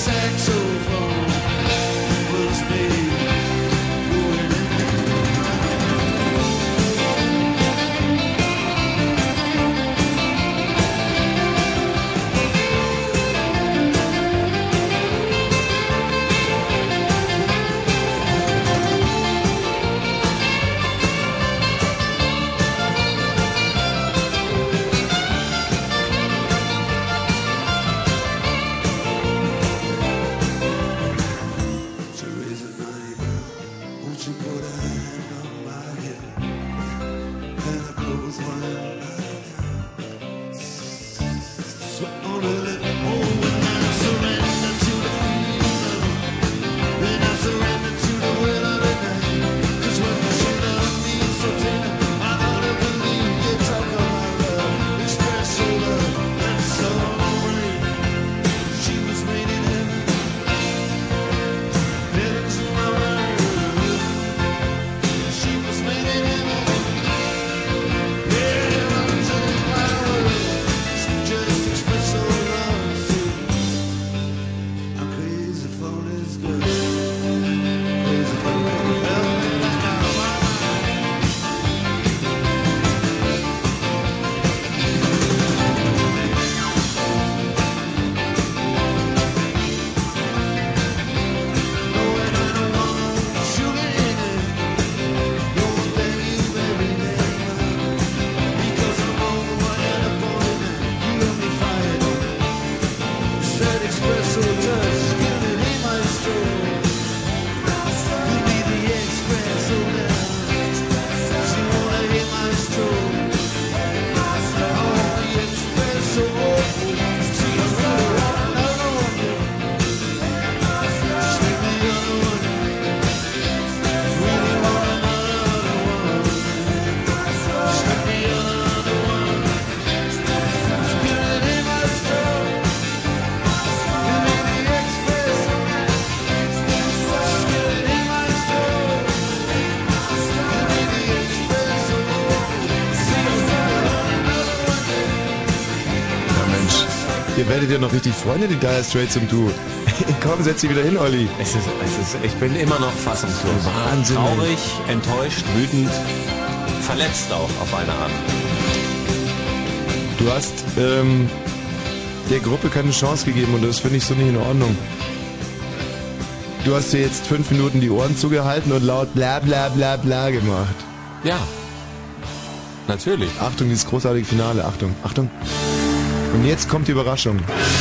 saxophone was me. Ihr werdet ja noch richtig Freunde, die Dire Straits und du. Komm, setz dich wieder hin, Olli. Es ist, es ist, ich bin immer noch fassungslos. Wahnsinn. Traurig, enttäuscht, wütend, verletzt auch auf eine Art. Du hast ähm, der Gruppe keine Chance gegeben und das finde ich so nicht in Ordnung. Du hast dir jetzt fünf Minuten die Ohren zugehalten und laut bla bla bla bla gemacht. Ja, natürlich. Achtung, dieses großartige Finale. Achtung, Achtung. Und jetzt kommt die Überraschung.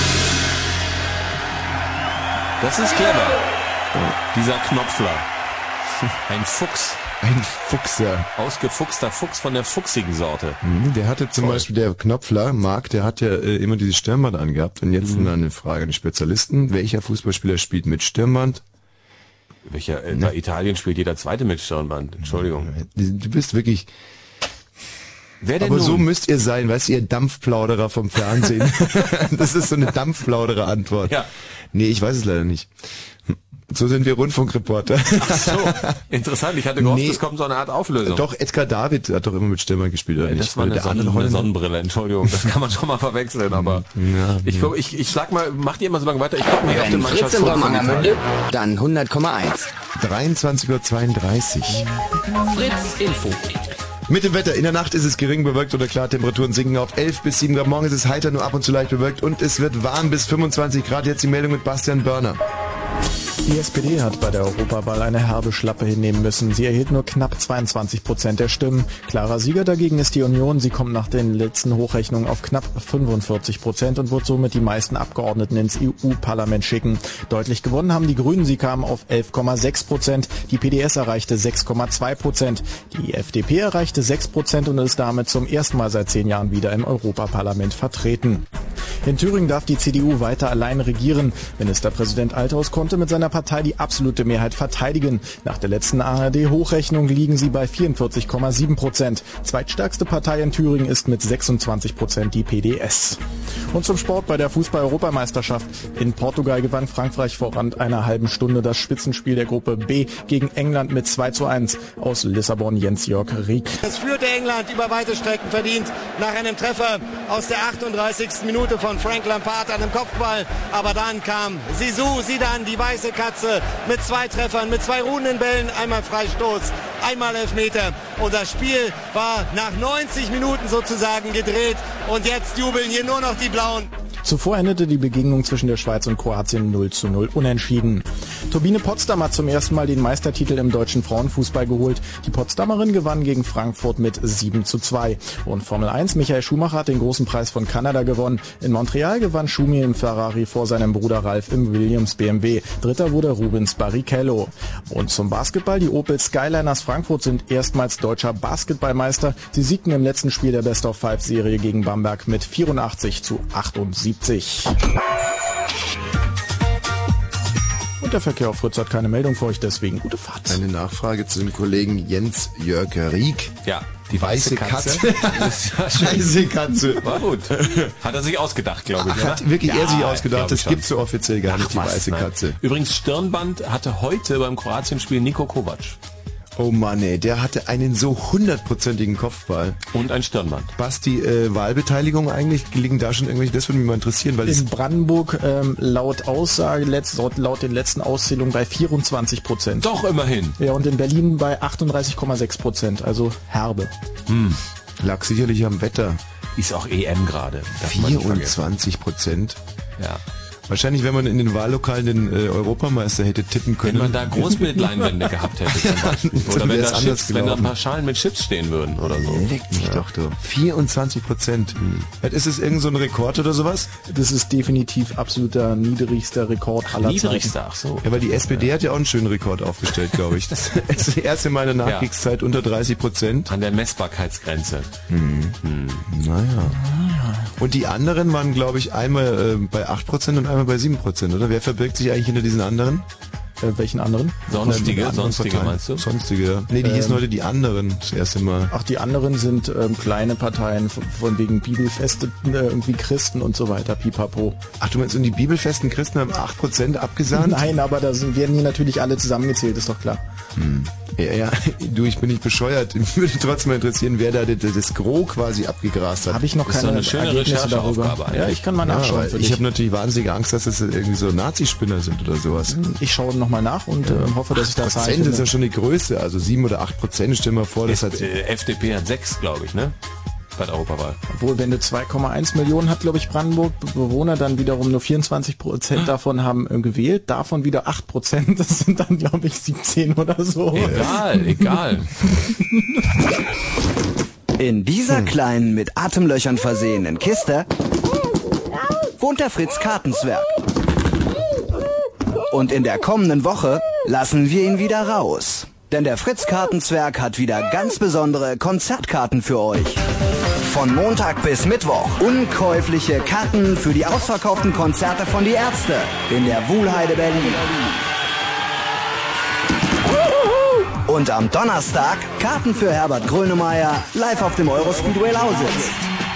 Das ist clever. Dieser Knopfler. Ein Fuchs. Ein Fuchser. Ausgefuchster Fuchs von der fuchsigen Sorte. Mhm, der hatte zum Toll. Beispiel, der Knopfler, Marc, der hat ja äh, immer dieses Stirnband angehabt. Und jetzt mhm. eine Frage an die Spezialisten. Welcher Fußballspieler spielt mit Stirnband? Welcher? Äh, bei Italien spielt jeder Zweite mit Stirnband. Entschuldigung. Du bist wirklich... Wer denn Aber nun? so müsst ihr sein, weißt du, ihr Dampfplauderer vom Fernsehen. Das ist so eine Dampfplauderer-Antwort. Ja. Nee, ich weiß es leider nicht. So sind wir Rundfunkreporter. Ach so, interessant. Ich hatte gehofft, Nee. es kommt so eine Art Auflösung. Doch, Edgar David hat doch immer mit Stirnband gespielt, oder Ja, nicht? das war eine, der Sonnen, andere eine Holländer? Sonnenbrille, Entschuldigung, das kann man schon mal verwechseln, aber Ja, ich, guck, ich, ich schlag mal, macht ihr immer so lange weiter, ich gucke mich auf den Wenn Fritz in Mannschaftsfoto von Dortmund Italien. dann hundert Komma eins. dreiundzwanzig Uhr zweiunddreißig. Fritz Info. Mit dem Wetter. In der Nacht ist es gering bewölkt oder klar. Temperaturen sinken auf elf bis sieben Grad. Morgen ist es heiter, nur ab und zu leicht bewölkt. Und es wird warm bis fünfundzwanzig Grad. Jetzt die Meldung mit Bastian Börner. Die S P D hat bei der Europawahl eine herbe Schlappe hinnehmen müssen. Sie erhielt nur knapp zweiundzwanzig Prozent der Stimmen. Klarer Sieger dagegen ist die Union. Sie kommt nach den letzten Hochrechnungen auf knapp fünfundvierzig Prozent und wird somit die meisten Abgeordneten ins E U-Parlament schicken. Deutlich gewonnen haben die Grünen. Sie kamen auf elf Komma sechs Prozent. Die P D S erreichte sechs Komma zwei Prozent. Die F D P erreichte sechs Prozent und ist damit zum ersten Mal seit zehn Jahren wieder im Europaparlament vertreten. In Thüringen darf die C D U weiter allein regieren. Ministerpräsident Althaus konnte mit seiner Partei die absolute Mehrheit verteidigen. Nach der letzten A R D-Hochrechnung liegen sie bei vierundvierzig Komma sieben Prozent. Zweitstärkste Partei in Thüringen ist mit sechsundzwanzig Prozent die P D S. Und zum Sport bei der Fußball-Europameisterschaft. In Portugal gewann Frankreich vor rund einer halben Stunde das Spitzenspiel der Gruppe B gegen England mit zwei zu eins. Aus Lissabon Jens-Jörg Rieck. Es führte England über weite Strecken verdient nach einem Treffer aus der achtunddreißigsten Minute von von Frank Lampard an dem Kopfball. Aber dann kam Zizou, Zidane, die weiße Katze mit zwei Treffern, mit zwei ruhenden Bällen, einmal Freistoß, einmal Elfmeter. Und das Spiel war nach neunzig Minuten sozusagen gedreht. Und jetzt jubeln hier nur noch die Blauen. Zuvor endete die Begegnung zwischen der Schweiz und Kroatien null zu null unentschieden. Turbine Potsdam hat zum ersten Mal den Meistertitel im deutschen Frauenfußball geholt. Die Potsdamerin gewann gegen Frankfurt mit sieben zu zwei. Und Formel eins Michael Schumacher hat den großen Preis von Kanada gewonnen. In Montreal gewann Schumi im Ferrari vor seinem Bruder Ralf im Williams B M W. Dritter wurde Rubens Barrichello. Und zum Basketball, die Opel Skyliners Frankfurt sind erstmals deutscher Basketballmeister. Sie siegten im letzten Spiel der Best-of-Five-Serie gegen Bamberg mit vierundachtzig zu achtundsiebzig. Und der Verkehr auf Fritz hat keine Meldung für euch, deswegen gute Fahrt. Eine Nachfrage zu dem Kollegen Jens Jörg Rieck. Ja, die weiße, weiße Katze. Katze. Weiße Katze. War gut. Hat er sich ausgedacht, glaube ich. Hat oder? wirklich ja, er sich ausgedacht, das gibt so offiziell gar nicht, Ach, die was, weiße nein. Katze. Übrigens, Stirnband hatte heute beim Kroatien-Spiel Niko Kovac. Oh Mann, ey, der hatte einen so hundertprozentigen Kopfball. Und ein Stirnband. Basti, äh, Wahlbeteiligung eigentlich, liegen da schon irgendwelche, das würde mich mal interessieren, weil in Brandenburg ähm, laut Aussage, letzt, laut, laut den letzten Auszählungen bei vierundzwanzig Prozent. Doch, immerhin. Ja, und in Berlin bei achtunddreißig Komma sechs Prozent, also herbe. Hm. Lag sicherlich am Wetter. Ist auch E M gerade. vierundzwanzig Prozent? Ja. Wahrscheinlich, wenn man in den Wahllokalen den äh, Europameister hätte tippen können. Wenn man da Großbildleinwände gehabt hätte zum Beispiel. Ja, oder wenn da, Chips, gelaufen. wenn da ein paar Schalen mit Chips stehen würden oder so. Leck mich ja. doch, du. vierundzwanzig Prozent. Hm. Ist es irgend so ein Rekord oder sowas? Das ist definitiv absoluter niedrigster Rekord aller Niedrigster, Zeiten. ach so. Ja, weil die S P D ja. hat ja auch einen schönen Rekord aufgestellt, glaube ich. Das ist das erste Mal in der Nachkriegszeit ja. unter dreißig Prozent. An der Messbarkeitsgrenze. Hm. Hm. Naja. Und die anderen waren, glaube ich, einmal äh, bei acht Prozent und einmal bei sieben Prozent, oder? Wer verbirgt sich eigentlich hinter diesen anderen? Äh, welchen anderen? Sonstige, anderen sonstige Parteien. meinst du? Sonstige, ja. Nee, die ähm, hießen heute die anderen, das erste Mal. Ach, die anderen sind ähm, kleine Parteien, von, von wegen Bibelfeste, äh, irgendwie Christen und so weiter, pipapo. Ach, du meinst, und die bibelfesten Christen haben acht Prozent abgesahnt? Nein, aber da sind, werden die natürlich alle zusammengezählt, ist doch klar. Hm. Ja, ja, du, ich bin nicht bescheuert. Mich würde trotzdem mal interessieren, wer da das, das Gros quasi abgegrast hat. Habe ich noch das keine ist so eine schöne Ergebnisse darüber. Rechercheaufgabe. Ja, ich kann mal nachschauen. Ja, für ich dich. habe natürlich wahnsinnige Angst, dass das irgendwie so Nazispinner sind oder sowas. Ich schaue nochmal nach und ja. äh, hoffe, dass ich das Prozent ist ja schon die Größe, also sieben oder acht Prozent, stell mal vor, das F- hat... äh, F D P hat sechs, glaube ich, ne? Bei der Europawahl. Obwohl, wenn du zwei Komma eins Millionen hat, glaube ich, Brandenburg Bewohner, dann wiederum nur vierundzwanzig Prozent davon haben äh, gewählt, davon wieder acht Prozent, das sind dann, glaube ich, siebzehn oder so. Egal, egal. In dieser kleinen, mit Atemlöchern versehenen Kiste wohnt der Fritz Kartenzwerg. Und in der kommenden Woche lassen wir ihn wieder raus. Denn der Fritz Kartenzwerg hat wieder ganz besondere Konzertkarten für euch. Von Montag bis Mittwoch unkäufliche Karten für die ausverkauften Konzerte von Die Ärzte in der Wuhlheide Berlin. Und am Donnerstag Karten für Herbert Grönemeyer live auf dem Eurospeedway Lausitz.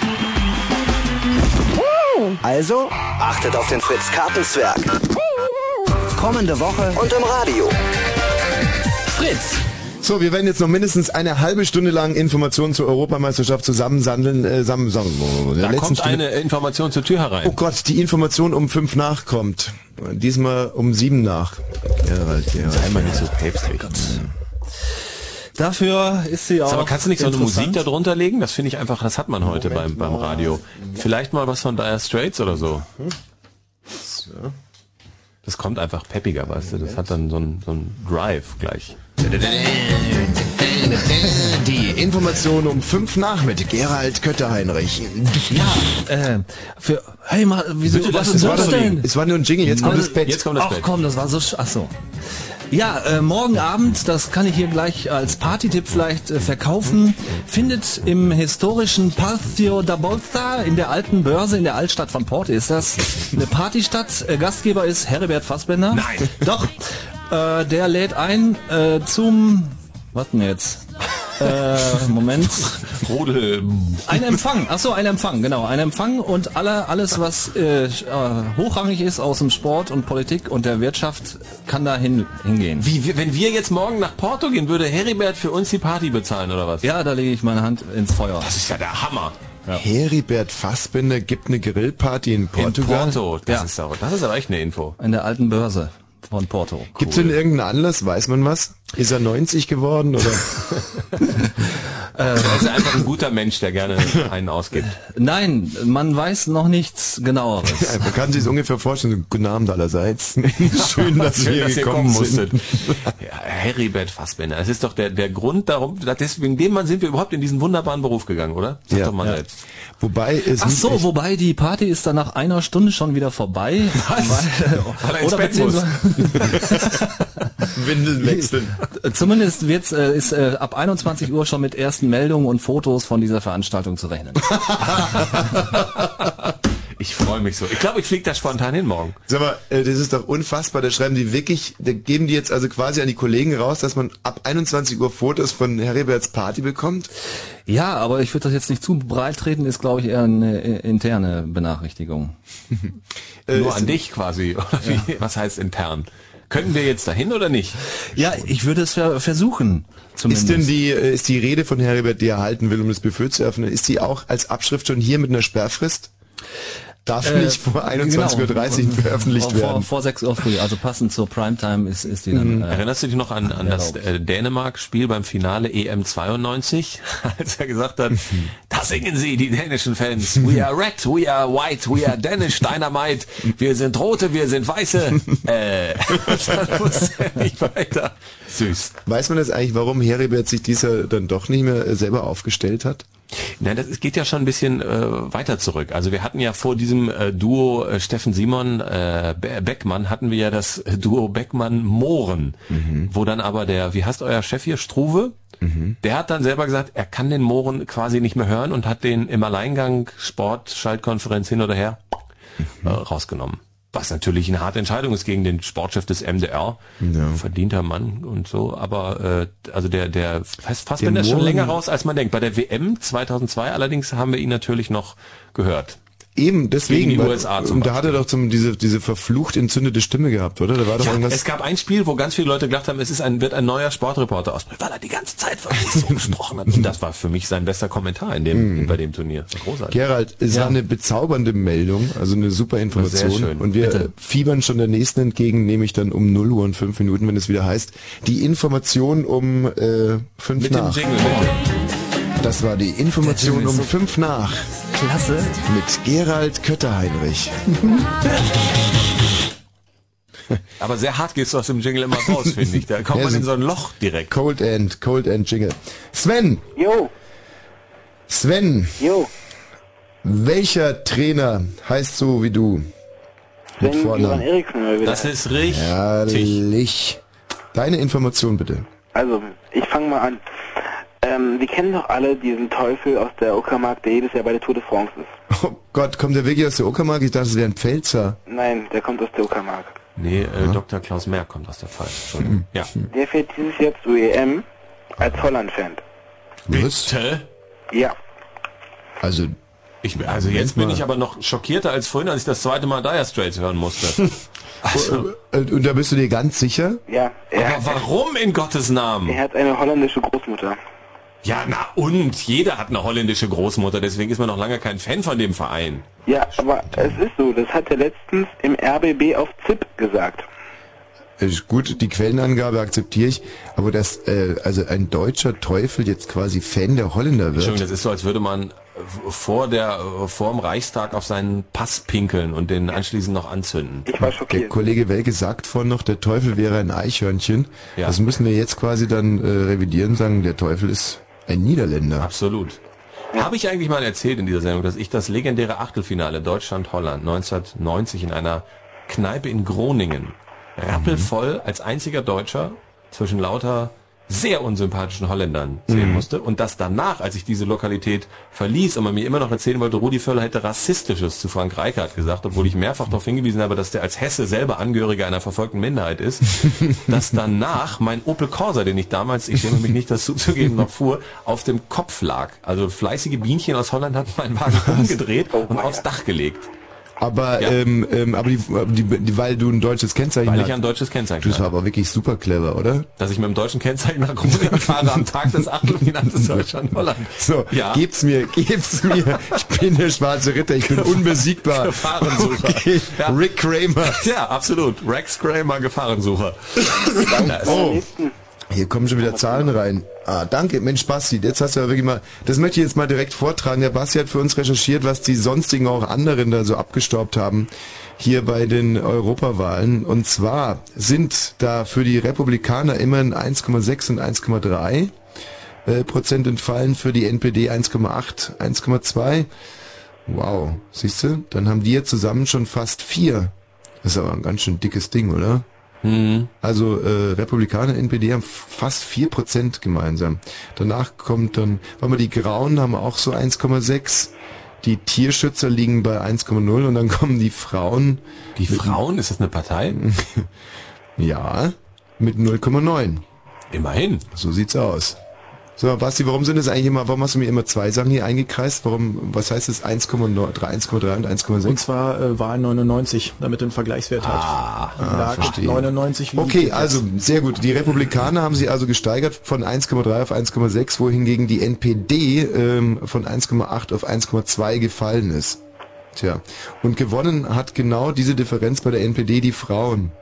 Also achtet auf den Fritz Kartenzwerg. Kommende Woche und im Radio. Fritz! So, wir werden jetzt noch mindestens eine halbe Stunde lang Informationen zur Europameisterschaft zusammensandeln. Äh, zusammen, zusammen, da kommt Stunde. Eine Information zur Tür herein. Oh Gott, die Information um fünf nach kommt. Diesmal um sieben nach. Gerald, Gerald. Sei mal nicht so päpstlich. Dafür ist sie auch. Aber kannst du nicht so eine Musik da drunter legen? Das finde ich einfach, das hat man heute beim, beim Radio. Vielleicht mal was von Dire Straits oder so. So. Das kommt einfach peppiger, weißt du? Das hat dann so ein, so ein Drive gleich. Die Information um fünf nach mit Gerald Kötter-Heinrich. Ja, äh, für, hey mal, wieso, Bitte, was das, ist das das denn? Nicht, es war nur ein Jingle, jetzt kommt Aber das Bett. Jetzt kommt das Ach Bett. komm, das war so, sch- ach so. Ja, äh, morgen Abend, das kann ich hier gleich als Partytipp vielleicht äh, verkaufen, findet im historischen Palazzo da Bolsa in der alten Börse in der Altstadt von Porto ist das eine Partystadt. Äh, Gastgeber ist Heribert Fassbender. Nein. Doch. Äh, der lädt ein äh, zum, was denn jetzt? Äh, Moment. Rodel. Ein Empfang, ach so, ein Empfang, genau, ein Empfang und alle, alles, was äh, hochrangig ist aus dem Sport und Politik und der Wirtschaft, kann da hin, hingehen. Wie, wie, wenn wir jetzt morgen nach Porto gehen, würde Heribert für uns die Party bezahlen, oder was? Ja, da lege ich meine Hand ins Feuer. Das ist ja der Hammer. Ja. Heribert Fassbinder gibt eine Grillparty in Portugal. In Porto, das, Ja. ist aber, das ist aber echt eine Info. In der alten Börse von Porto. Gibt's denn irgendeinen Anlass? Weiß man was? Ist er neunzig geworden oder? Er ist einfach ein guter Mensch, der gerne einen ausgibt. Nein, man weiß noch nichts genaueres. Ja, man kann sich ungefähr vorstellen. Guten Abend allerseits. Schön, dass Schön, wir dass ihr gekommen kommen sind. musstet. Ja, Heribert Fassbinder, das ist doch der, der Grund darum, deswegen dem Mann sind wir überhaupt in diesen wunderbaren Beruf gegangen, oder? Sag Ja. doch mal Ja. selbst. Wobei es Ach so, wobei die Party ist dann nach einer Stunde schon wieder vorbei. Was? Weil, Weil er ins Bett muss. Windeln wechseln. Zumindest wird's, äh, ist äh, ab einundzwanzig Uhr schon mit ersten Meldungen und Fotos von dieser Veranstaltung zu rechnen. Ich freue mich so. Ich glaube, ich fliege da spontan hin morgen. Sag mal, äh, das ist doch unfassbar. Da schreiben die wirklich, da geben die jetzt also quasi an die Kollegen raus, dass man ab einundzwanzig Uhr Fotos von Heriberts Party bekommt? Ja, aber ich würde das jetzt nicht zu breit treten, ist glaube ich eher eine äh, interne Benachrichtigung. Äh, Nur ist- an dich quasi. Oder wie? Was heißt intern? Können wir jetzt dahin oder nicht? Ja, ich würde es ver versuchen. Zumindest. Ist denn die, äh, ist die Rede von Heribert, die er halten will, um das Buffet zu öffnen, ist die auch als Abschrift schon hier mit einer Sperrfrist? Darf Äh, nicht vor einundzwanzig Uhr dreißig genau. veröffentlicht vor, werden. Vor sechs Uhr früh, also passend zur Primetime ist, ist die dann... Mhm. Äh, Erinnerst du dich noch an, an das äh, Dänemark-Spiel beim Finale E M zweiundneunzig, als er gesagt hat, da singen sie, die dänischen Fans, we are red, we are white, we are Danish Dynamite, wir sind Rote, wir sind Weiße. Äh, dann wusste er nicht weiter. Süß. Weiß man jetzt eigentlich, warum Heribert sich dieser dann doch nicht mehr äh, selber aufgestellt hat? Nein, das es geht ja schon ein bisschen äh, weiter zurück. Also wir hatten ja vor diesem äh, Duo äh, Steffen Simon, äh, Be- Beckmann, hatten wir ja das äh, Duo Beckmann-Mohren, wo dann aber der, wie heißt euer Chef hier, Struve? Der hat dann selber gesagt, er kann den Mohren quasi nicht mehr hören und hat den im Alleingang Sport, Schaltkonferenz hin oder her äh, rausgenommen. Was natürlich eine harte Entscheidung ist gegen den Sportchef des M D R. Ja. Verdienter Mann und so. Aber äh, also der der Fass- Fassbinder Der ist schon Mohren- länger raus, als man denkt. Bei der W M zweitausendzwei allerdings haben wir ihn natürlich noch gehört. Eben, deswegen. Gegen die weil- U S A zum und da hat er doch zum, diese, diese verflucht entzündete Stimme gehabt, oder? Da war doch Ja, irgendwas. es gab ein Spiel, wo ganz viele Leute gedacht haben, es ist ein, wird ein neuer Sportreporter ausbrechen, weil er die ganze Zeit wirklich so gesprochen hat. Und das war für mich sein bester Kommentar in dem, bei dem Turnier. Großartig. Gerald, es Ja. war eine bezaubernde Meldung, also eine super Information. Sehr schön. Und wir Bitte. fiebern schon der nächsten entgegen, nämlich dann um null Uhr und fünf Minuten, wenn es wieder heißt, die Information um äh, fünf Mit nach. dem Jingle, bitte. Das war die Information Der Jingle um ist so fünf nach Klasse. mit Gerald Kötterheinrich. Aber sehr hart gehst du aus dem Jingle immer raus, finde ich. Da kommt Ja, man so- in so ein Loch direkt. Cold End, Cold End Jingle. Sven, Jo, Sven, jo. welcher Trainer heißt so wie du? Mit Sven Göran Vornamen. Eriksson mal wieder. Das ist richtig. Herrlich. Deine Information bitte. Also, ich fange mal an. Ähm, wir kennen doch alle diesen Teufel aus der Uckermark, der jedes Jahr bei der Tour de France ist. Oh Gott, kommt der wirklich aus der Uckermark? Ich dachte, es wäre ein Pfälzer. Nein, der kommt aus der Uckermark. Nee, äh, Doktor Klaus Merck kommt aus der Pfalz. Entschuldigung. Ja. Der fährt dieses Jahr zur E M als Holland-Fan. Bitte? Ja. Also, Ich, also jetzt bin ich aber noch schockierter als vorhin, als ich das zweite Mal Dire Straits hören musste. Also, und, und da bist du dir ganz sicher? Ja. Er, aber warum in Gottes Namen? er hat eine holländische Großmutter. Ja, na und? Jeder hat eine holländische Großmutter, deswegen ist man noch lange kein Fan von dem Verein. Ja, aber es ist so, das hat er letztens im R B B auf Z I P gesagt. Ist gut, die Quellenangabe akzeptiere ich, aber dass äh, also ein deutscher Teufel jetzt quasi Fan der Holländer Entschuldigung, wird. das ist so, als würde man vor der vor dem Reichstag auf seinen Pass pinkeln und den anschließend noch anzünden. Ich war Der schockiert. Kollege Welke sagt vorhin noch, der Teufel wäre ein Eichhörnchen. Ja. Das müssen wir jetzt quasi dann äh, revidieren, sagen, der Teufel ist ein Niederländer. Absolut. Habe ich eigentlich mal erzählt in dieser Sendung, dass ich das legendäre Achtelfinale Deutschland-Holland neunzehnhundertneunzig in einer Kneipe in Groningen rappelvoll als einziger Deutscher zwischen lauter sehr unsympathischen Holländern sehen Mhm. musste und dass danach, als ich diese Lokalität verließ und man mir immer noch erzählen wollte, Rudi Völler hätte Rassistisches zu Frank Reichardt gesagt, obwohl ich mehrfach darauf hingewiesen habe, dass der als Hesse selber Angehöriger einer verfolgten Minderheit ist, dass danach mein Opel Corsa, den ich damals, ich schäme mich nicht, das zuzugeben, noch fuhr, auf dem Kopf lag. Also fleißige Bienchen aus Holland hatten meinen Wagen umgedreht und aufs Dach gelegt. Aber, Ja. ähm, ähm, aber die, die, die, weil du ein deutsches Kennzeichen Weil hast. ich ein deutsches Kennzeichen Das war habe. aber wirklich super clever, oder? Dass ich mit dem deutschen Kennzeichen nach Groningen fahre am Tag des Achtelfinals des Deutschland-Holland. So, Ja. gebt's mir, gebt's mir. Ich bin der schwarze Ritter, ich bin unbesiegbar. Gefahrensucher. Okay. Ja. Rick Kramer. Ja, absolut. Rex Kramer, Gefahrensucher. Oh, hier kommen schon wieder Zahlen rein. Ah, danke, Mensch, Basti, jetzt hast du ja wirklich mal, das möchte ich jetzt mal direkt vortragen. Der Basti hat für uns recherchiert, was die sonstigen auch anderen da so abgestaubt haben, hier bei den Europawahlen. Und zwar sind da für die Republikaner immerhin eins Komma sechs und eins Komma drei äh, Prozent entfallen, für die N P D eins Komma acht, eins Komma zwei. Wow, siehst du? Dann haben die jetzt zusammen schon fast vier. Das ist aber ein ganz schön dickes Ding, oder? Mhm. Also äh, Republikaner, N P D haben fast vier Prozent gemeinsam. Danach kommt dann, warte mal, die Grauen haben auch so eins Komma sechs, die Tierschützer liegen bei eins Komma null und dann kommen die Frauen. Die Frauen? Ist das eine Partei? Ja, mit null Komma neun. Immerhin. So sieht's aus. So, Basti, warum sind das eigentlich immer, warum hast du mir immer zwei Sachen hier eingekreist? Warum, was heißt das eins Komma drei, eins Komma drei und eins Komma sechs? Und zwar äh, Wahl neunundneunzig, damit du einen Vergleichswert hast. Ah, Lag verstehe. neunundneunzig. Wie Okay, jetzt? also sehr gut. Die Republikaner haben sie also gesteigert von eins Komma drei auf eins Komma sechs, wohingegen die N P D ähm, von eins Komma acht auf eins Komma zwei gefallen ist. Tja, und gewonnen hat genau diese Differenz bei der N P D die Frauen.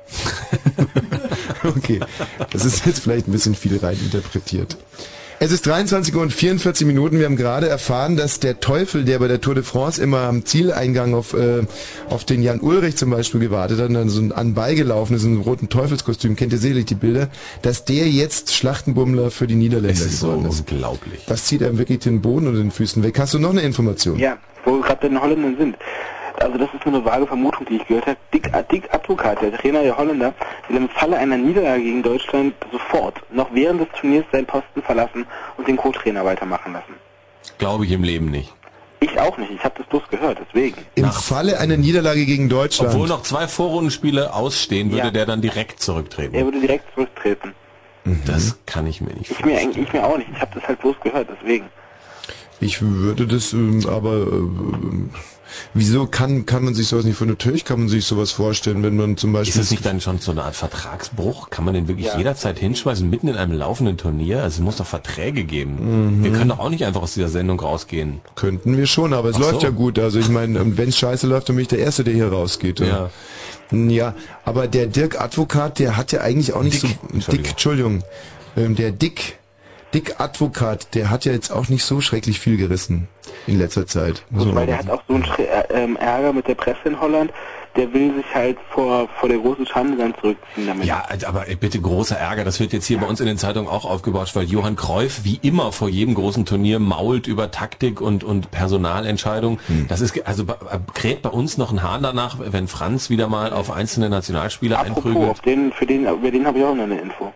Okay, das ist jetzt vielleicht ein bisschen viel rein interpretiert. Es ist dreiundzwanzig Uhr und vierundvierzig Minuten. Wir haben gerade erfahren, dass der Teufel, der bei der Tour de France immer am Zieleingang auf, äh, auf den Jan Ulrich zum Beispiel gewartet hat und dann so ein anbeigelaufen ist, in einem roten Teufelskostüm, kennt ihr sicherlich die Bilder, dass der jetzt Schlachtenbummler für die Niederländer Es ist so geworden ist. unglaublich. Das zieht einem wirklich den Boden unter den Füßen weg. Hast du noch eine Information? Ja, wo wir gerade bei den Holländern sind. Also das ist nur eine vage Vermutung, die ich gehört habe. Dick, Dick Advokat, der Trainer der Holländer, will im Falle einer Niederlage gegen Deutschland sofort, noch während des Turniers, seinen Posten verlassen und den Co-Trainer weitermachen lassen. Glaube ich im Leben nicht. Ich auch nicht, ich habe das bloß gehört, deswegen. Im Falle einer Niederlage gegen Deutschland. Obwohl noch zwei Vorrundenspiele ausstehen, würde Ja. der dann direkt zurücktreten. Er würde direkt zurücktreten. Das kann ich mir nicht Ich mir, ich mir auch nicht, ich habe das halt bloß gehört, deswegen. Ich würde das ähm, aber ähm, wieso kann kann man sich sowas nicht von natürlich kann man sich sowas vorstellen, wenn man zum Beispiel Ist das nicht dann schon so eine Art Vertragsbruch? Kann man den wirklich Ja. jederzeit hinschmeißen, mitten in einem laufenden Turnier? Also es muss doch Verträge geben. Mhm. Wir können doch auch nicht einfach aus dieser Sendung rausgehen. Könnten wir schon, aber es Ach läuft so. ja gut. Also ich meine, wenn es scheiße läuft, dann bin ich der Erste, der hier rausgeht. Ja. Ja, aber der Dirk Advokat, der hat ja eigentlich auch nicht Dick, so... Entschuldigung. Dick, Entschuldigung. Ähm, der Dick, Dick Advokat, der hat ja jetzt auch nicht so schrecklich viel gerissen in letzter Zeit. Muss Und man weil mal der hat auch so einen Schre- äh, ähm, Ärger mit der Presse in Holland, der will sich halt vor, vor der großen Schande dann zurückziehen damit. Ja, aber bitte großer Ärger, das wird jetzt hier bei uns in den Zeitungen auch aufgebauscht, weil Johann Cruyff wie immer vor jedem großen Turnier mault über Taktik und, und Personalentscheidungen. Das ist, also be- kräht bei uns noch ein Hahn danach, wenn Franz wieder mal auf einzelne Nationalspieler Apropos, einprügelt. auf den, für den, über den habe ich auch noch eine Info.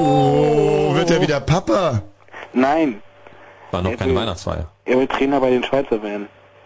Oh, wird er wieder Papa? Nein, War noch Er keine will- Weihnachtsfeier. er will Trainer bei den Schweizer werden.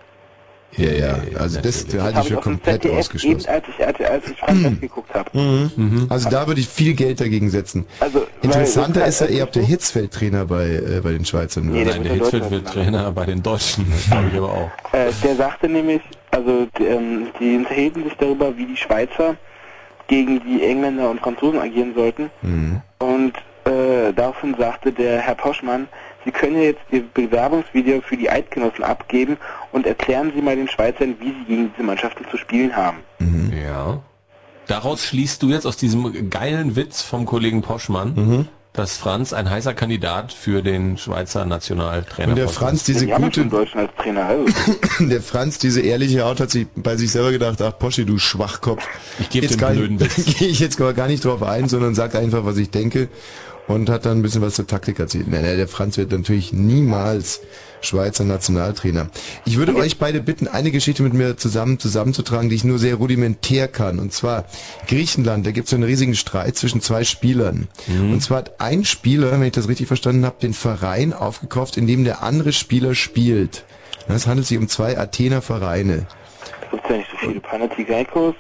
Ja, ja, also das halte ich habe für ich aus dem komplett Z D F ausgeschlossen. eben, als ich, als, als ich Frankreich geguckt habe. Mhm. Also da würde ich viel Geld dagegen setzen. Also, Interessanter weil- ist ja eher, ob der Hitzfeld Trainer bei, äh, bei den Schweizern wird. Nein, der Hitzfeld wird Trainer bei den Deutschen, das glaube ich aber auch. Äh, der sagte nämlich, also die, ähm, die unterhielten sich darüber, wie die Schweizer gegen die Engländer und Franzosen agieren sollten. Mhm. Und äh, daraufhin sagte der Herr Poschmann, Sie können ja jetzt Ihr Bewerbungsvideo für die Eidgenossen abgeben und erklären Sie mal den Schweizern, wie sie gegen diese Mannschaften zu spielen haben. Ja. Daraus schließt du jetzt aus diesem geilen Witz vom Kollegen Poschmann, Mhm. dass Franz ein heißer Kandidat für den Schweizer Nationaltrainer Und der ist. Franz, diese Die haben ja gute, schon Deutschen als Trainer. Also. der Franz, diese ehrliche Haut, hat sich bei sich selber gedacht, ach Poschi, du Schwachkopf. Ich gebe Jetzt den gar blöden nicht- Witz. Gehe ich jetzt aber gar nicht drauf ein, sondern sag einfach, was ich denke. Und hat dann ein bisschen was zur Taktik erzählt. Nein, nein, der Franz wird natürlich niemals Schweizer Nationaltrainer. Ich würde euch beide bitten, eine Geschichte mit mir zusammen zusammenzutragen, die ich nur sehr rudimentär kann. Und zwar Griechenland, da gibt es einen riesigen Streit zwischen zwei Spielern. Mhm. Und zwar hat ein Spieler, wenn ich das richtig verstanden habe, den Verein aufgekauft, in dem der andere Spieler spielt. Es handelt sich um zwei Athener Vereine. Da gibt es ja nicht so viele. Panathinaikos,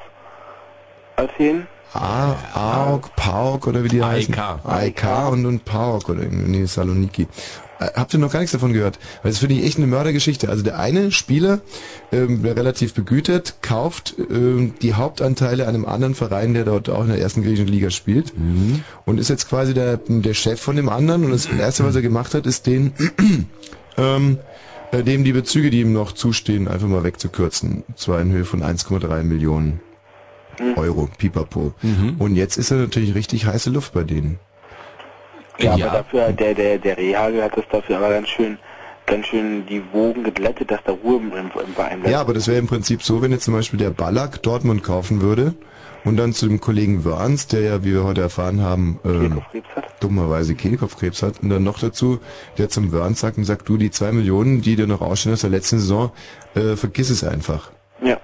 Athen. A, AOK, PAOK oder wie die A E heißen. K. A E K und, und PAOK oder irgendwie nee, Saloniki. Äh, habt ihr noch gar nichts davon gehört? Weil das finde ich echt eine Mördergeschichte. Also der eine Spieler, ähm, der relativ begütert, kauft ähm, die Hauptanteile einem anderen Verein, der dort auch in der ersten griechischen Liga spielt, mhm. und ist jetzt quasi der, der Chef von dem anderen. Und das Erste, was er gemacht hat, ist den ähm, äh, dem die Bezüge, die ihm noch zustehen, einfach mal wegzukürzen. Und zwar in Höhe von eins Komma drei Millionen Euro, pipapo. Mhm. Und jetzt ist er natürlich richtig heiße Luft bei denen. Ja, ja, aber dafür, der, der, der Rehagel hat das dafür aber ganz schön, ganz schön die Wogen geglättet, dass da Ruhe im, im Verein bleibt. Ja, aber das wäre im Prinzip so, wenn jetzt zum Beispiel der Ballack Dortmund kaufen würde und dann zu dem Kollegen Wörns, der ja, wie wir heute erfahren haben, äh, Kehlkopfkrebs hat. dummerweise Kehlkopfkrebs hat, und dann noch dazu, der zum Wörns sagt und sagt, du, die zwei Millionen, die dir noch ausstehen aus der letzten Saison, äh, vergiss es einfach. Ja.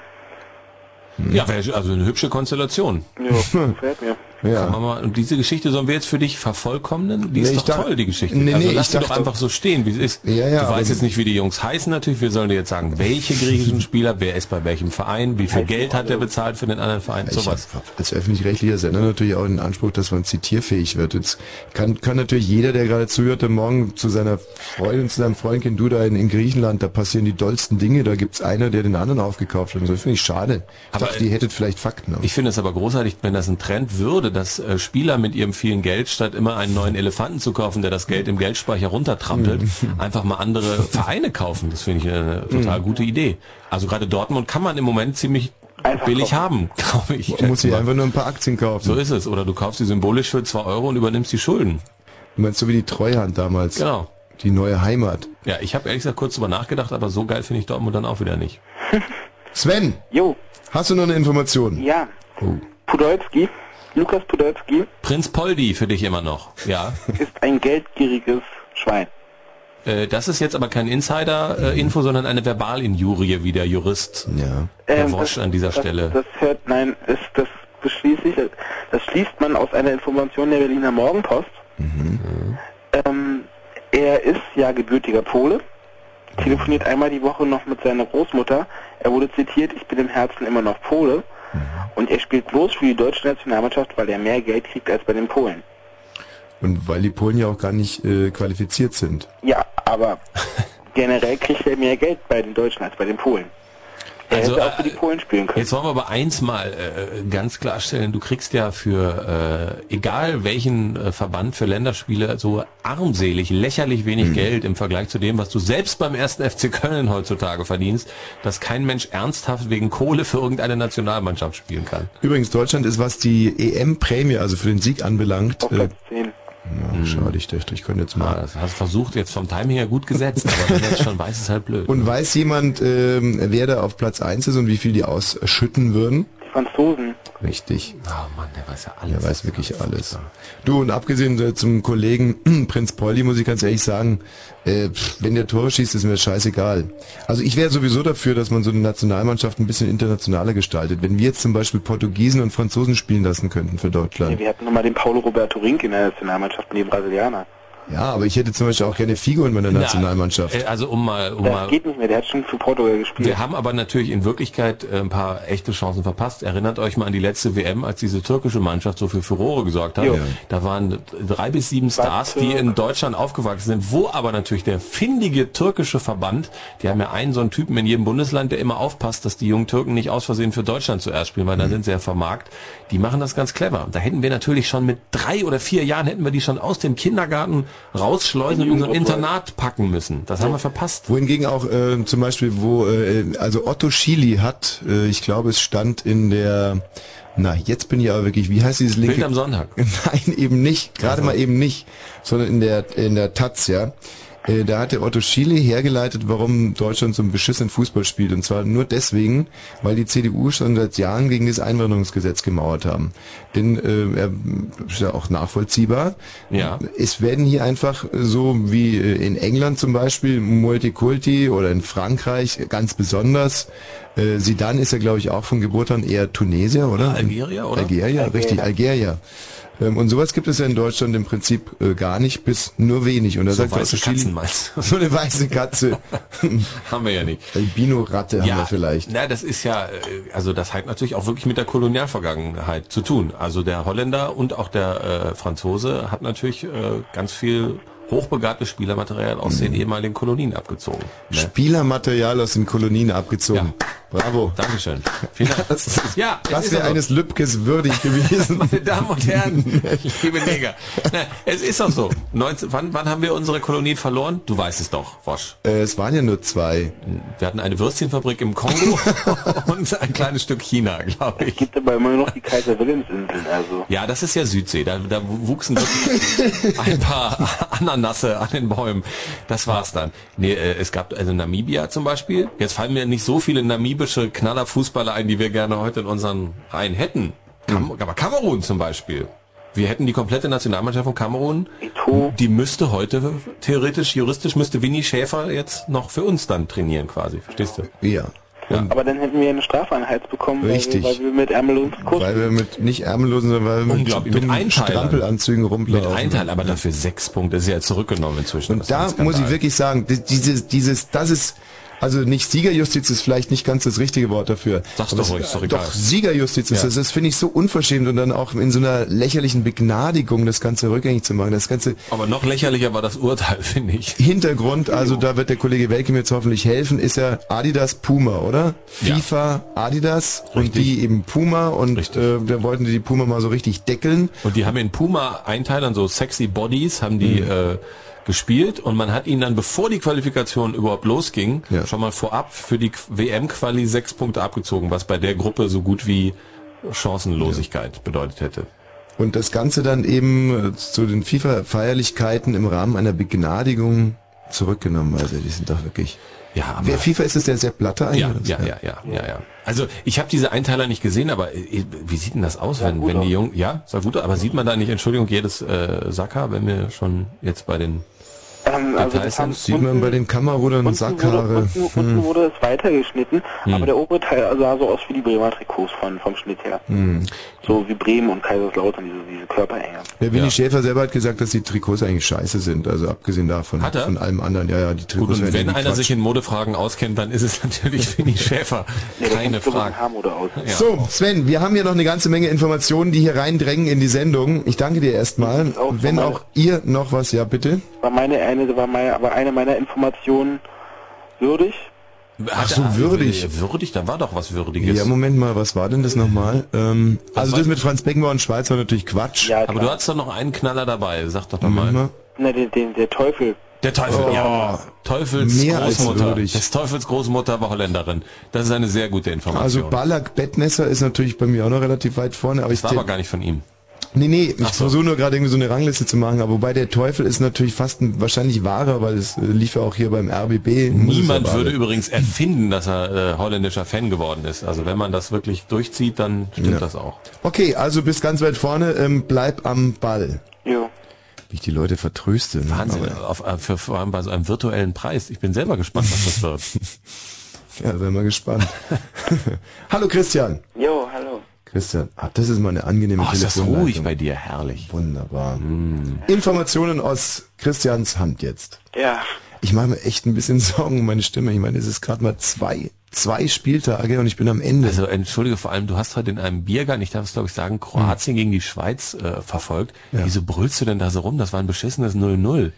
Hm. Ja, wäre also eine hübsche Konstellation. Ja, gefällt mir. Ja. Kann man mal, und diese Geschichte sollen wir jetzt für dich vervollkommnen? Die Nee, ist ich doch dachte- toll, die Geschichte. Nee, also nee, lass ich sie doch dachte- einfach so stehen, wie es ist. Ja, ja, du aber- weißt jetzt nicht, wie die Jungs heißen natürlich. Wir sollen dir jetzt sagen, welche griechischen Spieler, wer ist bei welchem Verein, wie viel Geld hat der bezahlt für den anderen Verein, Ich sowas. habe als öffentlich-rechtlicher Sender natürlich auch den Anspruch, dass man zitierfähig wird. Jetzt kann, kann natürlich jeder, der gerade zuhört, am Morgen zu seiner Freundin, zu seinem Freund gehen, du da in, in Griechenland, da passieren die dollsten Dinge, da gibt's einer, der den anderen aufgekauft hat. Und so finde ich schade. Ich Aber, dachte, ihr hättet vielleicht Fakten. Ich finde es aber großartig, wenn das ein Trend würde, dass äh, Spieler mit ihrem vielen Geld, statt immer einen neuen Elefanten zu kaufen, der das Geld im Geldspeicher runtertrampelt, einfach mal andere Vereine kaufen. Das finde ich eine total gute Idee. Also gerade Dortmund kann man im Moment ziemlich Einfach billig kaufen. haben, glaube ich. Man muss sich einfach nur ein paar Aktien kaufen. So ist es. Oder du kaufst sie symbolisch für zwei Euro und übernimmst die Schulden. Du meinst so wie die Treuhand damals. Genau. Die neue Heimat. Ja, ich habe ehrlich gesagt kurz drüber nachgedacht, aber so geil finde ich Dortmund dann auch wieder nicht. Sven, Jo, hast du noch eine Information? ja. Oh. Podolski, Lukas Podolski Prinz Poldi für dich immer noch. Ja. ist ein geldgieriges Schwein. Äh, das ist jetzt aber kein Insider-Info, sondern eine Verbalinjurie, wie der Jurist Ja. Herr Ähm, Wosch das- an dieser das, Stelle. Das hört, nein, das, das beschließe ich, das schließt man aus einer Information der Berliner Morgenpost. Ähm, er ist ja gebürtiger Pole, telefoniert einmal die Woche noch mit seiner Großmutter. Er wurde zitiert, ich bin im Herzen immer noch Pole. Und er spielt bloß für die deutsche Nationalmannschaft, weil er mehr Geld kriegt als bei den Polen. Und weil die Polen ja auch gar nicht äh, qualifiziert sind. Ja, aber generell kriegt er mehr Geld bei den Deutschen als bei den Polen. Er Also, hätte auch für die äh, Polen spielen können. Jetzt wollen wir aber eins mal äh, ganz klarstellen, du kriegst ja für äh, egal welchen äh, Verband für Länderspiele so armselig, lächerlich wenig Mhm. Geld im Vergleich zu dem, was du selbst beim ersten F C Köln heutzutage verdienst, dass kein Mensch ernsthaft wegen Kohle für irgendeine Nationalmannschaft spielen kann. Übrigens, Deutschland ist, was die E M-Prämie, also für den Sieg anbelangt, Auf äh, Platz zehn. ja, schade, ich dachte, ich könnte jetzt Ja, mal. das hast versucht jetzt vom Timing her gut gesetzt, aber wenn du jetzt schon weißt, ist halt blöd. Und weiß jemand, ähm, wer da auf Platz eins ist und wie viel die ausschütten würden? Die Franzosen. Richtig. Oh Mann, der weiß ja alles. Der weiß wirklich alles. Du, und abgesehen äh, zum Kollegen Prinz Poldi, muss ich ganz ehrlich sagen, äh, pff, wenn der Tore schießt, ist mir das scheißegal. Also ich wäre sowieso dafür, dass man so eine Nationalmannschaft ein bisschen internationaler gestaltet. Wenn wir jetzt zum Beispiel Portugiesen und Franzosen spielen lassen könnten für Ja, Deutschland. wir hatten nochmal den Paulo Roberto Rink in der Nationalmannschaft und die Brasilianer. Ja, aber ich hätte zum Beispiel auch gerne Figo in meiner Nationalmannschaft. Äh, Also um mal, um Das mal geht nicht mehr, der hat schon für Portugal gespielt. Wir haben aber natürlich in Wirklichkeit äh, ein paar echte Chancen verpasst. Erinnert euch mal an die letzte W M, als diese türkische Mannschaft so für Furore gesorgt hat. Jo. Da waren drei bis sieben Stars, die in Deutschland aufgewachsen sind, wo aber natürlich der findige türkische Verband, die haben ja einen so einen Typen in jedem Bundesland, der immer aufpasst, dass die jungen Türken nicht aus Versehen für Deutschland zuerst spielen, weil dann sind sie ja vermarkt. Die machen das ganz clever. Und da hätten wir natürlich schon mit drei oder vier Jahren, hätten wir die schon aus dem Kindergarten rausschleusen und in unser Internat packen müssen. Das haben wir verpasst. Wohingegen auch äh, zum Beispiel, wo äh, also Otto Schily hat, äh, ich glaube, es stand in der, na jetzt bin ich aber wirklich, wie heißt dieses linke? Bild am Sonntag. Nein, eben nicht, gerade Also. mal eben nicht, sondern in der in der Taz, ja. Äh, Da hat der Otto Schily hergeleitet, warum Deutschland so einen beschissenen Fußball spielt. Und zwar nur deswegen, weil die C D U schon seit Jahren gegen das Einwanderungsgesetz gemauert haben. Denn äh, er ist ja auch nachvollziehbar. Ja. Es werden hier einfach so wie äh, in England zum Beispiel Multikulti oder in Frankreich ganz besonders. Äh, Zidane ist ja, glaube ich, auch von Geburt an eher Tunesier, oder? Algerier, oder? Algerier, Algerier. richtig, Algerier. Ähm, Und sowas gibt es ja in Deutschland im Prinzip äh, gar nicht, bis nur wenig. Und da So sagt der weiße Otto Schily, Katzen meinst du? so eine weiße Katze. Haben wir ja nicht. Albino-Ratte haben wir vielleicht. Na, das ist ja, äh, also das hat natürlich auch wirklich mit der Kolonialvergangenheit zu tun. Also der Holländer und auch der äh, Franzose hat natürlich äh, ganz viel hochbegabtes Spielermaterial aus den ehemaligen Kolonien abgezogen. Ne? Spielermaterial aus den Kolonien abgezogen. Ja. Bravo. Dankeschön. Vielen Dank. Das, ist, ja, das wäre eines Lübkes würdig gewesen. Meine Damen und Herren, liebe Neger. Na, es ist doch so. neunzehn, wann, wann haben wir unsere Kolonien verloren? Du weißt es doch, Wosch. Äh, es waren ja nur zwei. Wir hatten eine Würstchenfabrik im Kongo und ein kleines Stück China, glaube ich. Es gibt aber immer noch die Kaiser-Wilhelms-Inseln, also. Ja, das ist ja Südsee. Da, da wuchsen wirklich ein paar Ananasse an den Bäumen. Das war's dann. Nee, äh, es gab also Namibia zum Beispiel. Jetzt fallen mir nicht so viele namibische Knallerfußballer ein, die wir gerne heute in unseren Reihen hätten. Kam, aber Kamerun zum Beispiel. Wir hätten die komplette Nationalmannschaft von Kamerun. Die müsste heute, theoretisch, juristisch, müsste Winnie Schäfer jetzt noch für uns dann trainieren quasi. Verstehst du? Ja. Ja. Aber dann hätten wir eine Strafe an den Hals bekommen, Richtig. Weil, wir, weil wir mit ärmellosen Trikots... Weil wir mit, nicht ärmellosen, sondern weil wir mit, mit, mit Strampelanzügen rumlaufen. Mit Einteilen, aber dafür sechs Punkte, ist ja zurückgenommen inzwischen. Und da muss ich wirklich sagen, dieses, dieses, das ist... Also nicht Siegerjustiz ist vielleicht nicht ganz das richtige Wort dafür. Sag's doch ruhig, ist doch egal. Doch, Siegerjustiz ist ja. das. Das finde ich so unverschämt und dann auch in so einer lächerlichen Begnadigung das Ganze rückgängig zu machen. Das Ganze. Aber noch lächerlicher war das Urteil, finde ich. Hintergrund, also da wird der Kollege Welke mir jetzt hoffentlich helfen, ist ja Adidas Puma, oder? Ja. FIFA Adidas Richtig. Und die eben Puma und äh, da wollten die die Puma mal so richtig deckeln. Und die haben in Puma-Einteilern so sexy Bodies, haben die mhm. äh, gespielt und man hat ihnen dann, bevor die Qualifikation überhaupt losging, ja. schon mal vorab für die W M-Quali sechs Punkte abgezogen, was bei der Gruppe so gut wie Chancenlosigkeit ja. bedeutet hätte. Und das Ganze dann eben zu den FIFA-Feierlichkeiten im Rahmen einer Begnadigung zurückgenommen. Also die sind doch wirklich... Ja, aber Wer FIFA ist es, der sehr Blatter eigentlich? Ja, ja, ja, ja, ja, ja. Also ich habe diese Einteiler nicht gesehen, aber äh, wie sieht denn das aus, wenn, wenn die Jungen... Ja, sah gut aus, aber sieht man da nicht, Entschuldigung, jedes äh, Sacker, wenn wir schon jetzt bei den... Ähm, also das haben sieht unten, man bei den Kamerunern und Sackhaare. Unten, unten, unten wurde es weitergeschnitten, hm. aber der obere Teil sah so aus wie die Bremer Trikots von, vom Schnitt her. Hm. So wie Bremen und Kaiserslautern, diese, diese Körperenge. Der Winnie ja. Schäfer selber hat gesagt, dass die Trikots eigentlich scheiße sind, also abgesehen davon, hat er? Von allem anderen. Ja, ja, die Trikots. Gut, und wenn einer Quatsch. sich in Modefragen auskennt, dann ist es natürlich Winnie Schäfer. Ja, keine Frage. Ja. So, Sven, wir haben hier noch eine ganze Menge Informationen, die hier reindrängen in die Sendung. Ich danke dir erstmal. Wenn auch ihr noch was, ja bitte. War meine eine, war meine, war eine meiner Informationen würdig. Ach so, würdig. Würdig, da war doch was Würdiges. Ja, Moment mal, was war denn das nochmal? Ähm, also das mit Franz Beckenbauer und Schweiz war natürlich Quatsch. Ja, aber du hattest doch noch einen Knaller dabei, sag doch mal. mal. Na, den, den, der Teufel. Der Teufel, oh, ja. Teufels mehr Großmutter. Als würdig. Das Teufels Großmutter war Holländerin. Das ist eine sehr gute Information. Also Ballack Bettnässer ist natürlich bei mir auch noch relativ weit vorne. Aber das ich war aber gar nicht von ihm. Nee, nee, ich so. versuche nur gerade irgendwie so eine Rangliste zu machen, aber wobei der Teufel ist natürlich fast ein, wahrscheinlich wahrer, weil es äh, lief ja auch hier beim R B B. Niemand würde übrigens erfinden, dass er äh, holländischer Fan geworden ist. Also wenn man das wirklich durchzieht, dann stimmt ja. das auch. Okay, also bis ganz weit vorne, ähm, bleib am Ball. Ja. Wie ich die Leute vertröste. Wahnsinn, auf, für, vor allem bei so einem virtuellen Preis. Ich bin selber gespannt, was das wird. Ja, sei mal gespannt. Hallo Christian. Jo, hallo. Christian, ah, das ist mal eine angenehme oh, Telefonleitung. Ist das ruhig bei dir, herrlich. Wunderbar. Mm. Informationen aus Christians Hand jetzt. Ja. Ich mache mir echt ein bisschen Sorgen um meine Stimme. Ich meine, es ist gerade mal zwei, zwei Spieltage und ich bin am Ende. Also entschuldige, vor allem, du hast heute in einem Biergarten, ich darf es glaube ich sagen, Kroatien hm. gegen die Schweiz äh, verfolgt. Ja. Wieso brüllst du denn da so rum? Das war ein beschissenes null null.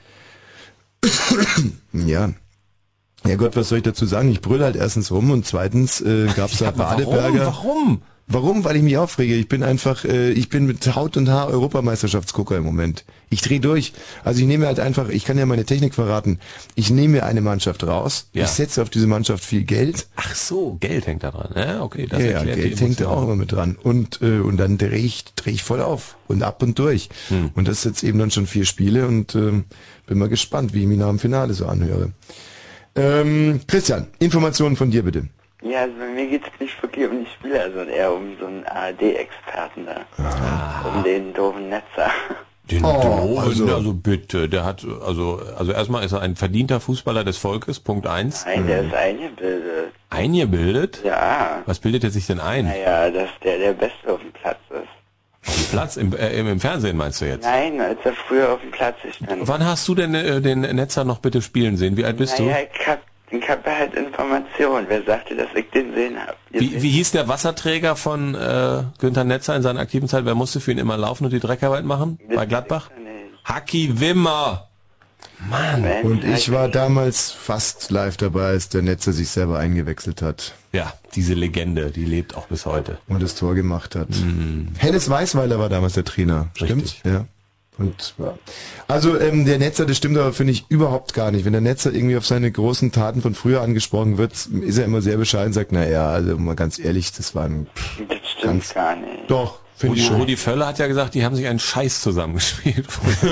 Ja. Ja Gott, was soll ich dazu sagen? Ich brülle halt erstens rum und zweitens äh, gab's da Badeberger. Warum? Warum? Warum? Weil ich mich aufrege. Ich bin einfach, äh, ich bin mit Haut und Haar Europameisterschaftsgucker im Moment. Ich drehe durch. Also ich nehme halt einfach, ich kann ja meine Technik verraten, ich nehme mir eine Mannschaft raus, ja. ich setze auf diese Mannschaft viel Geld. Ach so, Geld hängt da dran. Ja, okay, das ja, erklärt ja, Geld hängt da auch immer mit dran. Und äh, und dann drehe ich, dreh ich voll auf und ab und durch. Hm. Und das ist jetzt eben dann schon vier Spiele und äh, bin mal gespannt, wie ich mich nach dem Finale so anhöre. Ähm, Christian, Informationen von dir bitte. Ja, also bei mir geht es nicht wirklich um die Spieler, sondern eher um so einen A R D-Experten da. Ah. Um den doofen Netzer. Den oh, doofen, also, also bitte, der hat, also, also erstmal ist er ein verdienter Fußballer des Volkes, Punkt eins. Nein, der ist eingebildet. Eingebildet? Ja. Was bildet er sich denn ein? Naja, dass der der Beste auf dem Platz ist. Auf dem Platz? Im, äh, im Fernsehen meinst du jetzt? Nein, als er früher auf dem Platz stand. Wann hast du denn äh, den Netzer noch bitte spielen sehen? Wie alt bist naja, du? Ich hab Ich habe halt Informationen. Wer sagte, dass ich den sehen habe? Wie, wie hieß der Wasserträger von äh, Günther Netzer in seiner aktiven Zeit? Wer musste für ihn immer laufen und die Dreckarbeit machen? Bei Gladbach? Haki Wimmer. Mann. Und ich war damals fast live dabei, als der Netzer sich selber eingewechselt hat. Ja, diese Legende, die lebt auch bis heute. Und das Tor gemacht hat. Mhm. Hennes Weißweiler war damals der Trainer. Stimmt? Richtig. Ja. Und ja. Also ähm, der Netzer, das stimmt aber, finde ich, überhaupt gar nicht. Wenn der Netzer irgendwie auf seine großen Taten von früher angesprochen wird, ist er immer sehr bescheiden, sagt, na ja, also mal ganz ehrlich, das war ein... Das stimmt ganz, gar nicht. Doch, finde ich schon. Rudi Völler hat ja gesagt, die haben sich einen Scheiß zusammengespielt.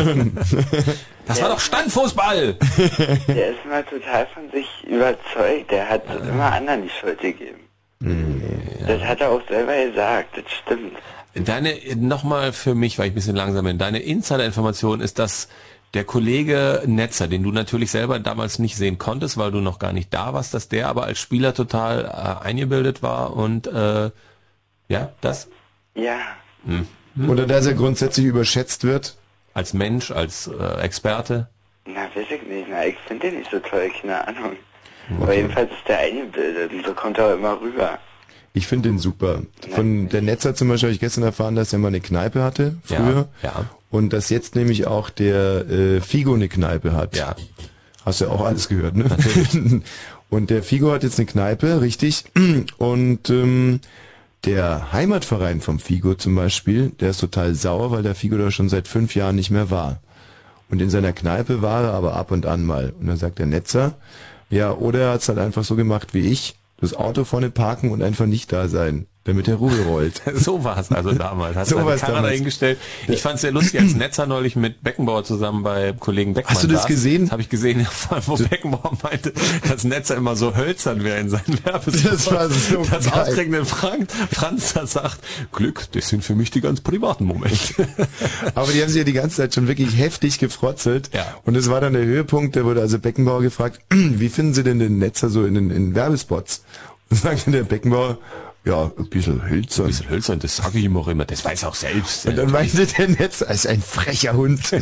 Das war doch Standfußball! Der ist mal total von sich überzeugt. Der hat immer anderen die Schuld gegeben. Ja. Das hat er auch selber gesagt, das stimmt. Deine, nochmal für mich, weil ich ein bisschen langsam bin, deine Insider-Information ist, dass der Kollege Netzer, den du natürlich selber damals nicht sehen konntest, weil du noch gar nicht da warst, dass der aber als Spieler total äh, eingebildet war und äh, ja, das? Ja. Hm. Hm. Oder dass er grundsätzlich überschätzt wird? Als Mensch, als äh, Experte? Na, weiß ich nicht. Na, ich finde den nicht so toll, keine Ahnung. Okay. Aber jedenfalls ist der eingebildet und so kommt er auch immer rüber. Ich finde den super. Von der Netzer zum Beispiel habe ich gestern erfahren, dass er mal eine Kneipe hatte, früher. Ja, ja. Und dass jetzt nämlich auch der äh, Figo eine Kneipe hat. Ja. Hast du ja auch alles gehört, ne? Und der Figo hat jetzt eine Kneipe, richtig. Und ähm, der Heimatverein vom Figo zum Beispiel, der ist total sauer, weil der Figo da schon seit fünf Jahren nicht mehr war. Und in seiner Kneipe war er aber ab und an mal. Und dann sagt der Netzer, ja, oder er hat es halt einfach so gemacht wie ich, das Auto vorne parken und einfach nicht da sein, damit er Ruhe rollt. So war es also damals. Hast so du eine war's Kamera damals. hingestellt. Ich fand es sehr lustig, als Netzer neulich mit Beckenbauer zusammen bei Kollegen Beckmann Hast du das saß. gesehen? Das habe ich gesehen, wo Beckenbauer meinte, dass Netzer immer so hölzern wäre in seinen Werbespots. Das war so Das geil. ausgerechnet Frank, Franz da sagt, Glück, das sind für mich die ganz privaten Momente. Aber die haben sich ja die ganze Zeit schon wirklich heftig gefrotzelt. Ja. Und es war dann der Höhepunkt, da wurde also Beckenbauer gefragt, wie finden Sie denn den Netzer so in den in Werbespots? Und sagte der Beckenbauer, ja, ein bisschen hölzern. Ein bisschen hölzern, das sage ich ihm auch immer, das weiß er auch selbst. Und dann meinte der Netzer, er ist ein frecher Hund.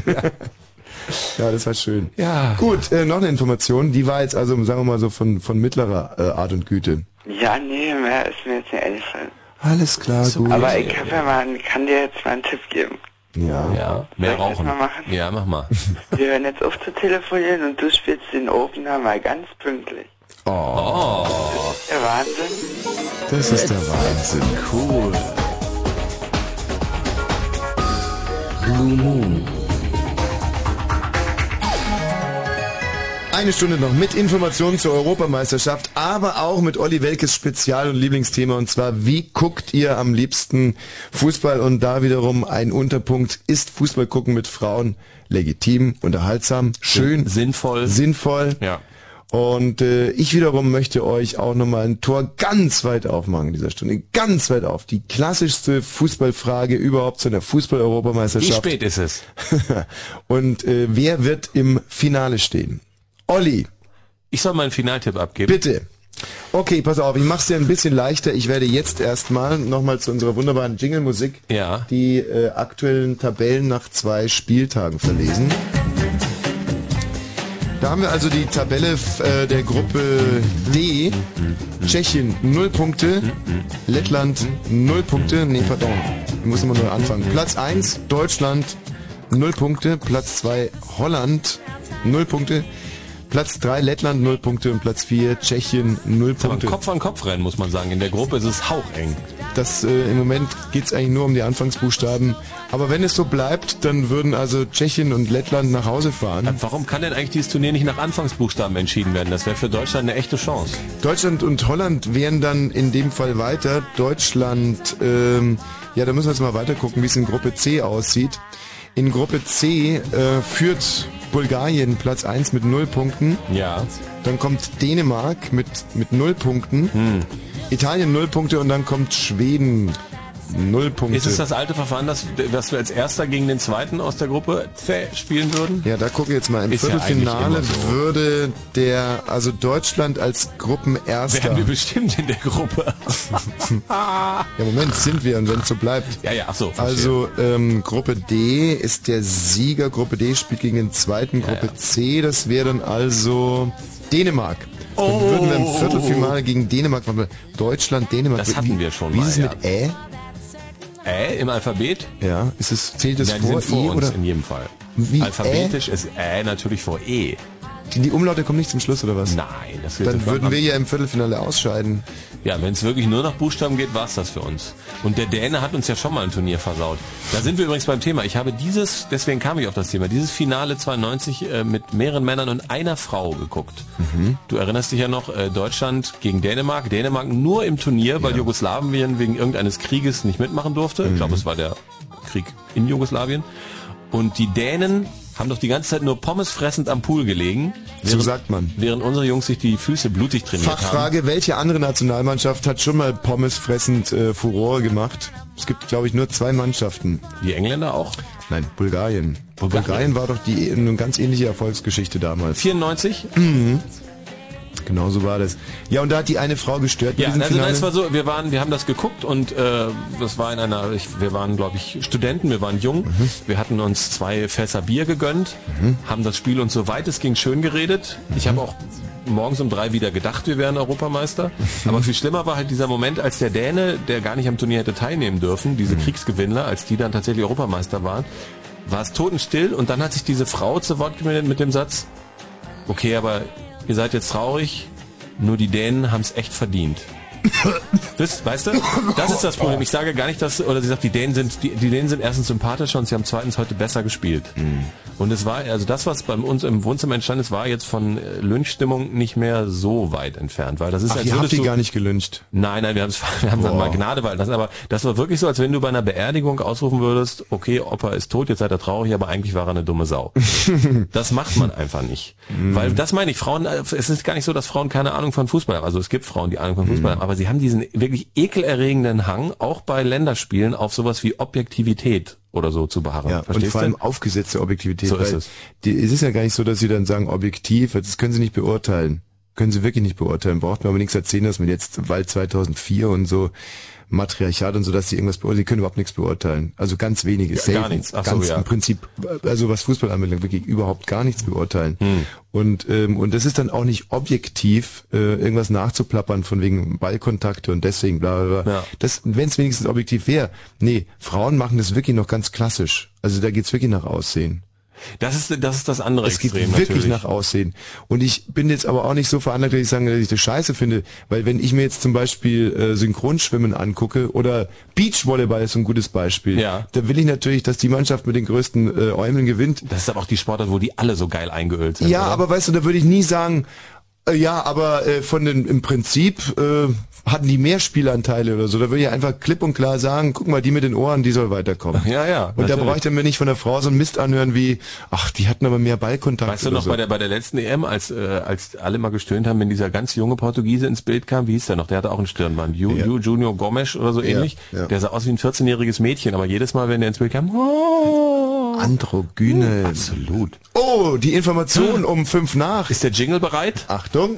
Ja, das war schön. Ja. Gut, äh, noch eine Information, die war jetzt also, sagen wir mal so, von, von mittlerer äh, Art und Güte. Ja, nee, mehr ist mir jetzt nicht eingefallen. Alles klar, So, gut. Aber ich hab ja mal, kann dir jetzt mal einen Tipp geben. Ja. Ja, mehr Soll ich das rauchen. mal machen? Ja, mach mal. Wir hören jetzt auf zu telefonieren und du spielst den Opener mal ganz pünktlich. Oh. Der Wahnsinn. Das ist der Wahnsinn. Cool. Blue Moon. Eine Stunde noch mit Informationen zur Europameisterschaft, aber auch mit Olli Welkes Spezial- und Lieblingsthema, und zwar, wie guckt ihr am liebsten Fußball? Und da wiederum ein Unterpunkt, ist Fußball gucken mit Frauen legitim, unterhaltsam, schön, sinnvoll, sinnvoll. Ja. Und äh, ich wiederum möchte euch auch nochmal ein Tor ganz weit aufmachen in dieser Stunde, ganz weit auf. Die klassischste Fußballfrage überhaupt zu einer Wie Fußball-Europameisterschaft. spät ist es? Und äh, wer wird im Finale stehen? Olli. Ich soll mal einen Finaltipp abgeben. Bitte. Okay, pass auf, ich mach's dir ein bisschen leichter. Ich werde jetzt erstmal nochmal zu unserer wunderbaren Jingle-Musik Ja. die äh, aktuellen Tabellen nach zwei Spieltagen verlesen. Da haben wir also die Tabelle äh, der Gruppe D. Tschechien null Punkte, Lettland null Punkte, nee, pardon, ich muss immer nur anfangen. Platz eins, Deutschland null Punkte, Platz zwei, Holland null Punkte, Platz drei, Lettland null Punkte und Platz vier, Tschechien null Aber Punkte. Kopf an Kopf rennen, muss man sagen. In der Gruppe ist es haucheng. Das, äh, im Moment geht's eigentlich nur um die Anfangsbuchstaben. Aber wenn es so bleibt, dann würden also Tschechien und Lettland nach Hause fahren. Warum kann denn eigentlich dieses Turnier nicht nach Anfangsbuchstaben entschieden werden? Das wäre für Deutschland eine echte Chance. Deutschland und Holland wären dann in dem Fall weiter. Deutschland, ähm, ja, da müssen wir jetzt mal weiter gucken, wie es in Gruppe C aussieht. In Gruppe C äh, führt Bulgarien Platz eins mit null Punkten. Ja. Dann kommt Dänemark mit, mit null Punkten. Hm. Italien null Punkte und dann kommt Schweden null Punkte. Ist es das alte Verfahren, dass, dass wir als Erster gegen den Zweiten aus der Gruppe C spielen würden? Ja, da gucke ich jetzt mal. Im Ist ja Viertelfinale eigentlich immer so. würde der, also Deutschland als Gruppenerster. Werden wir bestimmt in der Gruppe. Ja, Moment, sind wir, und wenn es so bleibt. Ja, ja, ach so. verstehe. Also ähm, Gruppe D ist der Sieger. Gruppe D spielt gegen den zweiten. Gruppe ja. C, das wäre dann also Dänemark. Dann Oh. würden wir im Viertelfinale gegen Dänemark, Deutschland, Dänemark. Das hatten wir schon Wie mal, ist es ja. mit Ä? Äh, im Alphabet? Ja, ist es, zählt es Ja, die vor, sind vor E uns oder? in jedem Fall. Wie Alphabetisch äh? ist Ä natürlich vor E. Die, die Umlaute kommen nicht zum Schluss, oder was? Nein. Das wird Dann würden wir ja im Viertelfinale ausscheiden. Ja, wenn es wirklich nur nach Buchstaben geht, war's das für uns. Und der Däne hat uns ja schon mal ein Turnier versaut. Da sind wir übrigens beim Thema. Ich habe dieses, deswegen kam ich auf das Thema, dieses Finale zweiundneunzig äh, mit mehreren Männern und einer Frau geguckt. Mhm. Du erinnerst dich ja noch, äh, Deutschland gegen Dänemark. Dänemark nur im Turnier, weil ja. Jugoslawien wegen irgendeines Krieges nicht mitmachen durfte. Mhm. Ich glaube, es war der Krieg in Jugoslawien. Und die Dänen haben doch die ganze Zeit nur Pommes fressend am Pool gelegen. So während, sagt man. Während unsere Jungs sich die Füße blutig trainiert Fachfrage, haben. Fachfrage, welche andere Nationalmannschaft hat schon mal Pommes fressend äh, Furore gemacht? Es gibt, glaube ich, nur zwei Mannschaften. Die Engländer auch? Nein, Bulgarien. Bulgarien, Bulgarien war doch die eine ganz ähnliche Erfolgsgeschichte damals. vierundneunzig? Mhm. Genau so war das. Ja, und da hat die eine Frau gestört. Ja, also Finale. Das war so, wir waren, wir haben das geguckt und äh, das war in einer, ich, wir waren, glaube ich, Studenten, wir waren jung, mhm. wir hatten uns zwei Fässer Bier gegönnt, mhm. haben das Spiel uns so weit es ging schön geredet. Mhm. Ich habe auch morgens um drei wieder gedacht, wir wären Europameister. Mhm. Aber viel schlimmer war halt dieser Moment, als der Däne, der gar nicht am Turnier hätte teilnehmen dürfen, diese mhm. Kriegsgewinnler, als die dann tatsächlich Europameister waren, war es totenstill und dann hat sich diese Frau zu Wort gemeldet mit dem Satz, okay, aber ihr seid jetzt traurig, nur die Dänen haben es echt verdient. Das, weißt du, das ist das Problem. Ich sage gar nicht, dass, oder sie sagt, die Dänen sind, die, die Dänen sind erstens sympathischer und sie haben zweitens heute besser gespielt. Mhm. Und es war, also das, was bei uns im Wohnzimmer entstanden ist, war jetzt von Lynchstimmung nicht mehr so weit entfernt, weil das ist, Ach, als ihr habt würdest die du, gar nicht gelyncht. Nein, nein, wir haben es, wir haben dann mal Gnade walten lassen, aber das war wirklich so, als wenn du bei einer Beerdigung ausrufen würdest, okay, Opa ist tot, jetzt seid ihr traurig, aber eigentlich war er eine dumme Sau. Das macht man einfach nicht. Mhm. Weil, das meine ich, Frauen, es ist gar nicht so, dass Frauen keine Ahnung von Fußball haben. Also es gibt Frauen, die Ahnung von Fußball mhm. haben, aber sie haben diesen wirklich ekelerregenden Hang, auch bei Länderspielen, auf sowas wie Objektivität oder so zu beharren. Ja, und vor allem aufgesetzte Objektivität. So ist es. Die, es ist ja gar nicht so, dass sie dann sagen, objektiv, das können sie nicht beurteilen. Können sie wirklich nicht beurteilen. Braucht man aber nichts erzählen, dass man jetzt Wahl zweitausendvier und so Matriarchat und so, dass sie irgendwas beurteilen. Sie können überhaupt nichts beurteilen. Also ganz wenige. Ja, gar nichts. Ach ganz so, ja. Im Prinzip, also was Fußball anbelangt, wirklich überhaupt gar nichts beurteilen. Hm. Und ähm, und das ist dann auch nicht objektiv, äh, irgendwas nachzuplappern von wegen Ballkontakte und deswegen bla bla bla. Ja. Das, wenn es wenigstens objektiv wäre. Nee, Frauen machen das wirklich noch ganz klassisch. Also da geht's wirklich nach Aussehen. Das ist das ist das andere Es geht Extrem, wirklich natürlich. nach Aussehen. Und ich bin jetzt aber auch nicht so veranlagt, dass ich sage, dass ich das scheiße finde. Weil wenn ich mir jetzt zum Beispiel äh, Synchronschwimmen angucke oder Beachvolleyball ist so ein gutes Beispiel, ja. da will ich natürlich, dass die Mannschaft mit den größten äh, Äumeln gewinnt. Das ist aber auch die Sportart, wo die alle so geil eingeölt sind. Ja, oder? aber weißt du, da würde ich nie sagen, äh, ja, aber äh, von den im Prinzip äh, hatten die mehr Spielanteile oder so. Da würde ich einfach klipp und klar sagen, guck mal, die mit den Ohren, die soll weiterkommen. Ja, ja. Und natürlich. Da brauche ich dann mir nicht von der Frau so einen Mist anhören wie, ach, die hatten aber mehr Ballkontakt. Weißt du noch, so. bei der bei der letzten E M, als äh, als alle mal gestöhnt haben, wenn dieser ganz junge Portugiese ins Bild kam, wie hieß der noch? Der hatte auch einen Stirnband. Ju, ja. Ju, Junior Gomes oder so ähnlich. Ja, ja. Der sah aus wie ein vierzehnjähriges Mädchen, aber jedes Mal, wenn der ins Bild kam, oh, Androgyne. Absolut. Oh, die Information um fünf nach. Ist der Jingle bereit? Achtung.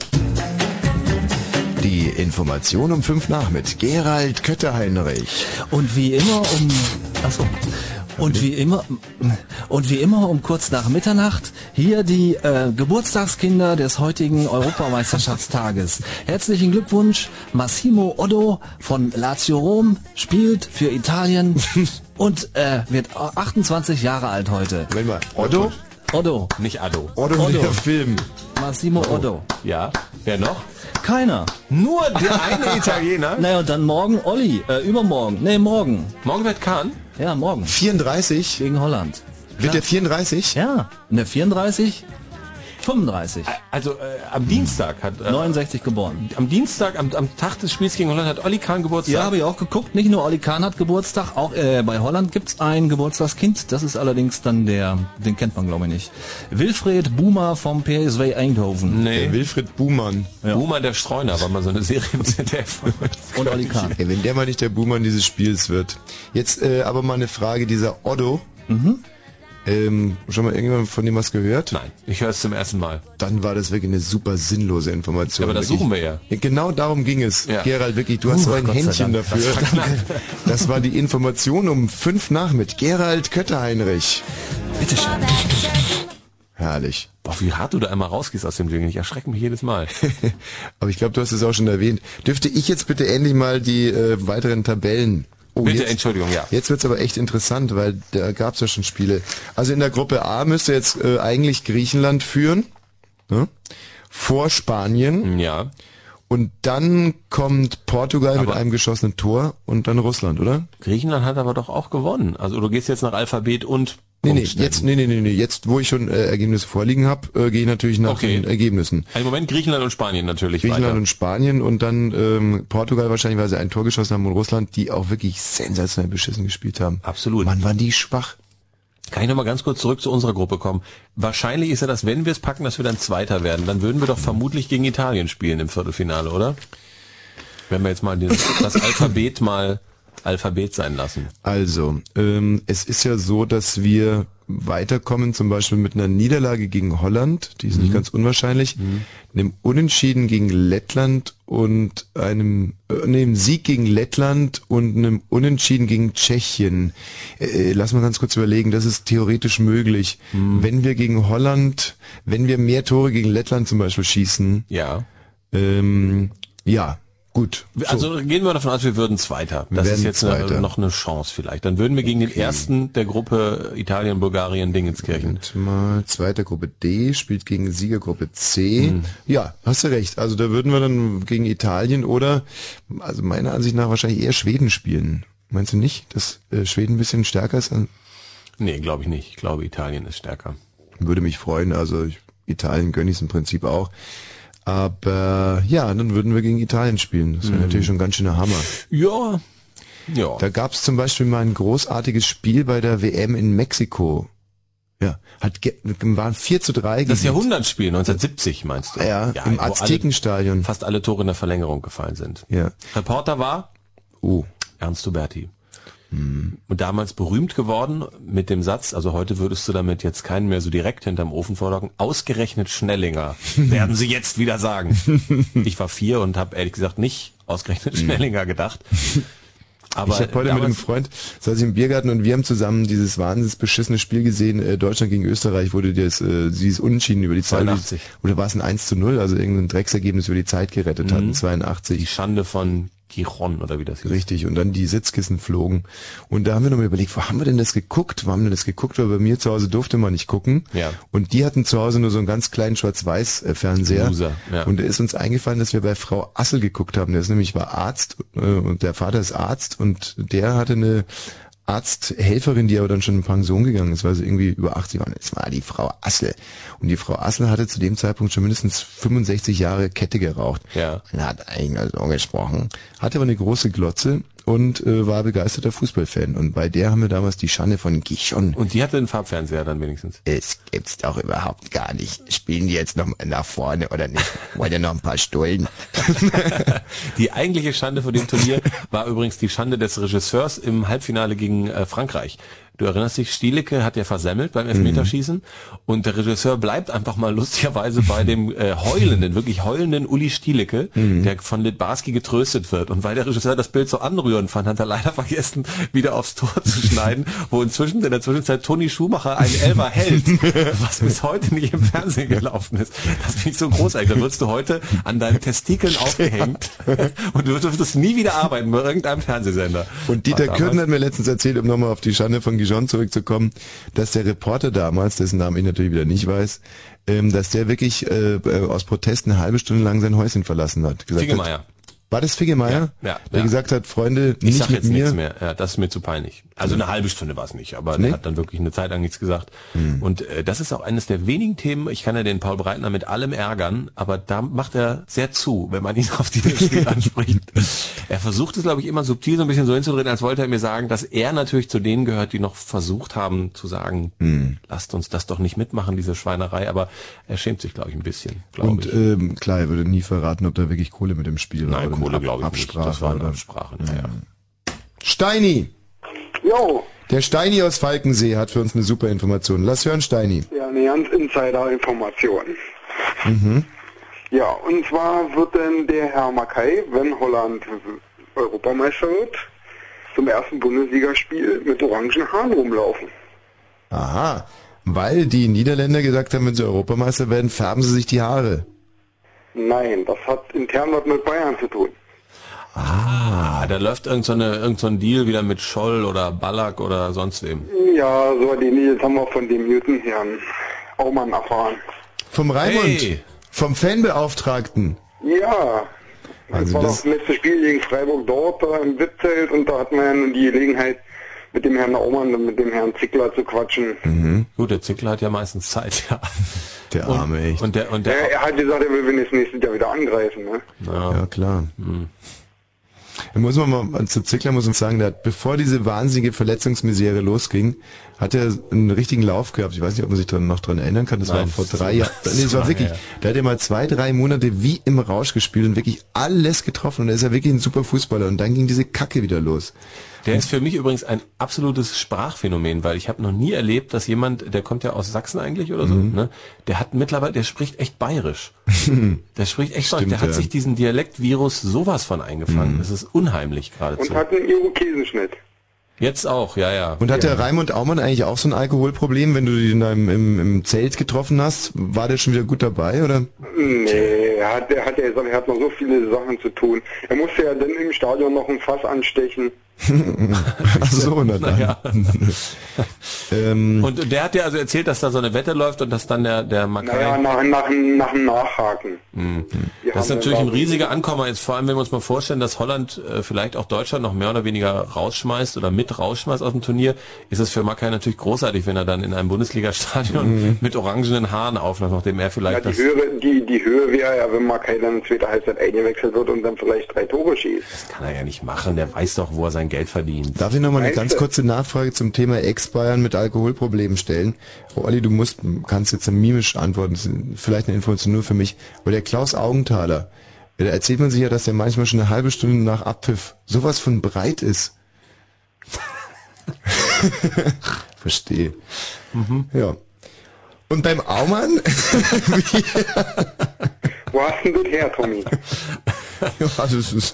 Die Information um fünf nach mit Gerald Kötter-Heinrich. Und wie immer um... Achso. Und wie immer und wie immer um kurz nach Mitternacht hier die äh, Geburtstagskinder des heutigen Europameisterschaftstages. Herzlichen Glückwunsch, Massimo Oddo von Lazio Rom spielt für Italien und äh, wird achtundzwanzig Jahre alt heute. Wenn mal Oddo? Oddo. Nicht Addo. Oddo, Oddo. Der Film. Massimo oh. Oddo. Ja. Wer noch? Keiner. Nur der eine Italiener? Naja, und dann morgen Olli. Äh, übermorgen. Nee, morgen. Morgen wird Kahn? Ja, morgen. vierunddreißig? Gegen Holland. Wird der vierunddreißig? Ja. Ne, vierunddreißig? fünfunddreißig. Also äh, am Dienstag hat... Äh, neunundsechzig geboren. Am Dienstag, am, am Tag des Spiels gegen Holland hat Olli Kahn Geburtstag. Ja, habe ich auch geguckt. Nicht nur Olli Kahn hat Geburtstag, auch äh, bei Holland gibt's ein Geburtstagskind. Das ist allerdings dann der, den kennt man glaube ich nicht. Wilfried Buhmer vom P S V Eindhoven. Nee. Der Wilfried Buhmann. Ja. Buhmann der Streuner, war mal so eine Serie im Z D F. Und Olli Kahn. Hey, wenn der mal nicht der Buhmann dieses Spiels wird. Jetzt äh, aber mal eine Frage, dieser Oddo. Mhm. Ähm, schon mal irgendjemand von dem was gehört? Nein, ich höre es zum ersten Mal. Dann war das wirklich eine super sinnlose Information. Ja, aber das wirklich. suchen wir ja. ja. Genau darum ging es. Ja. Gerald, wirklich, du uh, hast so ein Gott Händchen dafür. Das, das war die Information um fünf nach mit Gerald Kötter-Heinrich. Bitteschön. Herrlich. Boah, wie hart du da einmal rausgehst aus dem Jingle. Ich erschrecke mich jedes Mal. Aber ich glaube, du hast es auch schon erwähnt. Dürfte ich jetzt bitte endlich mal die äh, weiteren Tabellen Oh, Bitte, jetzt, Entschuldigung, ja. Jetzt wird's aber echt interessant, weil da gab's ja schon Spiele. Also in der Gruppe A müsste jetzt äh, eigentlich Griechenland führen, ne? Vor Spanien. Ja. Und dann kommt Portugal aber mit einem geschossenen Tor und dann Russland, oder? Griechenland hat aber doch auch gewonnen. Also du gehst jetzt nach Alphabet und Nee, nee, jetzt, nee, nee, nee, nee, jetzt, wo ich schon äh, Ergebnisse vorliegen habe, äh, gehe ich natürlich nach okay. den Ergebnissen. Im Moment Griechenland und Spanien natürlich Griechenland weiter. und Spanien und dann ähm, Portugal wahrscheinlich, weil sie ein Tor geschossen haben und Russland, die auch wirklich sensationell beschissen gespielt haben. Absolut. Mann, waren die schwach. Kann ich nochmal ganz kurz zurück zu unserer Gruppe kommen? Wahrscheinlich ist ja das, wenn wir es packen, dass wir dann Zweiter werden. Dann würden wir doch vermutlich gegen Italien spielen im Viertelfinale, oder? Wenn wir jetzt mal den, das Alphabet mal Alphabet sein lassen. Also, ähm, es ist ja so, dass wir weiterkommen, zum Beispiel mit einer Niederlage gegen Holland, die ist mhm. nicht ganz unwahrscheinlich, mhm. einem Unentschieden gegen Lettland und einem, äh, nee, einem Sieg gegen Lettland und einem Unentschieden gegen Tschechien. Äh, lass mal ganz kurz überlegen, das ist theoretisch möglich. Mhm. Wenn wir gegen Holland, wenn wir mehr Tore gegen Lettland zum Beispiel schießen, ja, ähm, ja, gut. Also so. Gehen wir davon aus, wir würden Zweiter. Das ist jetzt eine, noch eine Chance vielleicht. Dann würden wir gegen okay. den ersten der Gruppe Italien, Bulgarien, Dingenskirchen. Mal zweiter Gruppe D spielt gegen Siegergruppe C. Hm. Ja, hast du recht. Also da würden wir dann gegen Italien oder, also meiner Ansicht nach wahrscheinlich eher Schweden spielen. Meinst du nicht, dass äh, Schweden ein bisschen stärker ist? Nee, glaube ich nicht. Ich glaube, Italien ist stärker. Würde mich freuen. Also ich, Italien gönne ich es im Prinzip auch. Aber ja, dann würden wir gegen Italien spielen. Das wäre mhm. natürlich schon ein ganz schöner Hammer. Ja. Ja. Da gab es zum Beispiel mal ein großartiges Spiel bei der W M in Mexiko. Ja, hat waren vier zu drei. Das Jahrhundertspiel neunzehnhundertsiebzig meinst du? Ja, ja im Aztekenstadion. Alle, fast alle Tore in der Verlängerung gefallen sind. Ja. Reporter war oh. Ernst Huberti. Und damals berühmt geworden mit dem Satz, also heute würdest du damit jetzt keinen mehr so direkt hinterm Ofen vorlocken, ausgerechnet Schnellinger, werden sie jetzt wieder sagen. Ich war vier und habe ehrlich gesagt nicht ausgerechnet Schnellinger gedacht. Aber ich habe heute mit einem Freund, saß ich im Biergarten und wir haben zusammen dieses wahnsinnig beschissene Spiel gesehen, äh, Deutschland gegen Österreich, wurde das, äh, dieses Unentschieden über die Zeit, zweiundachtzig. Oder war es ein eins zu null, also irgendein Drecksergebnis über die Zeit gerettet mhm. hatten, zweiundachtzig. Die Schande von Giron oder wie das hieß. Richtig, und dann die Sitzkissen flogen. Und da haben wir nochmal überlegt, wo haben wir denn das geguckt? Wo haben wir denn das geguckt? Weil bei mir zu Hause durfte man nicht gucken. Ja. Und die hatten zu Hause nur so einen ganz kleinen Schwarz-Weiß-Fernseher. Loser, ja. Und da ist uns eingefallen, dass wir bei Frau Assel geguckt haben. Der ist nämlich war Arzt äh, und der Vater ist Arzt und der hatte eine Arzthelferin, die aber dann schon in Pension gegangen ist, weil sie irgendwie über achtzig war. Das war die Frau Assel. Und die Frau Assel hatte zu dem Zeitpunkt schon mindestens fünfundsechzig Jahre Kette geraucht. Ja. Und hat eigentlich so gesprochen. Hatte aber eine große Glotze und äh, war begeisterter Fußballfan. Und bei der haben wir damals die Schande von Gijon. Und die hatte einen Farbfernseher dann wenigstens? Es gibt's doch überhaupt gar nicht. Spielen die jetzt noch nach vorne oder nicht? Wollt ihr noch ein paar Stullen? Die eigentliche Schande von dem Turnier war übrigens die Schande des Regisseurs im Halbfinale gegen äh, Frankreich. Du erinnerst dich, Stielecke hat ja versemmelt beim Elfmeterschießen mhm. und der Regisseur bleibt einfach mal lustigerweise bei dem äh, heulenden, wirklich heulenden Uli Stielecke, mhm. der von Litbarski getröstet wird. Und weil der Regisseur das Bild so anrührend fand, hat er leider vergessen, wieder aufs Tor zu schneiden, wo inzwischen in der Zwischenzeit Toni Schumacher einen Elfer hält, was bis heute nicht im Fernsehen gelaufen ist. Das finde ich so großartig. Da würdest du heute an deinen Testikeln aufgehängt und du würdest nie wieder arbeiten bei irgendeinem Fernsehsender. Und Dieter Kürten hat mir letztens erzählt, um nochmal auf die Schande von Gijon zurückzukommen, dass der Reporter damals, dessen Namen ich natürlich wieder nicht weiß, ähm, dass der wirklich äh, aus Protest eine halbe Stunde lang sein Häuschen verlassen hat. Figgemeier. Hat, war das Figgemeier? Ja, ja, der ja. gesagt hat, Freunde, ich nicht sag mit jetzt mir. nichts mehr. Ja, das ist mir zu peinlich. Also eine halbe Stunde war es nicht, aber nee? der hat dann wirklich eine Zeit lang nichts gesagt. Hm. Und äh, das ist auch eines der wenigen Themen, ich kann ja den Paul Breitner mit allem ärgern, aber da macht er sehr zu, wenn man ihn auf dieses Spiel anspricht. Er versucht es, glaube ich, immer subtil so ein bisschen so hinzudrehen, als wollte er mir sagen, dass er natürlich zu denen gehört, die noch versucht haben zu sagen, hm. lasst uns das doch nicht mitmachen, diese Schweinerei, aber er schämt sich, glaube ich, ein bisschen. Und ich. Ähm, klar, er würde nie verraten, ob da wirklich Kohle mit dem Spiel war. Nein, Kohle glaube ich Absprache nicht. Das war eine oder? Absprache. Ja. Steini! Jo. Der Steini aus Falkensee hat für uns eine super Information. Lass hören, Steini. Ja, eine ganz Insider-Information. Mhm. Ja, und zwar wird denn der Herr Mackay, wenn Holland Europameister wird, zum ersten Bundesligaspiel mit orangen Haaren rumlaufen. Aha, weil die Niederländer gesagt haben, wenn sie Europameister werden, färben sie sich die Haare. Nein, das hat intern was mit Bayern zu tun. Ah, da läuft irgend so, eine, irgend so ein Deal wieder mit Scholl oder Ballack oder sonst wem. Ja, so die Deals haben wir von dem guten Herrn Aumann erfahren. Vom Raimund? Hey. Vom Fanbeauftragten? Ja. Das Also war das das letzte Spiel gegen Freiburg dort da im W I P-Zelt und da hatten wir ja nun die Gelegenheit, mit dem Herrn Aumann und mit dem Herrn Zickler zu quatschen. Mhm. Gut, der Zickler hat ja meistens Zeit, ja. Der Arme, und, echt. Und der, und der, er, er hat gesagt, er will wenigstens nächstes Jahr wieder angreifen, ne? Ja, ja klar. Hm. Da muss man mal, zu Zickler muss man sagen, der hat, bevor diese wahnsinnige Verletzungsmisere losging, hat er einen richtigen Lauf gehabt. Ich weiß nicht, ob man sich dran, noch dran erinnern kann. Das Nein, war vor das drei ist- Jahren. das Nee, das ist war lange wirklich, her. da hat er mal zwei, drei Monate wie im Rausch gespielt und wirklich alles getroffen. Und er ist ja wirklich ein super Fußballer. Und dann ging diese Kacke wieder los. Der ist für mich übrigens ein absolutes Sprachphänomen, weil ich habe noch nie erlebt, dass jemand, der kommt ja aus Sachsen eigentlich oder so, Mhm. ne? Der hat mittlerweile, der spricht echt bayerisch. Der spricht echt bayerisch. Stimmt, Der hat ja. sich diesen Dialektvirus sowas von eingefangen. Mhm. Das ist unheimlich geradezu. Und hat einen Irokesenschnitt. Jetzt auch, ja, ja. Und hat ja. der Raimund Aumann eigentlich auch so ein Alkoholproblem, wenn du ihn da im, im, im Zelt getroffen hast? War der schon wieder gut dabei, oder? Nee, er hat, er hat ja gesagt, er hat noch so viele Sachen zu tun. Er musste ja dann im Stadion noch ein Fass anstechen. Ach so, na dann. Naja. ähm, Und der hat dir also erzählt, dass da so eine Wette läuft und dass dann der, der Makai... Naja, nach, nach, nach dem Nachhaken. Mhm. Wir Das ist haben natürlich ja ein da- riesiger Ankommer, jetzt vor allem, wenn wir uns mal vorstellen, dass Holland äh, vielleicht auch Deutschland noch mehr oder weniger rausschmeißt oder mit rausschmeißt aus dem Turnier, ist es für Makai natürlich großartig, wenn er dann in einem Bundesliga-Stadion Mhm. mit orangenen Haaren aufläuft, nachdem er Ja, vielleicht die das... Höhe, die, die Höhe wäre ja, wenn Makai dann in zweiter Halbzeit eingewechselt wird und dann vielleicht drei Tore schießt. Das kann er ja nicht machen, der weiß doch, wo er sein Geld verdient. Darf ich noch mal eine Meinst ganz du? kurze Nachfrage zum Thema Ex-Bayern mit Alkoholproblemen stellen? Oh, Olli, du musst, kannst jetzt mimisch antworten, das ist vielleicht eine Information nur für mich. Aber der Klaus Augenthaler, da erzählt man sich ja, dass der manchmal schon eine halbe Stunde nach Abpfiff sowas von breit ist. Verstehe. Mhm. Ja. Und beim Aumann? Wo hast denn das her, Tommy? Ja, das ist,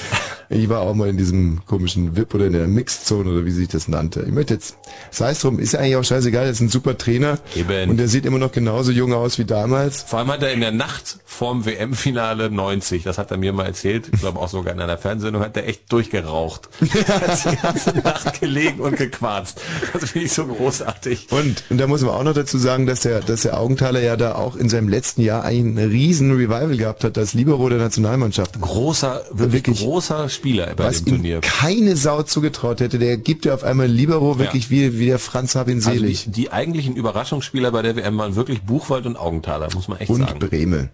ich war auch mal in diesem komischen V I P oder in der Mixzone oder wie sich das nannte. Ich möchte jetzt, sei es drum, ist ja eigentlich auch scheißegal, er ist ein super Trainer. Eben. Und der sieht immer noch genauso jung aus wie damals. Vor allem hat er in der Nacht vorm W M-Finale neunzig, das hat er mir mal erzählt, ich glaube auch sogar in einer Fernsehsendung, hat er echt durchgeraucht. Er hat die ganze Nacht gelegen und gequarzt. Das finde ich so großartig. Und, und da muss man auch noch dazu sagen, dass der, dass der Augenthaler ja da auch in seinem letzten Jahr einen riesen Revival gehabt hat, als Libero der Nationalmannschaft. Großer, wirklich, Wirklich großer Spieler bei Was dem ihm Turnier. keine Sau zugetraut hätte, der gibt ja auf einmal Libero wirklich Ja. wie, wie der Franz Habin Also Selig. die, die eigentlichen Überraschungsspieler bei der W M waren wirklich Buchwald und Augenthaler, muss man echt Und sagen. Breme.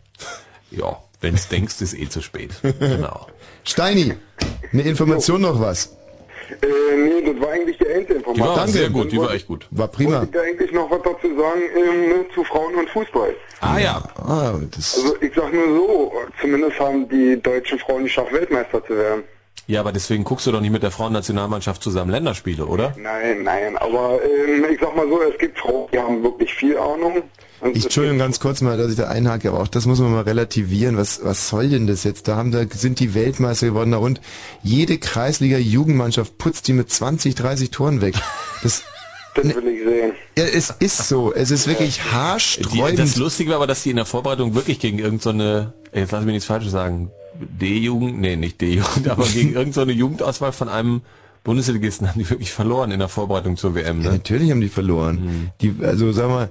Ja, wenn's denkst, ist eh zu spät. Genau. Steini, eine Information noch was? Äh, nee, das war eigentlich die Endinformation. Die war Danke. sehr gut, die war echt gut. War prima. Wollte ich da eigentlich noch was dazu sagen ähm, ne, zu Frauen und Fußball? Ah ja. Ah, das, Also ich sag nur so, zumindest haben die deutschen Frauen geschafft, Weltmeister zu werden. Ja, aber deswegen guckst du doch nicht mit der Frauennationalmannschaft zusammen Länderspiele, oder? Nein, nein, aber ähm, ich sag mal so, es gibt Frauen, die haben wirklich viel Ahnung. Und ich, Entschuldigung, ganz kurz mal, dass ich da einhake, aber auch das muss man mal relativieren. Was, was soll denn das jetzt? Da haben, da sind die Weltmeister geworden, da und jede Kreisliga-Jugendmannschaft putzt die mit zwanzig, dreißig Toren weg. Das, das will ich sehen. ja, es ist so. Es ist wirklich Die, haarsträubend. das Lustige war aber, dass die in der Vorbereitung wirklich gegen irgendeine, so jetzt lass mich nichts Falsches sagen, D-Jugend, nee, nicht D-Jugend, aber gegen irgendeine so eine Jugendauswahl von einem Bundesligisten haben die wirklich verloren in der Vorbereitung zur W M, Ja, ne? natürlich haben die verloren. Die, also sag mal,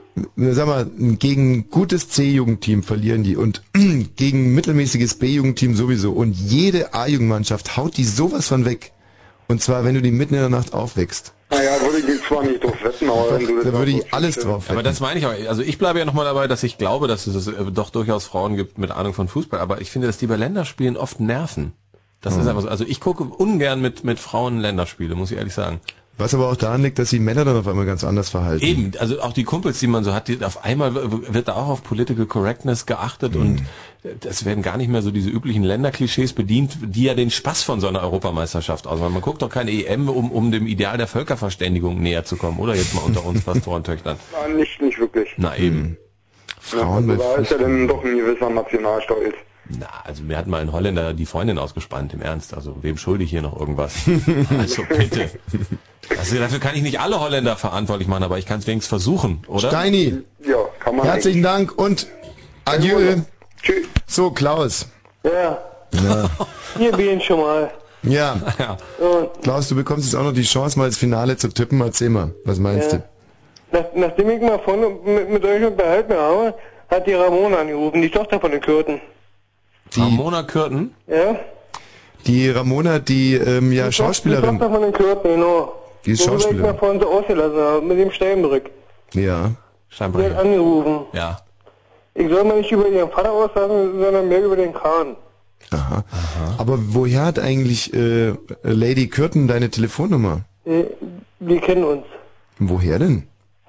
sag mal, gegen gutes C-Jugendteam verlieren die und gegen mittelmäßiges B-Jugendteam sowieso. Und jede A-Jugendmannschaft haut die sowas von weg. Und zwar, wenn du die mitten in der Nacht aufwächst. Naja, würde ich jetzt zwar nicht drauf wetten, aber wenn du das Da würde auch ich alles drauf Aber wetten. das meine ich auch. Also ich bleibe ja nochmal dabei, dass ich glaube, dass es äh, doch durchaus Frauen gibt mit Ahnung von Fußball. Aber ich finde, dass die bei Länderspielen oft nerven. Das Mhm. ist einfach so. Also ich gucke ungern mit, mit Frauen Länderspiele, muss ich ehrlich sagen. Was aber auch daran liegt, dass die Männer dann auf einmal ganz anders verhalten. Eben, also auch die Kumpels, die man so hat, die, auf einmal wird da auch auf Political Correctness geachtet und es werden gar nicht mehr so diese üblichen Länderklischees bedient, die ja den Spaß von so einer Europameisterschaft ausmachen. Man guckt doch keine E M, um, um dem Ideal der Völkerverständigung näher zu kommen, oder? Jetzt mal unter uns Pastoren und Töchtern. Na, nicht, nicht wirklich. Na eben. Frauen Ja, bei also da ist ja Fußball. dann doch ein gewisser Nationalstolz. Na, also mir hat mal ein Holländer die Freundin ausgespannt, im Ernst. Also wem schulde ich hier noch irgendwas? Also bitte. Also dafür kann ich nicht alle Holländer verantwortlich machen, aber ich kann es wenigstens versuchen, oder? Steini, Ja, kann man herzlichen Dank und adieu. Tschüss. So, Klaus. Ja. Ja. Hier bin ich schon mal. Ja. ja. Klaus, du bekommst jetzt auch noch die Chance, mal das Finale zu tippen. Erzähl mal, was meinst Ja. du? Nach, nachdem ich mal vorne mit, mit euch unterhalten habe, hat die Ramona angerufen, die Tochter von den Kürten. Die, Ramona Kürten? Ja? Die Ramona, die ähm, ja Die Schauspielerin. Tochter von den Kürten, genau. Die ist Wo wir Schauspielerin. mal vorhin so ausgelassen haben, mit dem Steinbrück. Ja. Die hat angerufen. Ja. Ich soll mal nicht über ihren Vater auslassen, sondern mehr über den Kahn. Aha. Aber woher hat eigentlich äh, Lady Kürten deine Telefonnummer? Äh, Wir kennen uns. Woher denn?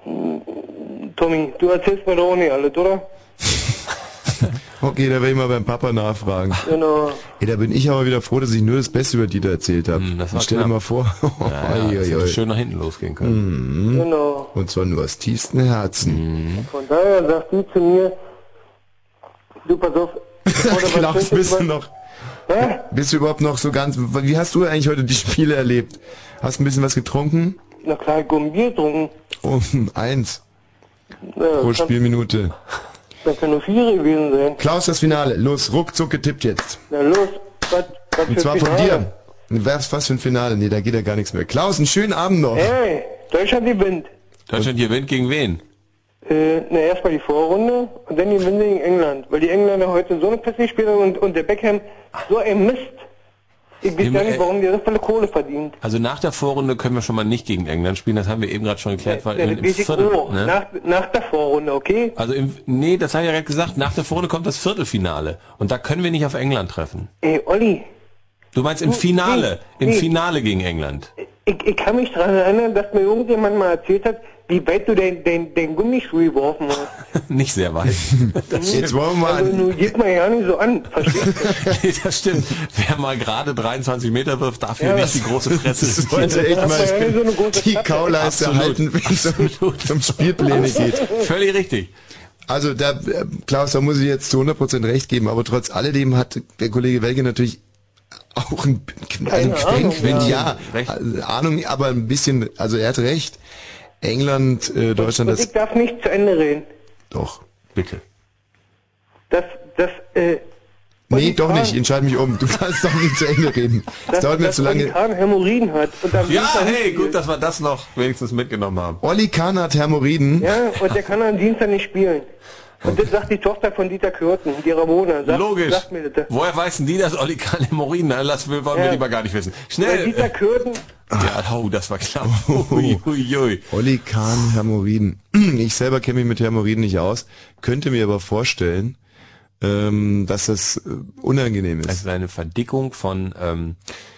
Tommy, du erzählst mir doch auch nicht alles, oder? Okay, da werde ich mal beim Papa nachfragen. Genau. Ey, da bin ich aber wieder froh, dass ich nur das Beste über Dieter erzählt habe. das war Stell dir knapp. mal vor. Ja, ja, das hätte schön nach hinten losgehen können. Mhm. Genau. Und zwar nur aus tiefstem Herzen. Von daher sagt die zu mir, du pass auf. Klaus, bist du noch? Hä? Bist du überhaupt noch so ganz... Wie hast du eigentlich heute die Spiele erlebt? Hast du ein bisschen was getrunken? Na klar, ich hab ein Bier getrunken. Oh, eins Ja, pro kann- Spielminute. Das kann nur vier gewesen sein. Klaus, das Finale. Los, ruckzuck getippt jetzt. Na los, was, was Und für zwar Finale? von dir. Was, was für ein Finale? Nee, da geht ja gar nichts mehr. Klaus, einen schönen Abend noch. Hey, Deutschland gewinnt. Deutschland gewinnt gegen wen? Äh, na erstmal die Vorrunde und dann gewinnen sie gegen England. Weil die Engländer heute so eine Pisse gespielt haben und, und der Beckham so ein Mist. Ich weiß Im- gar nicht, äh, warum der so viele Kohle verdient. Also nach der Vorrunde können wir schon mal nicht gegen England spielen, das haben wir eben gerade schon geklärt, weil Ja, im, das im weiß ich Viertel, auch. ne? nach, nach der Vorrunde, okay? Also im, nee, das habe ich ja gerade gesagt, nach der Vorrunde kommt das Viertelfinale und da können wir nicht auf England treffen. Ey, Olli. Du meinst im Du, Finale, nee, im nee. Finale gegen England. Ich, ich kann mich daran erinnern, dass mir irgendjemand mal erzählt hat, wie weit du den, den, den Gummischuh geworfen hast. Nicht sehr weit. Das Jetzt wollen wir mal... Also nun geht man ja nicht so an, verstehst du? Nee, das stimmt. Wer mal gerade dreiundzwanzig Meter wirft, darf hier Ja, nicht die große Fresse Das riskieren. sollte echt Das war ja mal so eine große die Klappe. Kauleiste Absolut. halten, wenn es um, um Spielpläne geht. Völlig richtig. Also da, äh, Klaus, da muss ich jetzt zu hundert Prozent recht geben, aber trotz alledem hat der Kollege Welke natürlich auch ein, also ein Keine Ahnung, Quäntchen, ja. ja, also Ahnung, aber ein bisschen, also er hat recht. England, äh, Deutschland, Und das ich darf nicht zu Ende reden. doch. Bitte. Das, das, äh, Nee, doch nicht, ich entscheide mich um. Du kannst doch nicht zu Ende reden. Das dass, dauert mir dass zu lange. Olli Kahn Hämorrhoiden hat. Und am Ja, Dienstag nicht hey, spielt. gut, dass wir das noch wenigstens mitgenommen haben. Olli Kahn hat Hämorrhoiden. Ja, und der kann am Dienstag nicht spielen. Und das sagt die Tochter von Dieter Kürten, die Ramona. Sagt, Logisch. Sagt mir das. Woher weißen die, dass Olli Kahn Hämorrhoiden hat? Das wollen wir Ja. lieber gar nicht wissen. Weil Schnell. Dieter Kürten, Ja, oh, das war klar. Ui, ui, ui. Olli Kahn, Hämorrhoiden. Ich selber kenne mich mit Hämorrhoiden nicht aus, könnte mir aber vorstellen, ähm, dass das äh, unangenehm ist. Es ist eine Verdickung von ähm,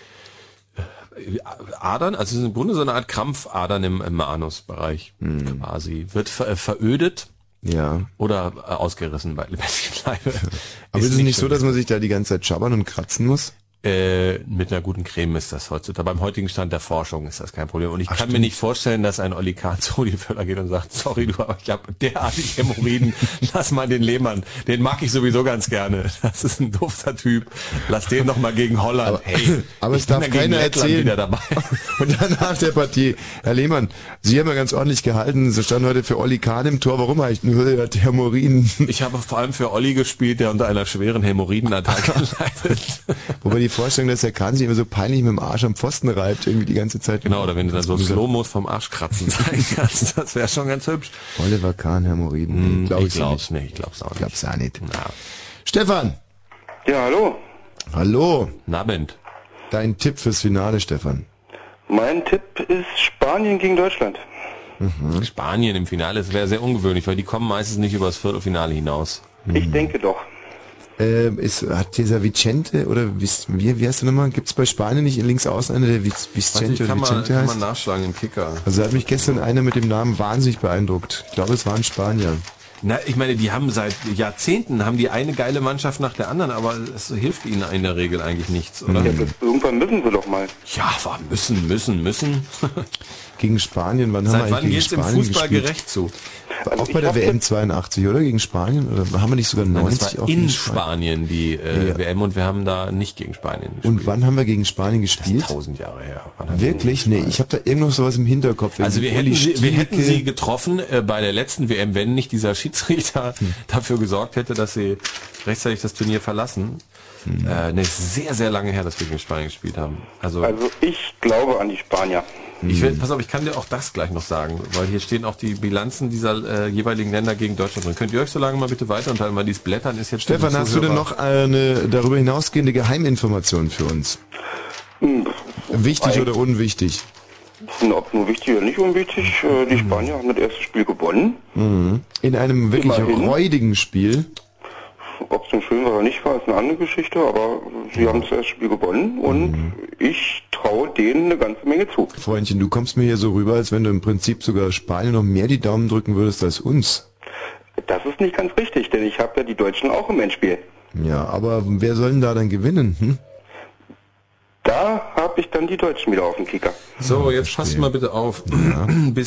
Adern, also es ist im Grunde so eine Art Krampfadern im, im Anusbereich Hm. quasi. Wird ver, äh, verödet Ja. oder äh, ausgerissen bei lebendigem Leibe. Aber ist es nicht so, schön. dass man sich da die ganze Zeit schabbern und kratzen muss? Äh, mit einer guten Creme ist das heutzutage. Beim heutigen Stand der Forschung ist das kein Problem. Und ich Ach, kann mir stimmt. nicht vorstellen, dass ein Olli Kahn zu Rudi Völler geht und sagt, sorry, du, aber ich habe derartig Hämorrhoiden, lass mal den Lehmann. Den mag ich sowieso ganz gerne. Das ist ein dufter Typ. Lass den noch mal gegen Holland. Aber, hey, aber ich es bin darf da gegen keiner Lettland erzählen. wieder dabei. Und dann nach der Partie, Herr Lehmann, Sie haben ja ganz ordentlich gehalten. Sie standen heute für Olli Kahn im Tor. Warum eigentlich? Nur er hat Hämorrhoiden. Ich habe vor allem für Olli gespielt, der unter einer schweren Hämorrhoidenattacke leidet. Wobei die Vorstellung, dass der Kahn sich immer so peinlich mit dem Arsch am Pfosten reibt, irgendwie die ganze Zeit. Genau, oder wenn du dann so Slow-Mos vom Arsch kratzen zeigen kannst, das wäre schon ganz hübsch. Oliver Kahn, Hämorrhoiden. Hm, Glaub ich glaub's nicht, ich glaub's auch nicht. Glaub's auch nicht. Na. Stefan. Ja, hallo. Hallo. Nabend. Dein Tipp fürs Finale, Stefan. Mein Tipp ist Spanien gegen Deutschland. Mhm. Spanien im Finale, das wäre sehr ungewöhnlich, weil die kommen meistens nicht übers Viertelfinale hinaus. Ich denke doch. Äh, ist, hat dieser Vicente, oder wie, wie, wie heißt der nochmal? Gibt's bei Spanien nicht links außen einer, der Vic- Vicente oder kann, man, Vicente kann heißt? man nachschlagen im Kicker. Also hat mich gestern einer mit dem Namen wahnsinnig beeindruckt. Ich glaube, es war ein Spanier. Na, ich meine, die haben seit Jahrzehnten, haben die eine geile Mannschaft nach der anderen, aber es hilft ihnen in der Regel eigentlich nichts, oder? Ja, irgendwann müssen sie doch mal. Ja, war müssen, müssen, müssen. Gegen Spanien, wann haben Seit wir wann eigentlich geht's gegen im Spanien Fußball gespielt? gerecht zu? Also Auch ich bei der hab W M jetzt- zweiundachtzig, oder? Gegen Spanien? Oder haben wir nicht sogar Nein, neunzig das war auch in gegen Spanien die äh, Ja. W M und wir haben da nicht gegen Spanien gespielt. Und wann haben wir gegen Spanien Das gespielt? ist tausend Jahre her. Wann haben wir Wirklich? gegen Nee, ich habe da irgendwo sowas im Hinterkopf. Also wir Uli hätten, sie, wir hätten Stielke. sie getroffen äh, bei der letzten W M, wenn nicht dieser Schiedsrichter hm. dafür gesorgt hätte, dass sie rechtzeitig das Turnier verlassen. Hm. Äh, ne, ist sehr, sehr lange her, dass wir gegen Spanien gespielt haben. Also, also ich glaube an die Spanier. Ich will, pass auf, ich kann dir auch das gleich noch sagen, weil hier stehen auch die Bilanzen dieser äh, jeweiligen Länder gegen Deutschland drin. Könnt ihr euch so lange mal bitte weiter unterhalten, weil dieses Blättern ist jetzt... Stefan, hast du denn noch eine darüber hinausgehende Geheiminformation für uns? Hm. Wichtig oder unwichtig? Ob nur wichtig oder nicht unwichtig, die Spanier haben das erste Spiel gewonnen. Mhm. In einem wirklich Immerhin. räudigen Spiel. Ob es denn schön war oder nicht, war ist eine andere Geschichte, aber sie haben das erste Spiel gewonnen und mhm. ich traue denen eine ganze Menge zu. Freundchen, du kommst mir hier so rüber, als wenn du im Prinzip sogar Spanien noch mehr die Daumen drücken würdest als uns. Das ist nicht ganz richtig, denn ich habe ja die Deutschen auch im Endspiel. Ja, aber wer soll denn da dann gewinnen? Hm? Da habe ich dann die Deutschen wieder auf dem Kicker. So, jetzt passt mal bitte auf. Ja.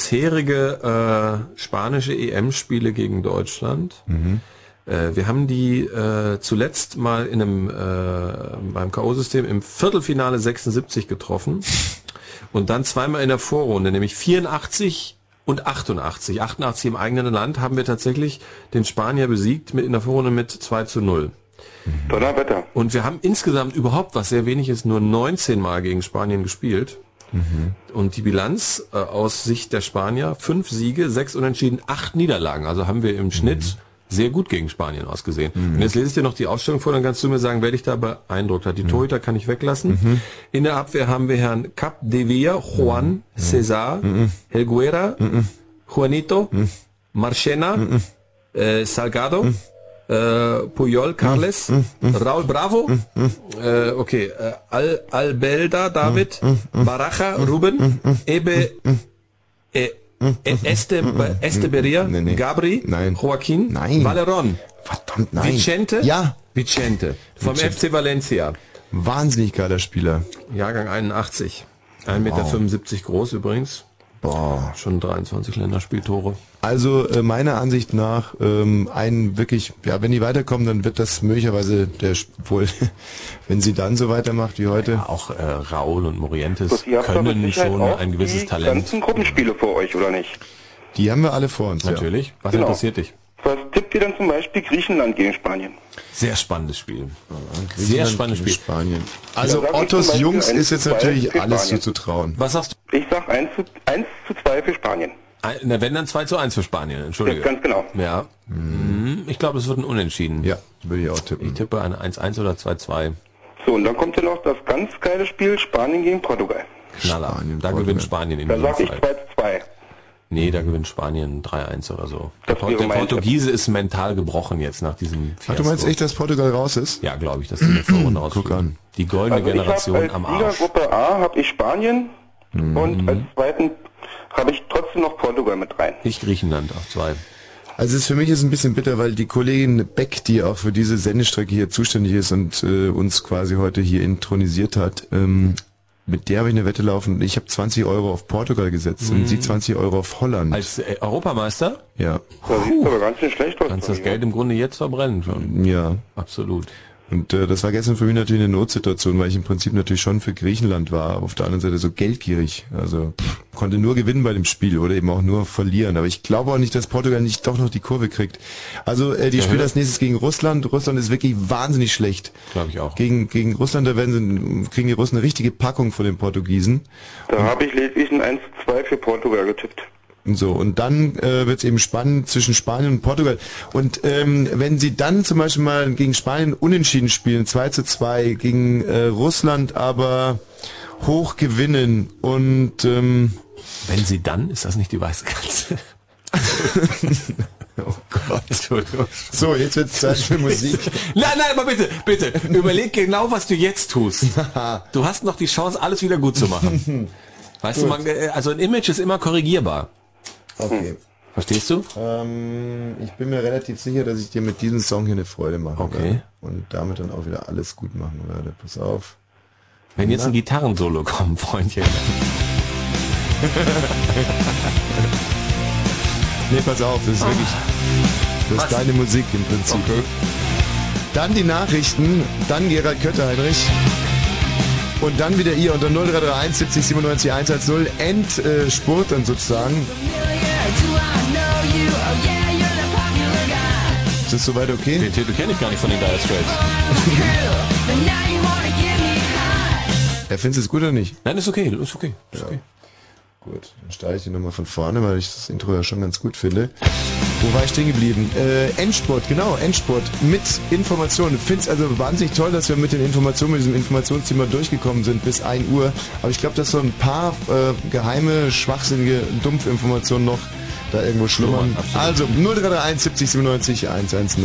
Bisherige äh, spanische E M-Spiele gegen Deutschland. Mhm. Äh, wir haben die äh, zuletzt mal in einem äh, beim K O-System im Viertelfinale sechsundsiebzig getroffen und dann zweimal in der Vorrunde, nämlich vierundachtzig und achtundachtzig. achtundachtzig im eigenen Land haben wir tatsächlich den Spanier besiegt mit in der Vorrunde mit zwei zu null. Donnerwetter. Und wir haben insgesamt überhaupt, was sehr wenig ist, nur neunzehn Mal gegen Spanien gespielt. Mhm. Und die Bilanz äh, aus Sicht der Spanier, fünf Siege, sechs Unentschieden, acht Niederlagen. Also haben wir im mhm. Schnitt sehr gut gegen Spanien ausgesehen. Mhm. Und jetzt lese ich dir noch die Aufstellung vor, dann kannst du mir sagen, wer dich da beeindruckt hat. Die mhm. Torhüter kann ich weglassen. Mhm. In der Abwehr haben wir Herrn Capdevila, Juan, mhm. Cesar, mhm. Helguera, mhm. Juanito, mhm. Marchena, mhm. äh, Salgado, mhm. Äh, Puyol, Carles, mm, mm, mm. Raul Bravo, mm, mm. Äh, okay, äh, Al Albelda, David, mm, mm, Baraja, mm, Ruben, mm, Ebe, mm, äh, äh, Este, Esteberia, nee, nee. Gabri, nein. Joaquin, nein. Valeron, verdammt, nein. Vicente, ja, Vicente, vom Vicente. F C Valencia. Wahnsinnig geiler Spieler. Jahrgang einundachtzig, ein Meter fünfundsiebzig groß übrigens. Boah. Schon dreiundzwanzig Länderspieltore. Also äh, meiner Ansicht nach ähm, ein wirklich, ja, wenn die weiterkommen, dann wird das möglicherweise der wohl, wenn sie dann so weitermacht wie heute. Ja, auch äh, Raul und Morientes können schon ein gewisses die Talent. Ganzen Gruppenspiele vor euch, oder nicht? Die haben wir alle vor uns. Natürlich. Ja. Was genau. interessiert dich? Was tippt ihr dann zum Beispiel Griechenland gegen Spanien? Sehr spannendes Spiel. Ja, Sehr spannendes Spiel. Spanien. Also ja, Ottos Jungs ist jetzt natürlich alles zuzutrauen. Was sagst du? Ich sag eins zu zwei für Spanien. Na, wenn dann zwei zu eins für Spanien, entschuldige. Ja, ganz genau. Ja. Mhm. Ich glaube, es wird ein Unentschieden. Ja, würde ich auch tippen. Ich tippe eine eins eins oder zwei zwei. So, und dann kommt ja noch das ganz geile Spiel Spanien gegen Portugal. Knaller. Spanien, da Portugal. gewinnt Spanien in da jedem Fall. Da sag ich zwei zu zwei. Nee, da gewinnt Spanien drei eins oder so. Der, Port der Portugiese Tipp. ist mental gebrochen jetzt nach diesem Fiasko. Ach, du meinst echt, dass Portugal raus ist? Ja, glaube ich, dass die in der Vorrunde rausfliegen. Guck an. Die goldene also Generation als am Arsch. In der Gruppe A habe ich Spanien mhm. und als zweiten habe ich trotzdem noch Portugal mit rein. Ich Griechenland auf zwei. Also es für mich ist ein bisschen bitter, weil die Kollegin Beck, die auch für diese Sendestrecke hier zuständig ist und äh, uns quasi heute hier intronisiert hat, ähm, mit der habe ich eine Wette laufen. Ich habe zwanzig Euro auf Portugal gesetzt mhm. und sie zwanzig Euro auf Holland. Als äh, Europameister? Ja. Das sieht aber ganz schön schlecht aus. Kannst das Geld im Grunde jetzt verbrennen schon. Ja. Absolut. Und äh, das war gestern für mich natürlich eine Notsituation, weil ich im Prinzip natürlich schon für Griechenland war, aber auf der anderen Seite so geldgierig. Also pff, konnte nur gewinnen bei dem Spiel oder eben auch nur verlieren. Aber ich glaube auch nicht, dass Portugal nicht doch noch die Kurve kriegt. Also äh, die ja, spielen ja. als nächstes gegen Russland. Russland ist wirklich wahnsinnig schlecht. Glaube ich auch. Gegen gegen Russland, da werden sie, kriegen die Russen eine richtige Packung von den Portugiesen. Da habe ich lediglich ein eins zu zwei für Portugal getippt. Und so, und dann äh, wird es eben spannend zwischen Spanien und Portugal. Und ähm, wenn sie dann zum Beispiel mal gegen Spanien unentschieden spielen, zwei zu zwei, gegen äh, Russland aber hoch gewinnen und ähm, wenn sie dann, ist das nicht die weiße Katze? Oh Gott. Entschuldigung. So, jetzt wird's Zeit für Musik. Nein, nein, aber bitte, bitte, überleg genau, was du jetzt tust. Du hast noch die Chance, alles wieder gut zu machen. Weißt gut. du, man, also ein Image ist immer korrigierbar. Okay. Verstehst du? Ähm, ich bin mir relativ sicher, dass ich dir mit diesem Song hier eine Freude mache. Okay. Werde und damit dann auch wieder alles gut machen werde. Pass auf. Wenn jetzt ein Gitarrensolo kommt, Freundchen. Nee, pass auf, das ist wirklich das ist deine Musik im Prinzip. Okay. Dann die Nachrichten, dann Gerald Kötter-Heinrich. Und dann wieder ihr unter null drei drei eins siebzig siebenundneunzig hundertzehn. Endspurt dann sozusagen. Ist das soweit okay? Den Titel kenne ich gar nicht von den Dire Straits. Ja, findest du es gut oder nicht? Nein, ist okay, ist okay. Ist ja. okay. Gut, dann starte ich die nochmal von vorne, weil ich das Intro ja schon ganz gut finde. Wo war ich stehen geblieben? Äh, Endspurt, genau, Endspurt mit Informationen. Ich finde es also wahnsinnig toll, dass wir mit den Informationen, mit diesem Informationsthema durchgekommen sind bis ein Uhr. Aber ich glaube, dass so ein paar äh, geheime, schwachsinnige Dumpfinformationen noch da irgendwo schlummern. Absolut. Also null drei drei eins siebzig siebenundneunzig hundertzehn.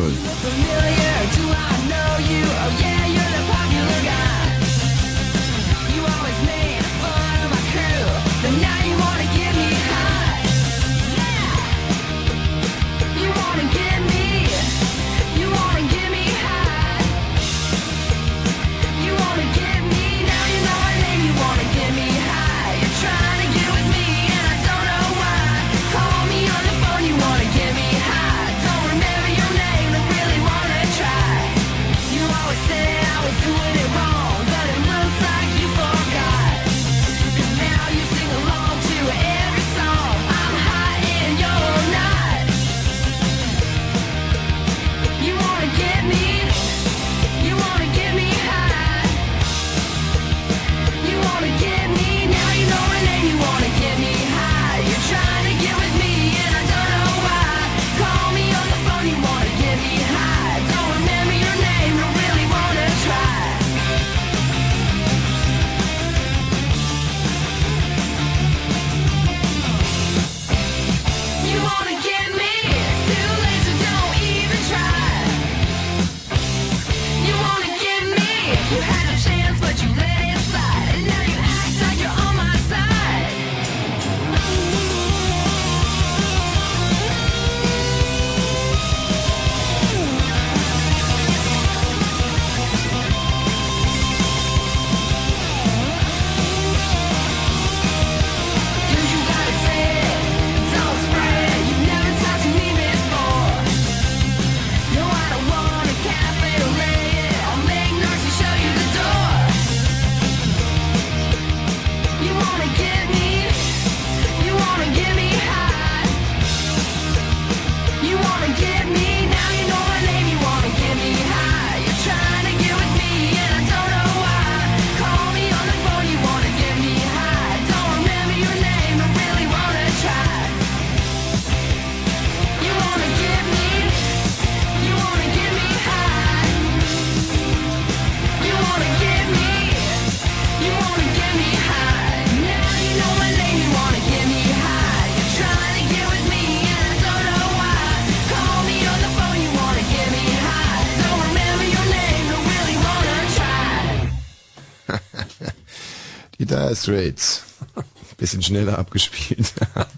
Die Dire Straits. Bisschen schneller abgespielt.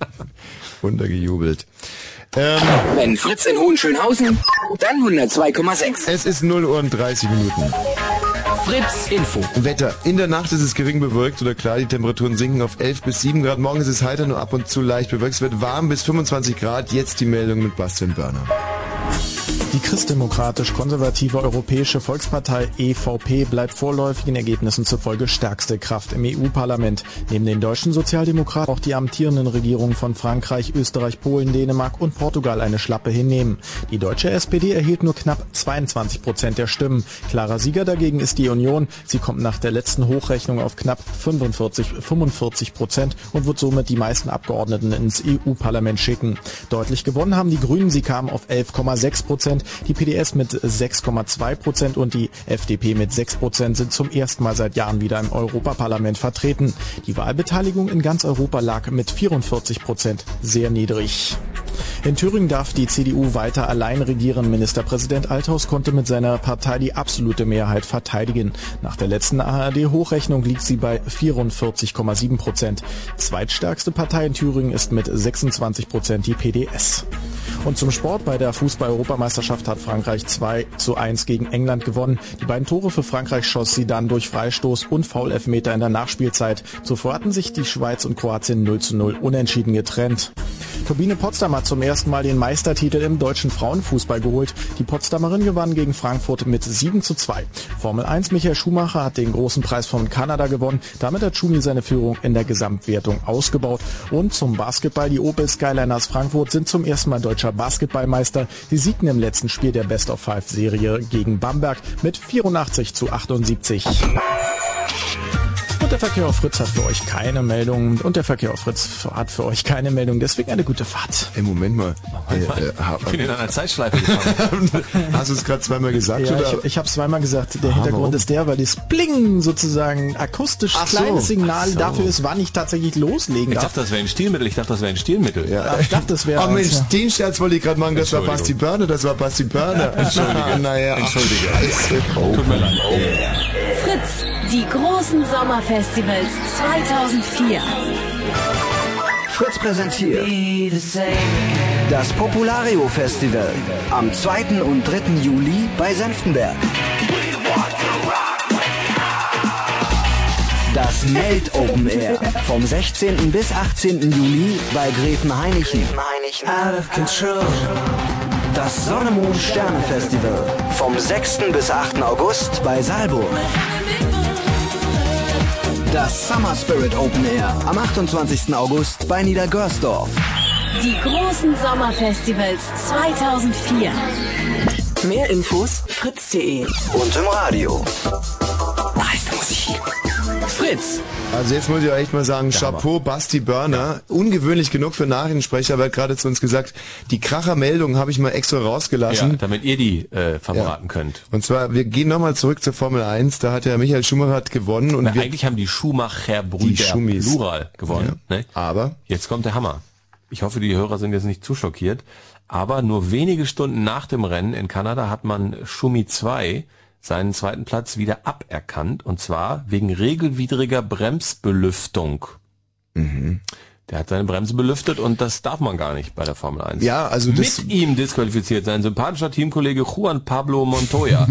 Runtergejubelt. Ähm, Wenn Fritz in Hohenschönhausen, dann hundertzwei Komma sechs. Es ist null Uhr und dreißig Minuten. Fritz Info. Wetter. In der Nacht ist es gering bewölkt oder klar, die Temperaturen sinken auf elf bis sieben Grad. Morgen ist es heiter, nur ab und zu leicht bewölkt. Es wird warm bis fünfundzwanzig Grad. Jetzt die Meldung mit Bastian Börner. Die christdemokratisch-konservative Europäische Volkspartei E V P bleibt vorläufigen Ergebnissen zufolge stärkste Kraft im E U-Parlament. Neben den deutschen Sozialdemokraten auch die amtierenden Regierungen von Frankreich, Österreich, Polen, Dänemark und Portugal eine Schlappe hinnehmen. Die deutsche S P D erhielt nur knapp zweiundzwanzig Prozent der Stimmen. Klarer Sieger dagegen ist die Union. Sie kommt nach der letzten Hochrechnung auf knapp fünfundvierzig, fünfundvierzig Prozent und wird somit die meisten Abgeordneten ins E U-Parlament schicken. Deutlich gewonnen haben die Grünen. Sie kamen auf elf Komma sechs Prozent. Die P D S mit sechs Komma zwei Prozent und die F D P mit sechs Prozent sind zum ersten Mal seit Jahren wieder im Europaparlament vertreten. Die Wahlbeteiligung in ganz Europa lag mit vierundvierzig Prozent sehr niedrig. In Thüringen darf die C D U weiter allein regieren. Ministerpräsident Althaus konnte mit seiner Partei die absolute Mehrheit verteidigen. Nach der letzten A R D-Hochrechnung liegt sie bei vierundvierzig Komma sieben Prozent. Zweitstärkste Partei in Thüringen ist mit sechsundzwanzig Prozent die P D S. Und zum Sport: Bei der Fußball-Europameisterschaft hat Frankreich zwei zu eins gegen England gewonnen. Die beiden Tore für Frankreich schoss sie dann durch Freistoß und Foulelfmeter in der Nachspielzeit. Zuvor hatten sich die Schweiz und Kroatien null zu null unentschieden getrennt. Turbine Potsdam hat zum ersten Mal den Meistertitel im deutschen Frauenfußball geholt. Die Potsdamerin gewann gegen Frankfurt mit sieben zu zwei. Formel eins Michael Schumacher hat den großen Preis von Kanada gewonnen. Damit hat Schumi seine Führung in der Gesamtwertung ausgebaut. Und zum Basketball. Die Opel Skyliners Frankfurt sind zum ersten Mal deutscher Basketballmeister. Sie siegten im letzten Spiel der Best-of-Five-Serie gegen Bamberg mit vierundachtzig zu achtundsiebzig. Und der Verkehr auf Fritz hat für euch keine Meldung. Und der Verkehr auf Fritz hat für euch keine Meldung. Deswegen eine gute Fahrt. Hey, Moment mal. Moment mal. Äh, äh, ich bin in einer Zeitschleife gefahren. Hast du es gerade zweimal gesagt? Ja, oder? ich, ich habe es zweimal gesagt. Der ah, Hintergrund warum? ist der, weil das Bling sozusagen akustisch Ach kleines so. Signal so. dafür ist, wann ich tatsächlich loslegen ich darf. Ich dachte, das wäre ein Stilmittel. Ich dachte, das wäre ein Stilmittel. Ja. Ja, ich dachte, das wäre. Oh Mensch, ja. den Scherz wollte ich gerade machen. Das war Basti Börner. Das war Basti Börner. Entschuldige. naja. Entschuldige. Oh. Tut mir leid. Oh. Fritz, die großen Sommerfestivals zweitausendvier. Fritz präsentiert das Populario Festival am zweiten und dritten Juli bei Senftenberg. Das Melt Open Air vom sechzehnten bis achtzehnten Juli bei Gräfenhainichen. Out of Control. Das Sonne-Mond-Sterne-Festival vom sechsten bis achten August bei Saalburg. Das Summer Spirit Open Air am achtundzwanzigsten August bei Niedergörsdorf. Die großen Sommerfestivals zweitausendvier. Mehr Infos fritz punkt de. Und im Radio. Meiste Musik. Fritz. Also jetzt muss ich euch echt mal sagen, Chapeau, Basti Börner. Ungewöhnlich genug für Nachrichtensprecher, aber er hat gerade zu uns gesagt, die Krachermeldung habe ich mal extra rausgelassen. Ja, damit ihr die äh, verbraten ja. könnt. Und zwar, wir gehen nochmal zurück zur Formel eins, da hat ja Michael Schumacher hat gewonnen. Und Na, wir, eigentlich haben die Schumacher-Brüder Plural gewonnen. Ja. Ne? Aber? Jetzt kommt der Hammer. Ich hoffe, die Hörer sind jetzt nicht zu schockiert. Aber nur wenige Stunden nach dem Rennen in Kanada hat man Schumi zwei seinen zweiten Platz wieder aberkannt, und zwar wegen regelwidriger Bremsbelüftung. Mhm. Der hat seine Bremse belüftet und das darf man gar nicht bei der Formel eins. Ja, also das mit ihm disqualifiziert sein sympathischer Teamkollege Juan Pablo Montoya.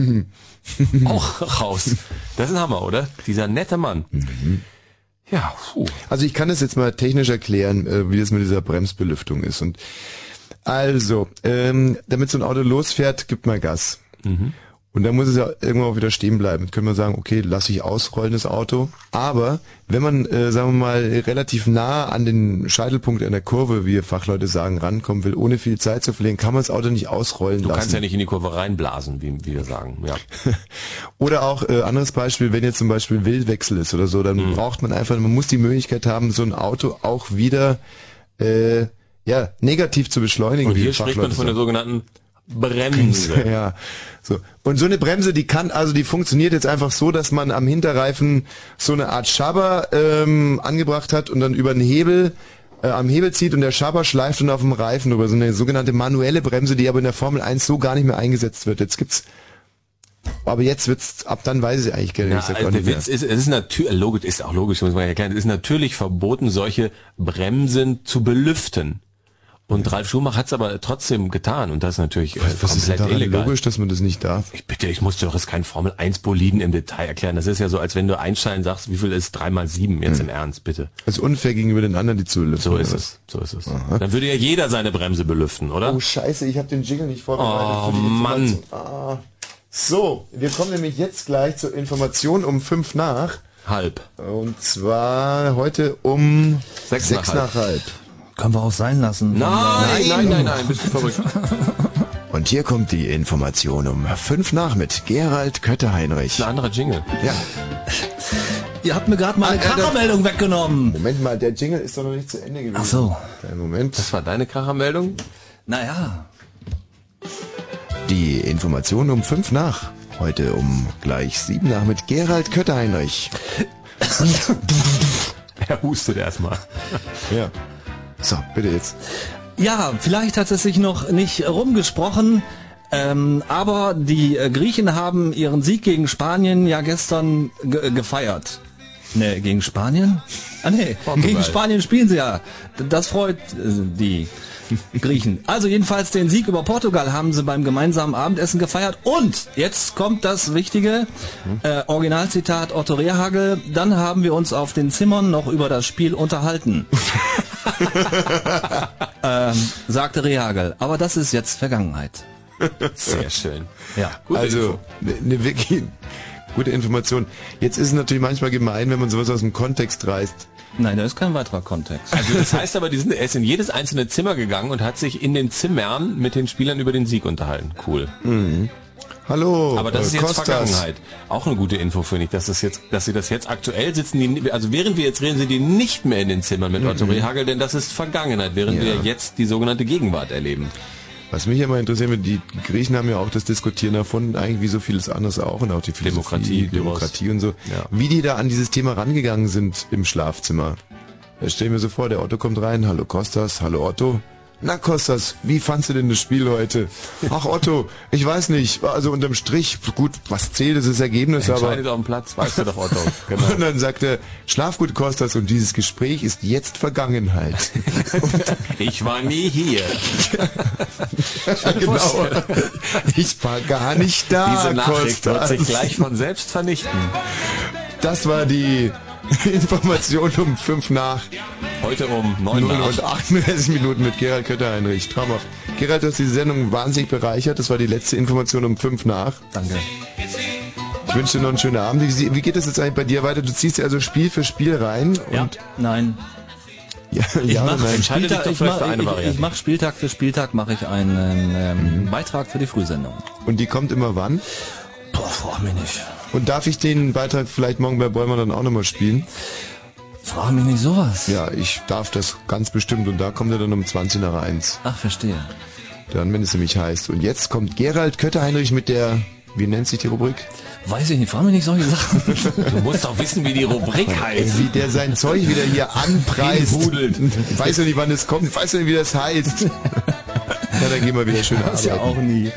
Auch raus. Das ist ein Hammer, oder? Dieser nette Mann. Mhm. Ja, puh. Also ich kann das jetzt mal technisch erklären, wie das mit dieser Bremsbelüftung ist. Und also, ähm, damit so ein Auto losfährt, gibt man Gas. Mhm. Und dann muss es ja irgendwann auch wieder stehen bleiben. Jetzt können wir sagen, okay, lass ich ausrollen, das Auto. Aber wenn man, äh, sagen wir mal, relativ nah an den Scheitelpunkt in der Kurve, wie Fachleute sagen, rankommen will, ohne viel Zeit zu verlieren, kann man das Auto nicht ausrollen du lassen. Du kannst ja nicht in die Kurve reinblasen, wie, wie wir sagen. Ja. Oder auch, äh, anderes Beispiel, wenn jetzt zum Beispiel Wildwechsel ist oder so, dann mhm. braucht man einfach, man muss die Möglichkeit haben, so ein Auto auch wieder äh, ja negativ zu beschleunigen. Und hier spricht man von der sogenannten Bremse. Ja, so. Und so eine Bremse, die kann, also die funktioniert jetzt einfach so, dass man am Hinterreifen so eine Art Schabber ähm, angebracht hat und dann über den Hebel äh, am Hebel zieht und der Schabber schleift dann auf dem Reifen über so eine sogenannte manuelle Bremse, die aber in der Formel eins so gar nicht mehr eingesetzt wird. Jetzt gibt's, aber jetzt wird's, ab dann weiß ich eigentlich gar nicht. Na, also der Witz ist, es ist natürlich, logisch, ist auch logisch, muss man erklären, es ist natürlich verboten, solche Bremsen zu belüften. Und Ralf Schumacher hat es aber trotzdem getan und das ist natürlich äh, Was komplett ist illegal. Logisch, dass man das nicht darf. Ich bitte, ich muss dir doch jetzt keinen Formel eins Boliden im Detail erklären. Das ist ja so, als wenn du Einstein sagst, wie viel ist drei mal sieben, jetzt hm. im Ernst, bitte. Das ist unfair gegenüber den anderen, die zu belüften. So ist es, so ist es. Aha. Dann würde ja jeder seine Bremse belüften, oder? Oh Scheiße, ich habe den Jingle nicht vorbereitet. Oh für die Mann. Ah. So, wir kommen nämlich jetzt gleich zur Information um fünf nach. Halb. Und zwar heute um sechs, sechs nach, nach halb. halb. Können wir auch sein lassen. Nein, nein, nein, nein, nein, bist du verrückt. Und hier kommt die Information um fünf nach mit Gerald Kötter-Heinrich. Ein anderer Jingle. Ja. Ihr habt mir gerade mal eine ah, Krachermeldung weggenommen. Moment mal, der Jingle ist doch noch nicht zu Ende gewesen. Ach so. Kleinen Moment. Das war deine Krachermeldung? Naja. Die Information um fünf nach. Heute um gleich sieben nach mit Gerald Kötter-Heinrich. Er hustet erstmal. Ja. So, bitte jetzt. Ja, vielleicht hat es sich noch nicht rumgesprochen, ähm, aber die äh, Griechen haben ihren Sieg gegen Spanien ja gestern ge- gefeiert. Ne, gegen Spanien? Ah ne, gegen Spanien spielen sie ja. Das freut äh, die Griechen. Also jedenfalls den Sieg über Portugal haben sie beim gemeinsamen Abendessen gefeiert. Und jetzt kommt das Wichtige, äh, Originalzitat Otto Rehhagel, dann haben wir uns auf den Zimmern noch über das Spiel unterhalten. ähm, sagte Rehagel. Aber das ist jetzt Vergangenheit. Sehr schön. Ja. Gute also, eine ne wirklich gute Information. Jetzt ist es natürlich manchmal gemein, wenn man sowas aus dem Kontext reißt. Nein, da ist kein weiterer Kontext. Also das heißt aber, die sind, er ist in jedes einzelne Zimmer gegangen und hat sich in den Zimmern mit den Spielern über den Sieg unterhalten. Cool. Mhm. Hallo. Aber das ist jetzt Kostas. Vergangenheit. Auch eine gute Info, finde ich, dass das jetzt, dass sie das jetzt aktuell sitzen. Die, also während wir jetzt reden, sind die nicht mehr in den Zimmern mit Otto Mhm. Rehagel, denn das ist Vergangenheit, während Ja. wir jetzt die sogenannte Gegenwart erleben. Was mich immer interessiert wird, die Griechen haben ja auch das Diskutieren erfunden, eigentlich wie so vieles anderes auch und auch die Philosophie, Demokratie, Demokratie und so. Ja. Wie die da an dieses Thema rangegangen sind im Schlafzimmer. Da stell mir so vor, der Otto kommt rein, hallo Kostas, hallo Otto. Na Kostas, wie fandst du denn das Spiel heute? Ach Otto, ich weiß nicht, also unterm Strich, gut, was zählt, ist das Ergebnis, aber... Entscheidet auf dem Platz, weißt du doch, Otto. Genau. Und dann sagt er, schlaf gut Kostas und dieses Gespräch ist jetzt Vergangenheit. Ich war nie hier. Genau. Ich war gar nicht da, Diese Nachricht wird Kostas. sich gleich von selbst vernichten. Das war die Information um fünf nach. Heute um neun nach. und achtunddreißig Minuten mit Gerald Kötter-Heinrich. Traumhaft. Gerald, du hast die Sendung wahnsinnig bereichert. Das war die letzte Information um fünf nach. Danke. Ich wünsche dir noch einen schönen Abend. Wie, wie geht es jetzt eigentlich bei dir weiter? Du ziehst ja also Spiel für Spiel rein. Ja, und nein. Ja, Ich ja, mache nein. Spieltag, ich mach, ich, ich mach Spieltag für Spieltag mache ich einen ähm, Mhm. Beitrag für die Frühsendung. Und die kommt immer wann? Boah, frag mich nicht. Und darf ich den Beitrag vielleicht morgen bei Bäumer dann auch nochmal spielen? Frag mich nicht sowas. Ja, ich darf das ganz bestimmt und da kommt er dann um zwanzig nach eins. Ach, verstehe. Dann, wenn es nämlich heißt. Und jetzt kommt Gerald Kötter-Heinrich mit der, wie nennt sich die Rubrik? Weiß ich nicht, frag mich nicht solche Sachen. Du musst doch wissen, wie die Rubrik heißt. Wie der sein Zeug wieder hier anpreist. Hinhudelt. Weiß ja nicht, wann es kommt, weiß ja nicht, wie das heißt. Ja, dann gehen wir wieder schön Das ja auch nie.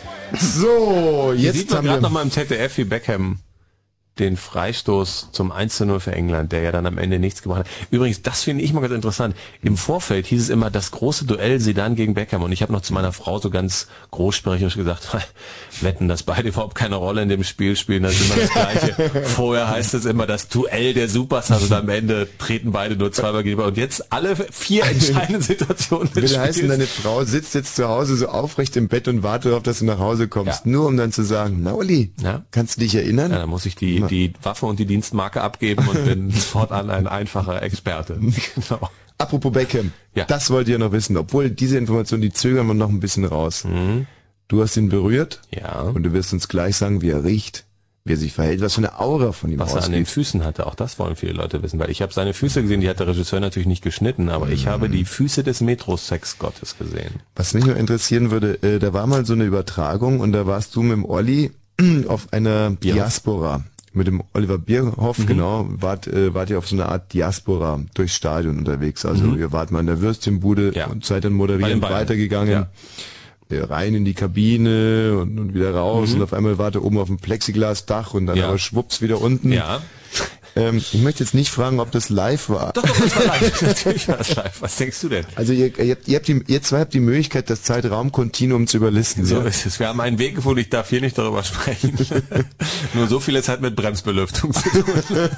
So, Hier jetzt sieht man haben gerade wir... noch mal im Z D F, wie Beckham den Freistoß zum eins zu null für England, der ja dann am Ende nichts gemacht hat. Übrigens, das finde ich mal ganz interessant. Im Vorfeld hieß es immer das große Duell Zidane gegen Beckham und ich habe noch zu meiner Frau so ganz großsprecherisch gesagt, wetten, dass beide überhaupt keine Rolle in dem Spiel spielen, das ist immer das Gleiche. Vorher heißt es immer das Duell der Superstars und am Ende treten beide nur zweimal gegenüber und jetzt alle vier entscheidenden Situationen des Will heißen, Spiels. deine Frau sitzt jetzt zu Hause so aufrecht im Bett und wartet darauf, dass du nach Hause kommst. Ja. Nur um dann zu sagen, na Uli, Ja. kannst du dich erinnern? Ja, dann muss ich die, die Waffe und die Dienstmarke abgeben und bin fortan ein einfacher Experte. Genau. Apropos Beckham, Ja. das wollt ihr noch wissen, obwohl diese Information, die zögern wir noch ein bisschen raus. Mhm. Du hast ihn berührt Ja. und du wirst uns gleich sagen, wie er riecht, wie er sich verhält, was für eine Aura von ihm Was er an den ausgeht. Füßen hatte, auch das wollen viele Leute wissen, weil ich habe seine Füße gesehen, die hat der Regisseur natürlich nicht geschnitten, aber ich habe die Füße des Metrosexgottes gesehen. Was mich nur interessieren würde, äh, da war mal so eine Übertragung und da warst du mit dem Olli auf einer Diaspora. Mit dem Oliver Bierhoff, Mhm. genau, wart, äh, wart ihr auf so eine Art Diaspora durchs Stadion unterwegs. Also Mhm. ihr wart mal in der Würstchenbude Ja. und seid dann Bei moderierend den Bayern. weitergegangen. Ja. Äh, Rein in die Kabine und, und wieder raus Mhm. und auf einmal wart ihr oben auf dem Plexiglasdach und dann Ja. aber schwupps wieder unten. Ja. Ähm, ich möchte jetzt nicht fragen, ob das live war. Doch, doch, das war live. Natürlich war das live. Was denkst du denn? Also ihr, ihr, habt, ihr, habt die, ihr zwei habt die Möglichkeit, das Zeitraumkontinuum zu überlisten. So ja? ist es. Wir haben einen Weg gefunden, ich darf hier nicht darüber sprechen. Nur so viel ist halt mit Bremsbelüftung zu tun.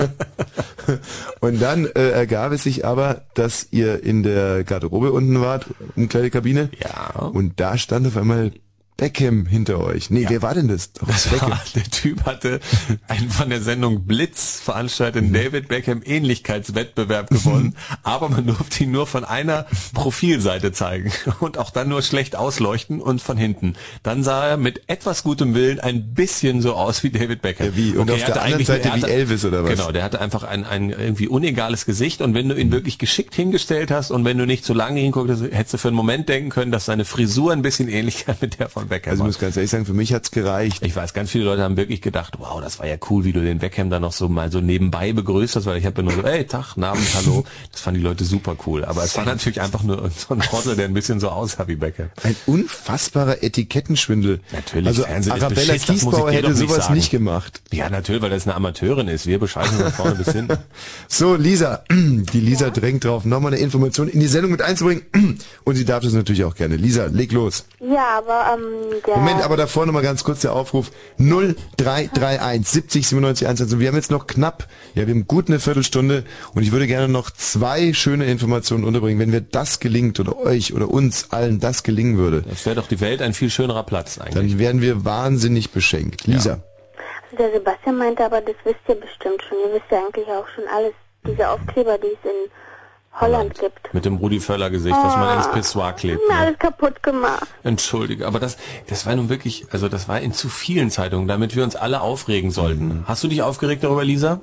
Und dann äh, ergab es sich aber, dass ihr in der Garderobe unten wart, Umkleidekabine. Ja. Und da stand auf einmal Beckham hinter euch. Nee, Ja. wer war denn das? Doch, Das Beckham. war, der Typ hatte einen von der Sendung Blitz veranstalteten David Beckham Ähnlichkeitswettbewerb gewonnen, aber man durfte ihn nur von einer Profilseite zeigen und auch dann nur schlecht ausleuchten und von hinten. Dann sah er mit etwas gutem Willen ein bisschen so aus wie David Beckham. Ja, wie? Und auf er der hatte anderen eigentlich- Seite er wie hatte- Elvis oder was? Genau, der hatte einfach ein, ein irgendwie unegales Gesicht und wenn du ihn wirklich geschickt hingestellt hast und wenn du nicht so lange hinguckt hast, hättest du für einen Moment denken können, dass seine Frisur ein bisschen Ähnlichkeit mit der von Beckham Also ich hat. muss ganz ehrlich sagen, für mich hat's gereicht. Ich weiß, ganz viele Leute haben wirklich gedacht, wow, das war ja cool, wie du den Beckham dann noch so mal so nebenbei begrüßt hast, weil ich habe ja nur so, ey, Tag, Abend, hallo. Das fanden die Leute super cool. Aber es war natürlich einfach nur so ein Trottel, der ein bisschen so aussah wie Beckham. Ein unfassbarer Etikettenschwindel. Natürlich, Also Fernsehen ist Arabella Beschiss, das muss ich Kiesbauer dir hätte doch nicht sowas sagen. nicht gemacht. Ja, natürlich, weil das eine Amateurin ist. Wir bescheißen von vorne bis hinten. So, Lisa, die Lisa drängt drauf, nochmal eine Information in die Sendung mit einzubringen. Und sie darf das natürlich auch gerne. Lisa, leg los. Ja, aber ähm, der Moment, aber davor nochmal ganz kurz der Aufruf. null drei drei eins siebzig siebenundneunzig einundzwanzig. Wir haben jetzt noch knapp, ja, wir haben gut eine Viertelstunde und ich würde gerne noch zwei schöne Informationen unterbringen. Wenn wir das gelingt oder euch oder uns allen das gelingen würde. Das wäre doch die Welt ein viel schönerer Platz eigentlich. Dann wären wir wahnsinnig beschenkt. Lisa. Also der Sebastian meinte aber, das wisst ihr bestimmt schon. Ihr wisst ja eigentlich auch schon alles. Diese Aufkleber, die es in Holland gibt. Mit dem Rudi Völler Gesicht, was man ins Pissoir klebt. Mir Ne? alles kaputt gemacht. Entschuldige, aber das, das war nun wirklich, also das war in zu vielen Zeitungen, damit wir uns alle aufregen sollten. Mhm. Hast du dich aufgeregt darüber, Lisa?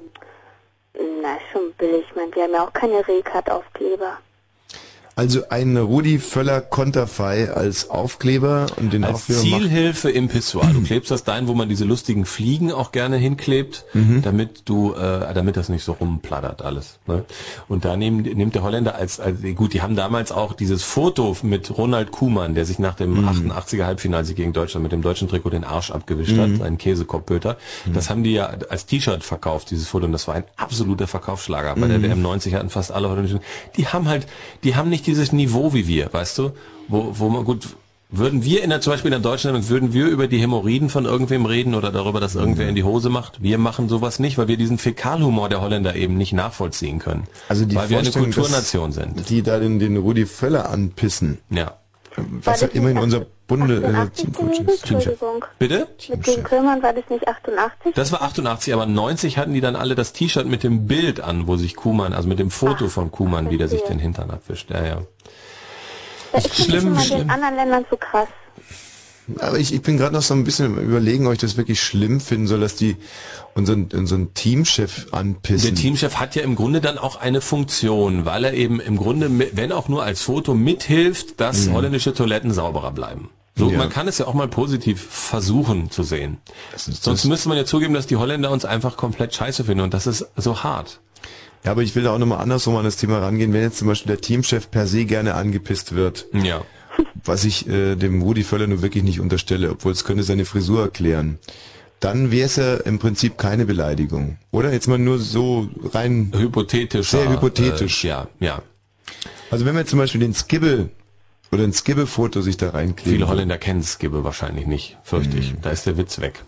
Na, schon billig. Ich meine, wir haben ja auch keine Rekat-Aufkleber. Also ein Rudi Völler Konterfei als Aufkleber und den als Aufkleber Zielhilfe im Pissoir. Du klebst das dahin, wo man diese lustigen Fliegen auch gerne hinklebt, mhm. damit du, äh, damit das nicht so rumplattert alles. Ne? Und da nehm, nimmt der Holländer als, als, gut, die haben damals auch dieses Foto mit Ronald Koeman, der sich nach dem mhm. achtundachtziger Halbfinalsieg gegen Deutschland mit dem deutschen Trikot den Arsch abgewischt mhm. hat, einen Käsekopfpöter. Mhm. Das haben die ja als T-Shirt verkauft, dieses Foto, und das war ein absoluter Verkaufsschlager. Bei mhm. der W M neunzig hatten fast alle holländischen, die haben halt, die haben nicht dieses Niveau wie wir, weißt du, wo, wo man gut, würden wir in der, zum Beispiel in der Deutschland, würden wir über die Hämorrhoiden von irgendwem reden oder darüber, dass irgendwer in die Hose macht? Wir machen sowas nicht, weil wir diesen Fäkalhumor der Holländer eben nicht nachvollziehen können. Also die weil wir eine Vorstellung, Kulturnation sind. Die da den, den Rudi Völler anpissen. Ja. Was ja immerhin unser Bunde, äh, Teamcoach ist. Entschuldigung. Bitte? Mit dem Krömern war das nicht achtundachtzig? Das war achtundachtzig, aber neunzig hatten die dann alle das T-Shirt mit dem Bild an, wo sich Koeman, also mit dem Foto von Koeman, wie der sich den Hintern abwischt. Ja, ja. Das ist schlimm, schlimm. In anderen Ländern zu krass. Aber ich, ich bin gerade noch so ein bisschen überlegen, ob ich das wirklich schlimm finden soll, dass die unseren, unseren Teamchef anpissen. Der Teamchef hat ja im Grunde dann auch eine Funktion, weil er eben im Grunde, wenn auch nur als Foto, mithilft, dass mhm. holländische Toiletten sauberer bleiben. So, ja. Man kann es ja auch mal positiv versuchen zu sehen. Sonst müsste man ja zugeben, dass die Holländer uns einfach komplett scheiße finden und das ist so hart. Ja, aber ich will da auch nochmal andersrum an das Thema rangehen, wenn jetzt zum Beispiel der Teamchef per se gerne angepisst wird. Ja. Was ich äh, dem Rudi Völler nur wirklich nicht unterstelle, obwohl es könnte seine Frisur erklären. Dann wäre es ja im Prinzip keine Beleidigung. Oder? Jetzt mal nur so rein... Hypothetisch. Sehr hypothetisch. Äh, ja, ja. Also wenn wir zum Beispiel den Skibbe oder ein Skibbe-Foto sich da reinkleben. Viele Holländer kennen Skibbe wahrscheinlich nicht, fürchte ich. Mm. Da ist der Witz weg.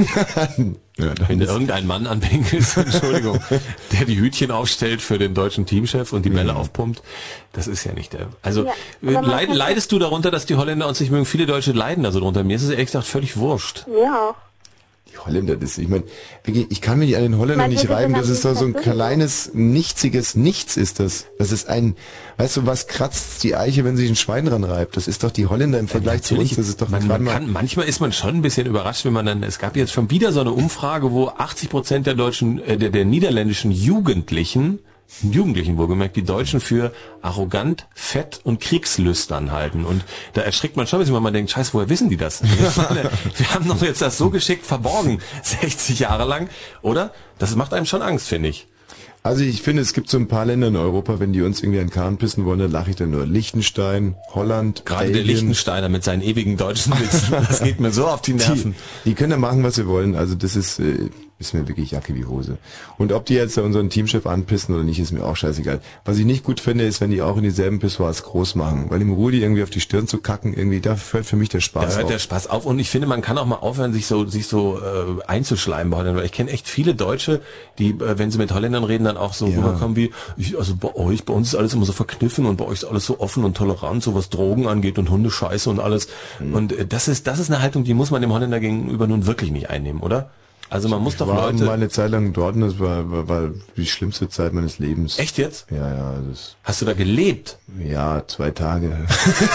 Ja, wenn da irgendein Mann anpinkelt, Entschuldigung, der die Hütchen aufstellt für den deutschen Teamchef und die Bälle ja. aufpumpt, das ist ja nicht der... Also ja, leid, leidest du darunter, dass die Holländer uns nicht mögen? Viele Deutsche leiden da so drunter. Mir ist es ehrlich gesagt völlig wurscht. Ja auch. Die Holländer, das, ich meine, ich kann mich an den Holländern nicht reiben, das ist doch so ein kleines, nichtiges Nichts ist das. Das ist ein, weißt du, was kratzt die Eiche, wenn sich ein Schwein dran reibt? Das ist doch die Holländer im Vergleich ja, zu uns, das ist doch man, man kann, manchmal ist man schon ein bisschen überrascht, wenn man dann, es gab jetzt schon wieder so eine Umfrage, wo achtzig Prozent der deutschen, äh, der, der niederländischen Jugendlichen Jugendlichen wohlgemerkt, die Deutschen für arrogant, fett und kriegslüstern halten. Und da erschrickt man schon, wenn man denkt, scheiße, woher wissen die das? Wir haben doch jetzt das so geschickt verborgen, sechzig Jahre lang, oder? Das macht einem schon Angst, finde ich. Also ich finde, es gibt so ein paar Länder in Europa, wenn die uns irgendwie an den Kahn pissen wollen, dann lache ich dann nur. Liechtenstein, Holland, gerade Belgien. Der Liechtensteiner mit seinen ewigen deutschen Witzen, das geht mir so auf die Nerven. Die, die können da machen, was sie wollen. Also das ist... Äh, ist mir wirklich Jacke wie Hose. Und ob die jetzt unseren Teamchef anpissen oder nicht, ist mir auch scheißegal. Was ich nicht gut finde, ist, wenn die auch in dieselben Pissoirs groß machen. Weil dem Rudi irgendwie auf die Stirn zu kacken, irgendwie, da hört für mich der Spaß auf. Da hört der Spaß auf. Und ich finde, man kann auch mal aufhören, sich so sich so äh, einzuschleimen bei Holländern. Weil ich kenne echt viele Deutsche, die, äh, wenn sie mit Holländern reden, dann auch so ja. rüberkommen wie, ich, also bei euch, bei uns ist alles immer so verkniffen und bei euch ist alles so offen und tolerant, so was Drogen angeht und Hundescheiße und alles. Mhm. Und äh, das ist das ist eine Haltung, die muss man dem Holländer gegenüber nun wirklich nicht einnehmen, oder? Also man muss ich doch war Leute... mal eine Zeit lang dort und das war, war, war die schlimmste Zeit meines Lebens. Echt jetzt? Ja, ja. Das Hast du da gelebt? Ja, zwei Tage.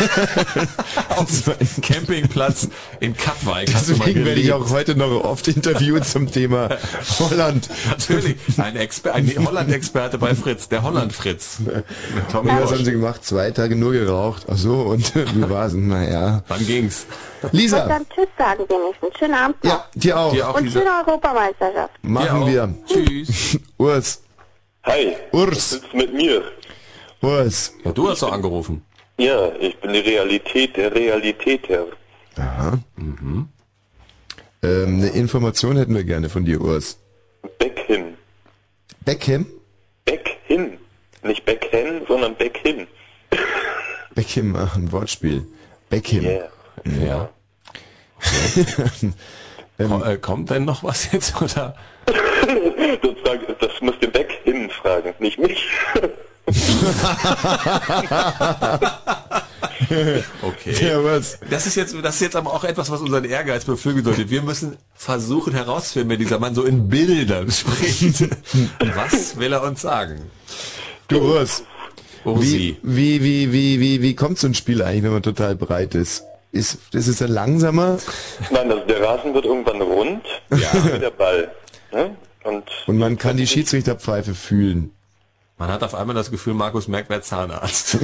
Auf dem Campingplatz in Kapwijk hast Deswegen du mal gelebt. werde ich auch heute noch oft interviewt zum Thema Holland. Natürlich, ein, Exper- ein Holland-Experte bei Fritz, der Holland-Fritz. Tommy, was haben Sie gemacht? Zwei Tage nur geraucht. Ach so, und wie war's? Naja. Wann ging's? Lisa. Und dann Tschüss sagen wenigstens. Schönen Abend noch. Ja, dir auch. Dir auch, und Lisa. schöne Europameisterschaft. Machen wir. Tschüss. Urs. Hi. Urs. Was sitzt mit mir? Urs. Ja, du hast doch angerufen. Ja, ich bin die Realität der Realität, Herr. Aha. Mhm. Ähm, eine Information hätten wir gerne von dir, Urs. Beckham. Beckham? Beckham. Nicht Beckham, sondern Beckham. Beckham, ach, ein Wortspiel. Beckham. Yeah. Ja. ähm, äh, kommt denn noch was jetzt, oder? Sozusagen, das müsst ihr Beckham fragen, nicht mich. Okay. Ja, was? Das ist jetzt, das ist jetzt aber auch etwas, was unseren Ehrgeiz beflügeln sollte. Wir müssen versuchen herauszufinden, wenn dieser Mann so in Bildern spricht. Was will er uns sagen? Du Urs, Ursi. wie, wie, wie, wie, wie, wie kommt so ein Spiel eigentlich, wenn man total breit ist? Ist, ist es dann langsamer? Nein, also der Rasen wird irgendwann rund, ja, wie der Ball. Ne? Und, Und man kann die Schiedsrichterpfeife fühlen. Man hat auf einmal das Gefühl, Markus Merck wäre Zahnarzt.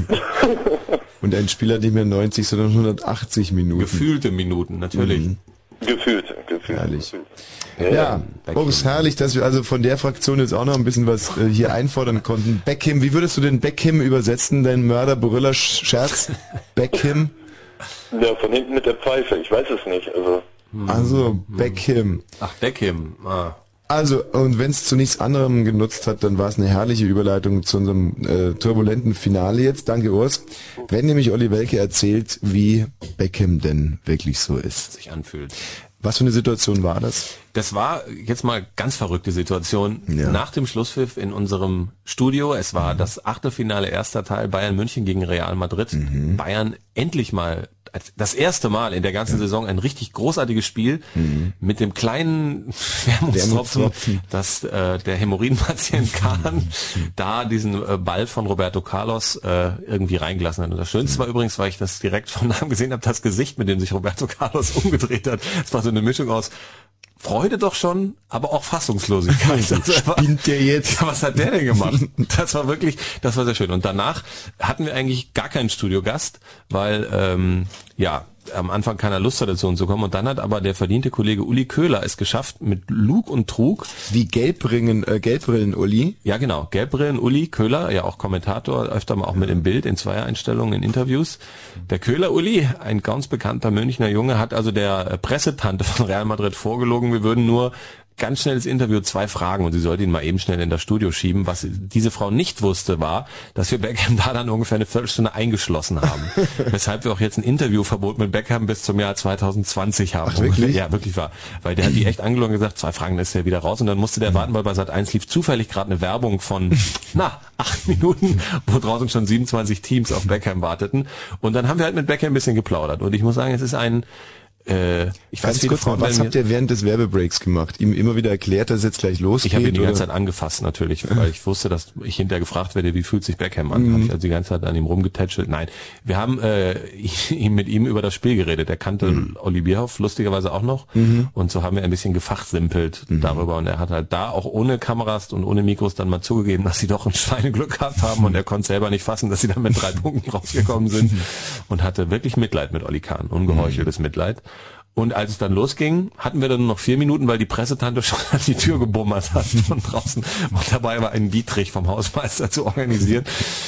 Und ein Spiel hat nicht mehr neunzig, sondern hundertachtzig Minuten. Gefühlte Minuten, natürlich. Mhm. Gefühlte, gefühlte. Herrlich. Ja, Ja, oh, ist herrlich, dass wir also von der Fraktion jetzt auch noch ein bisschen was äh, hier einfordern konnten. Beckham, wie würdest du den Beckham übersetzen, dein Mörder-Brüller-Scherz? Beckham? Ja, von hinten mit der Pfeife, ich weiß es nicht. Also, also Beckham. Ach, Beckham. Ah. Also, und wenn es zu nichts anderem genutzt hat, dann war es eine herrliche Überleitung zu unserem äh, turbulenten Finale jetzt. Danke, Urs. Wenn nämlich Olli Welke erzählt, wie Beckham denn wirklich so ist. Sich anfühlt. Was für eine Situation war das? Das war jetzt mal ganz verrückte Situation. Ja. Nach dem Schlusspfiff in unserem Studio, es war mhm. das Achtelfinale erster Teil, Bayern München gegen Real Madrid. Mhm. Bayern endlich mal, das erste Mal in der ganzen ja. Saison ein richtig großartiges Spiel mhm. mit dem kleinen Wermutstropfen, dass äh, der Hämorrhoidenpatient Kahn da diesen äh, Ball von Roberto Carlos äh, irgendwie reingelassen hat. Und das Schönste mhm. war übrigens, weil ich das direkt von Namen gesehen habe, das Gesicht, mit dem sich Roberto Carlos umgedreht hat. Es war so eine Mischung aus Freude doch schon, aber auch Fassungslosigkeit. Spinnt der jetzt? Ja, was hat der denn gemacht? Das war wirklich, das war sehr schön. Und danach hatten wir eigentlich gar keinen Studiogast, weil, ähm, ja, am Anfang keiner Lust hatte, zu uns zu kommen. Und dann hat aber der verdiente Kollege Uli Köhler es geschafft, mit Lug und Trug. Wie Gelbbrillen, äh, Gelbbrillen-Uli? Ja, genau. Gelbbrillen Uli Köhler, ja auch Kommentator, öfter mal auch mit im Bild, in Zweier-Einstellungen, in Interviews. Der Köhler Uli, ein ganz bekannter Münchner Junge, hat also der Pressetante von Real Madrid vorgelogen, wir würden nur ganz schnelles Interview, zwei Fragen und sie sollte ihn mal eben schnell in das Studio schieben. Was diese Frau nicht wusste, war, dass wir Beckham da dann ungefähr eine Viertelstunde eingeschlossen haben. Weshalb wir auch jetzt ein Interviewverbot mit Beckham bis zum Jahr zwanzig zwanzig haben. Ach, wirklich? Ja, wirklich wahr. Weil der hat die echt angelogen und gesagt, zwei Fragen, dann ist er wieder raus und dann musste der warten, weil bei Sat eins lief zufällig gerade eine Werbung von, na, acht Minuten, wo draußen schon siebenundzwanzig Teams auf Beckham warteten. Und dann haben wir halt mit Beckham ein bisschen geplaudert. Und ich muss sagen, es ist ein Äh, ich weiß nicht, was habt ihr während des Werbebreaks gemacht? Ihm immer wieder erklärt, dass es jetzt gleich losgeht? Ich habe ihn die oder? ganze Zeit angefasst natürlich, weil ich wusste, dass ich hinterher gefragt werde, wie fühlt sich Beckham an? Mhm. Habe ich also die ganze Zeit an ihm rumgetätschelt. Nein, wir haben äh, ihm mit ihm über das Spiel geredet. Er kannte mhm. Olli Bierhoff lustigerweise auch noch mhm. und so haben wir ein bisschen gefachsimpelt mhm. darüber und er hat halt da auch ohne Kameras und ohne Mikros dann mal zugegeben, dass sie doch ein Schweineglück gehabt haben und er konnte selber nicht fassen, dass sie dann mit drei Punkten rausgekommen sind und hatte wirklich Mitleid mit Olli Kahn, ungeheucheltes mhm. Mitleid. Und als es dann losging, hatten wir dann noch vier Minuten, weil die Pressetante schon an die Tür gebummert hat von draußen. Und dabei war ein Dietrich vom Hausmeister zu organisieren.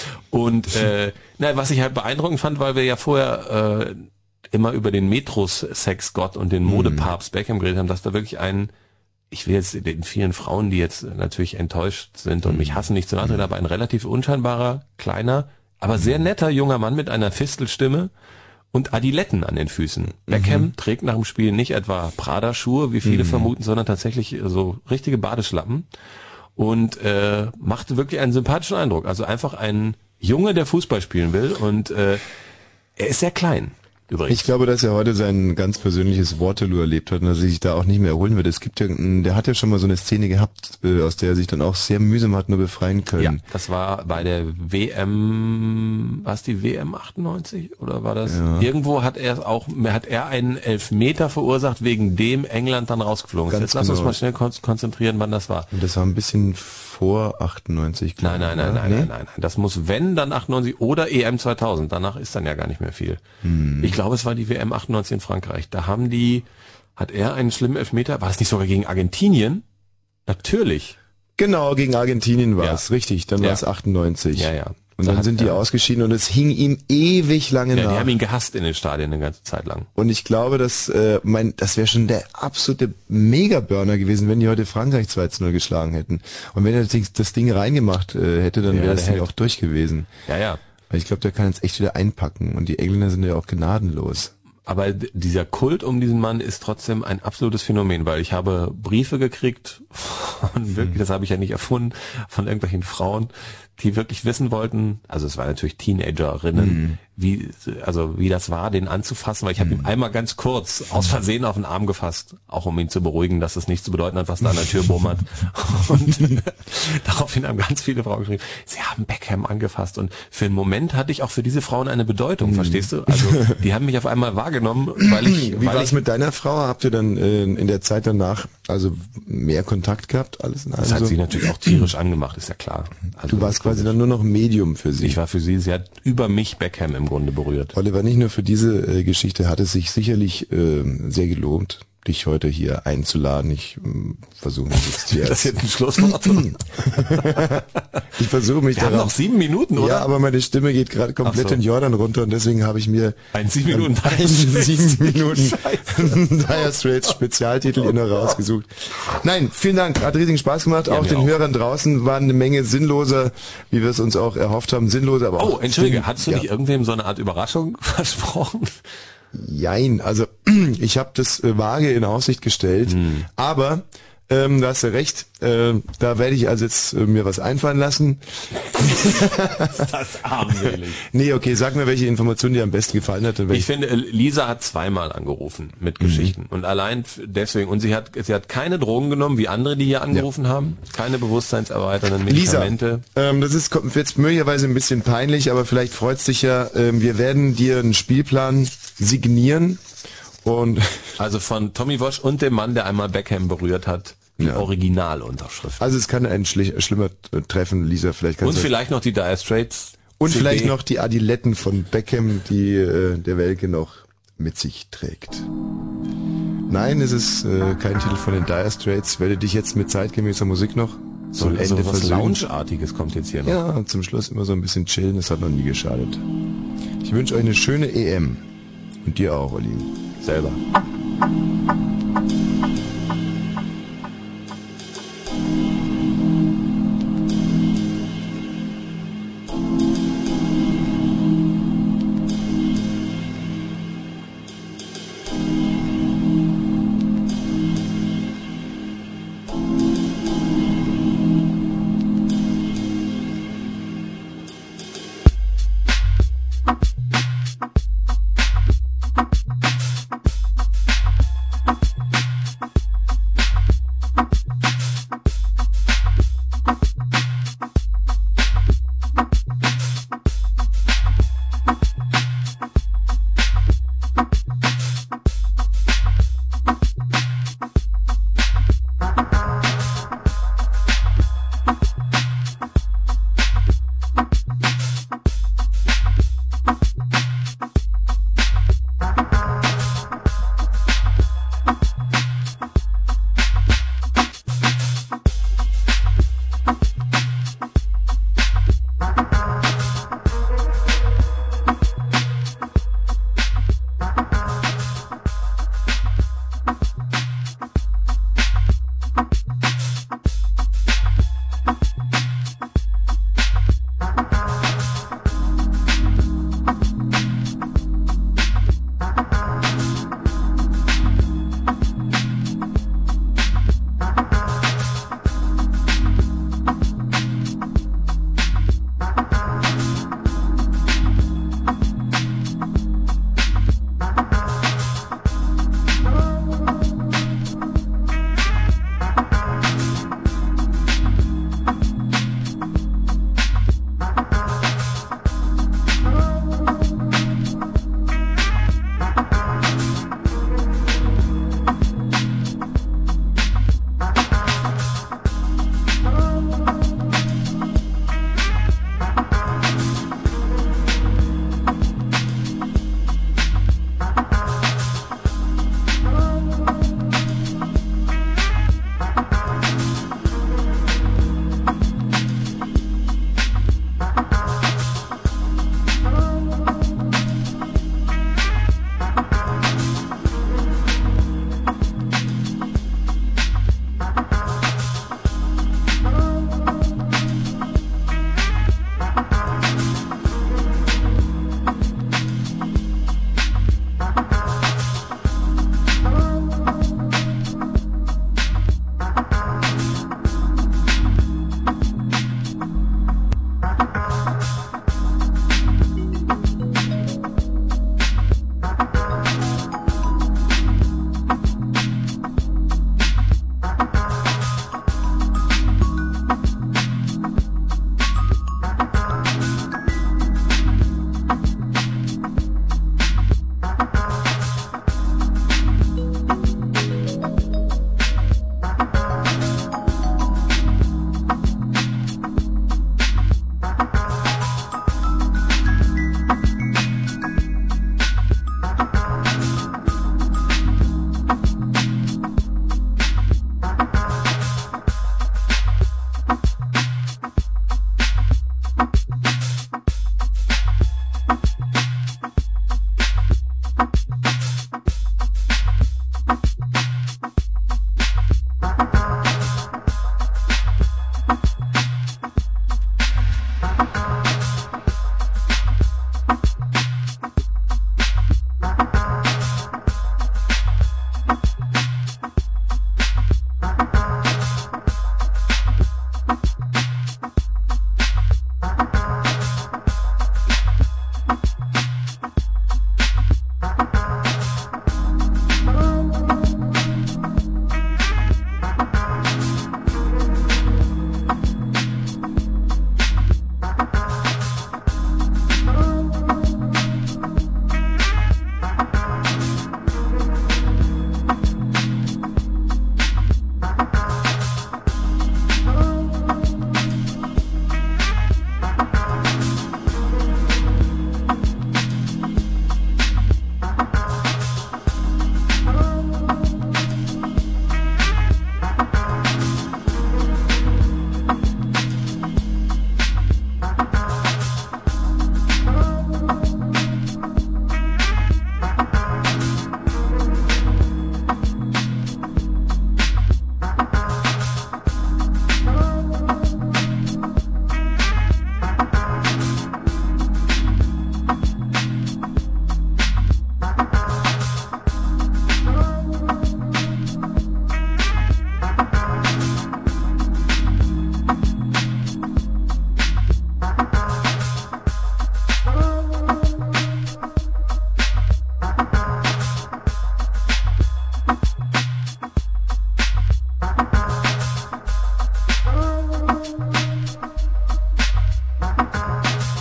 Und äh, na, was ich halt beeindruckend fand, weil wir ja vorher äh, immer über den Metros-Sexgott und den Modepapst Beckham geredet haben, dass da wirklich ein, ich will jetzt den vielen Frauen, die jetzt natürlich enttäuscht sind und mich hassen, nicht zu nahe treten, aber ein relativ unscheinbarer, kleiner, aber sehr netter junger Mann mit einer Fistelstimme und Adiletten an den Füßen. Beckham mhm. trägt nach dem Spiel nicht etwa Prada-Schuhe, wie viele mhm. vermuten, sondern tatsächlich so richtige Badeschlappen und äh, machte wirklich einen sympathischen Eindruck. Also einfach ein Junge, der Fußball spielen will und äh, er ist sehr klein. Übrigens. Ich glaube, dass er heute sein ganz persönliches Waterloo erlebt hat und dass er sich da auch nicht mehr erholen wird. Es gibt ja, der hat ja schon mal so eine Szene gehabt, aus der er sich dann auch sehr mühsam hat nur befreien können. Ja, das war bei der W M, war es die W M achtundneunzig oder war das? Ja. Irgendwo hat er auch, hat er einen Elfmeter verursacht, wegen dem England dann rausgeflogen ist. Jetzt genau. lass uns mal schnell konzentrieren, wann das war. Und das war ein bisschen vor achtundneunzig. Nein, nein, nein, nein, nein, nein, nein. Das muss, wenn, dann achtundneunzig oder E M zweitausend. Danach ist dann ja gar nicht mehr viel. Hm. Ich glaube, es war die W M achtundneunzig in Frankreich. Da haben die, hat er einen schlimmen Elfmeter? War es nicht sogar gegen Argentinien? Natürlich. Genau, gegen Argentinien war ja. es, richtig. Dann ja. war es achtundneunzig. Ja, ja. Und dann sind die ausgeschieden und es hing ihm ewig lange ja, nach. Die haben ihn gehasst in den Stadien eine ganze Zeit lang. Und ich glaube, dass äh, mein, das wäre schon der absolute Mega-Burner gewesen, wenn die heute Frankreich zwei zu null geschlagen hätten. Und wenn er das Ding, das Ding reingemacht äh, hätte, dann ja, wäre das Ding hält. auch durch gewesen. Ja, ja. Weil ich glaube, der kann jetzt echt wieder einpacken. Und die Engländer sind ja auch gnadenlos. Aber d- dieser Kult um diesen Mann ist trotzdem ein absolutes Phänomen, weil ich habe Briefe gekriegt von wirklich, das habe ich ja nicht erfunden, von irgendwelchen Frauen, die wirklich wissen wollten, also es waren natürlich Teenagerinnen, Mhm. wie, also wie das war, den anzufassen, weil ich habe ihm einmal ganz kurz aus Versehen auf den Arm gefasst, auch um ihn zu beruhigen, dass es nichts zu bedeuten hat, was da an der Tür bummert. Und daraufhin haben ganz viele Frauen geschrieben, sie haben Beckham angefasst. Und für einen Moment hatte ich auch für diese Frauen eine Bedeutung, verstehst du? Also die haben mich auf einmal wahrgenommen, weil ich... Wie weil war ich es mit deiner Frau? Habt ihr dann äh, in der Zeit danach also mehr Kontakt gehabt? Alles in allem das hat so? sie natürlich auch tierisch angemacht, ist ja klar. Also Du warst quasi dann nur noch Medium für sie. Ich war für sie, sie hat über mich Beckham im Grunde berührt. Oliver, nicht nur für diese äh, Geschichte hat es sich sicherlich äh, sehr gelohnt, dich heute hier einzuladen. Ich ähm, versuche mich jetzt hier... Das ist jetzt ein Schlusswort. ich versuche mich Wir haben darauf... noch sieben Minuten, oder? Ja, aber meine Stimme geht gerade komplett Ach so. in Jordan runter und deswegen habe ich mir... Ein sieben Minuten einen sieben Minuten Dire Straits Spezialtitel hier noch rausgesucht. Nein, vielen Dank. Hat riesigen Spaß gemacht. Ja, auch mir den auch. Hörern draußen waren eine Menge sinnloser, wie wir es uns auch erhofft haben. Sinnloser, aber auch... Oh, entschuldige, hattest du ja. nicht irgendwem so eine Art Überraschung versprochen? Jein, also ich habe das äh, vage in Aussicht gestellt, Hm. aber ähm, da hast du recht, äh, da werde ich also jetzt äh, mir was einfallen lassen. Das armselig. Nee, okay, sag mir, welche Information dir am besten gefallen hat. Dann werd Ich finde, Lisa hat zweimal angerufen mit Geschichten und allein f- deswegen, und sie hat sie hat keine Drogen genommen, wie andere, die hier angerufen haben, keine bewusstseinserweiternden Lisa, Medikamente. ähm, das ist kommt jetzt möglicherweise ein bisschen peinlich, aber vielleicht freut's dich ja. Ähm, wir werden dir einen Spielplan signieren und Also von Tommy Walsh und dem Mann, der einmal Beckham berührt hat, die Ja. Originalunterschrift. also es kann ein schli- schlimmer äh, treffen, Lisa. Vielleicht kannst Und du vielleicht noch die Dire Straits. und C D. vielleicht noch die Adiletten von Beckham, die äh, der Welke noch mit sich trägt. Nein, es ist äh, kein Titel von den Dire Straits. Ich werde dich jetzt mit zeitgemäßer Musik noch so, zum Ende so was versöhnen. Lounge-artiges kommt jetzt hier noch. Ja, und zum Schluss immer so ein bisschen chillen, das hat noch nie geschadet. Ich wünsche euch eine schöne E M. Und dir auch, Olli. Selber.